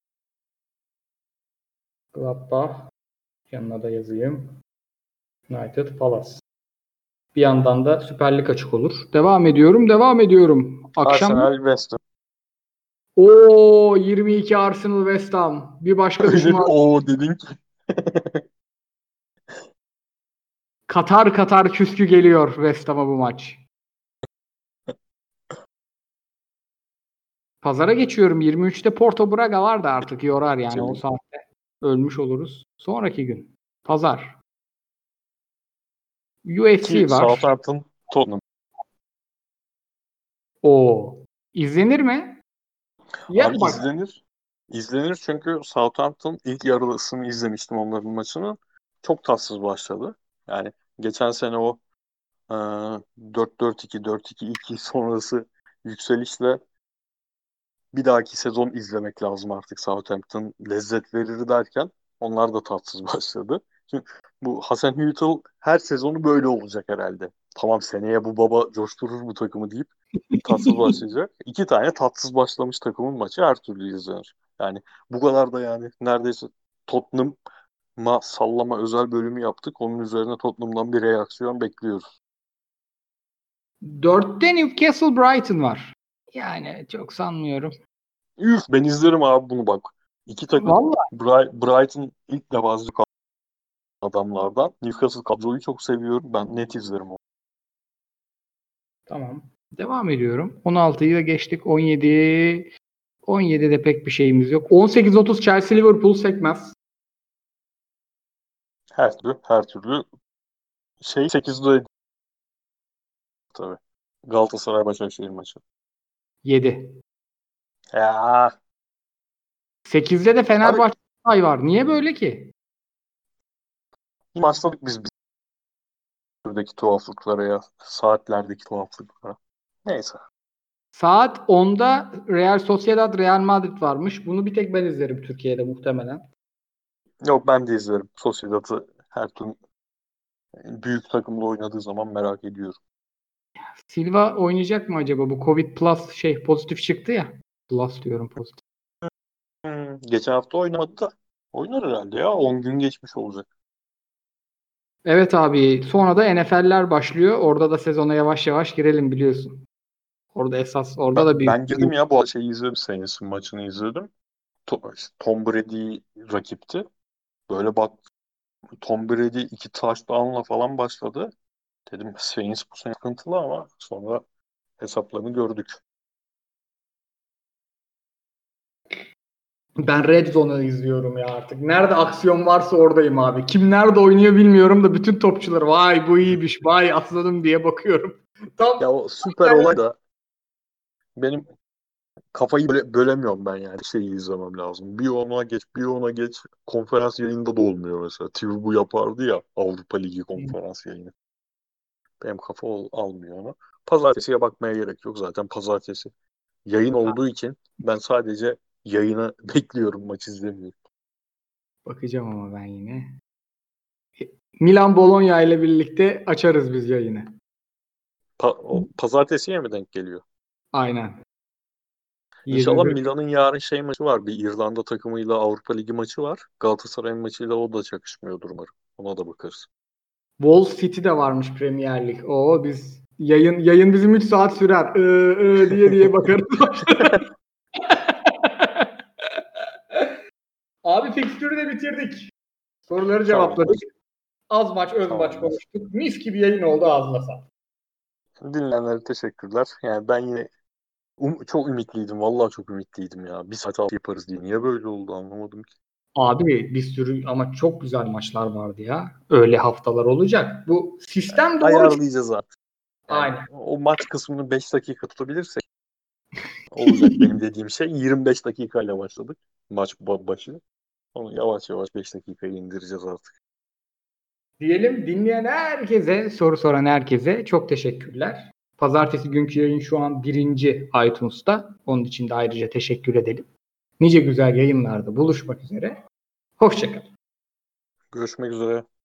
Gladbach. Yanına da yazayım. United Palace. Bir yandan da Süper Lig açık olur. Devam ediyorum. Devam ediyorum. Akşam Arsenal West Ham. o yirmi iki Arsenal West Ham. Bir başka Öyle bir düşman. o dedin ki. Katar Katar küskü geliyor West Ham'a bu maç. Pazara geçiyorum. yirmi üçte Porto Braga var da artık yorar yani o Geçelim. saatte. Ölmüş oluruz. Sonraki gün. Pazar. Ki U F C var. Southampton Tottenham. O izlenir mi? Abi Ya bak izlenir. İzlenir çünkü Southampton ilk yarısını izlemiştim onların maçını. Çok tatsız başladı. Yani geçen sene o e, dört dört iki dört iki iki sonrası yükselişle bir dahaki sezon izlemek lazım artık, Southampton lezzet verir derken onlar da tatsız başladı. Şimdi bu Hasan Hüttl her sezonu böyle olacak herhalde. Tamam, seneye bu baba coşturur bu takımı deyip tatsız başlayacak. İki tane tatsız başlamış takımın maçı her türlü izlenir. Yani bu kadar da yani neredeyse Tottenham'a sallama özel bölümü yaptık. Onun üzerine Tottenham'dan bir reaksiyon bekliyoruz. Dörtte Newcastle Brighton var. Yani çok sanmıyorum. Üf, ben izlerim abi bunu bak. İki takım Vallahi. Bri- Brighton ilk defa adamlardan. Newcastle kadroyu çok seviyorum. Ben net izlerim onu. Tamam. Devam ediyorum. on altıyı da geçtik. on yedi on yedide pek bir şeyimiz yok. on sekiz otuz Chelsea Liverpool sekmez. Her türlü, her türlü şey sekizde tabii. Galatasaray Başakşehir maçı. yedi. Ya sekizde de abi, Fenerbahçe ay var. Niye böyle ki? başladık biz buradaki tuhaflıklara ya. Saatlerdeki tuhaflıklara. Neyse. Saat onda Real Sociedad Real Madrid varmış. Bunu bir tek ben izlerim Türkiye'de muhtemelen. Yok, ben de izlerim. Sociedad'ı her türlü büyük takımla oynadığı zaman merak ediyorum. Silva oynayacak mı acaba? Bu Covid Plus şey pozitif çıktı ya. Plus diyorum pozitif. Hmm, geçen hafta oynamadı da oynar herhalde ya. on gün geçmiş olacak. Evet abi. Sonra da N F L'ler başlıyor. Orada da sezona yavaş yavaş girelim biliyorsun. Orada esas orada Ben, da büyük. ben girdim ya, bu şeyi izledim. Saints'in maçını izledim. To- işte Tom Brady rakipti. Böyle bak, Tom Brady iki touchdown'la falan başladı. Dedim Saints bu sene sıkıntılı, ama sonra hesaplarını gördük. Ben Red Zone'u izliyorum ya artık. Nerede aksiyon varsa oradayım abi. Kim nerede oynuyor bilmiyorum da bütün topçular vay bu iyiymiş, vay aslanım diye bakıyorum. Tam Ya o süper olay da benim kafayı böyle bölemiyorum ben yani. Şeyi izlemem lazım. Bir ona geç, bir ona geç. Konferans yayında da olmuyor mesela. T V bu yapardı ya, Avrupa Ligi konferans yayını. Benim kafa ol, almıyor onu. Pazartesiye bakmaya gerek yok zaten, pazartesi. Yayın olduğu için ben sadece yayını bekliyorum, maç izlemiyorum. bakacağım ama ben yine. Milan Bologna ile birlikte açarız biz yayını. Pa- o, pazartesiye mi denk geliyor? Aynen. İnşallah yirmi bir. Milan'ın yarın şey maçı var. Bir İrlanda takımıyla Avrupa Ligi maçı var. Galatasaray maçıyla o da çakışmıyordur umarım. Ona da bakarız. Wall City de varmış Premier Lig. Oo biz yayın yayın bizim üç saat sürer. Ee, ee, diye diye bakarız. Abi fikstürü de bitirdik. Soruları cevapladık. Tamamdır. Az maç öz maç Tamamdır. konuştuk. Mis gibi yayın oldu ağzına sağlık. Dinleyenlere teşekkürler. Yani ben yine um- çok ümitliydim. Vallahi çok ümitliydim ya. Bir saat altı yaparız diye. Niye böyle oldu anlamadım ki. Abi bir sürü ama çok güzel maçlar vardı ya. Öyle haftalar olacak. Bu sistem doğru. Ayarlayacağız artık. Yani Aynen. o maç kısmını beş dakika tutabilirsek olacak. Benim dediğim şey yirmi beş dakikayla başladık. Maç ba- başı. Onu yavaş yavaş beş dakikaya indireceğiz artık. Diyelim dinleyen herkese, soru soran herkese çok teşekkürler. Pazartesi günkü yayın şu an birinci iTunes'ta. Onun için de ayrıca teşekkür edelim. Nice güzel yayınlarda buluşmak üzere. Hoşçakalın. Görüşmek üzere.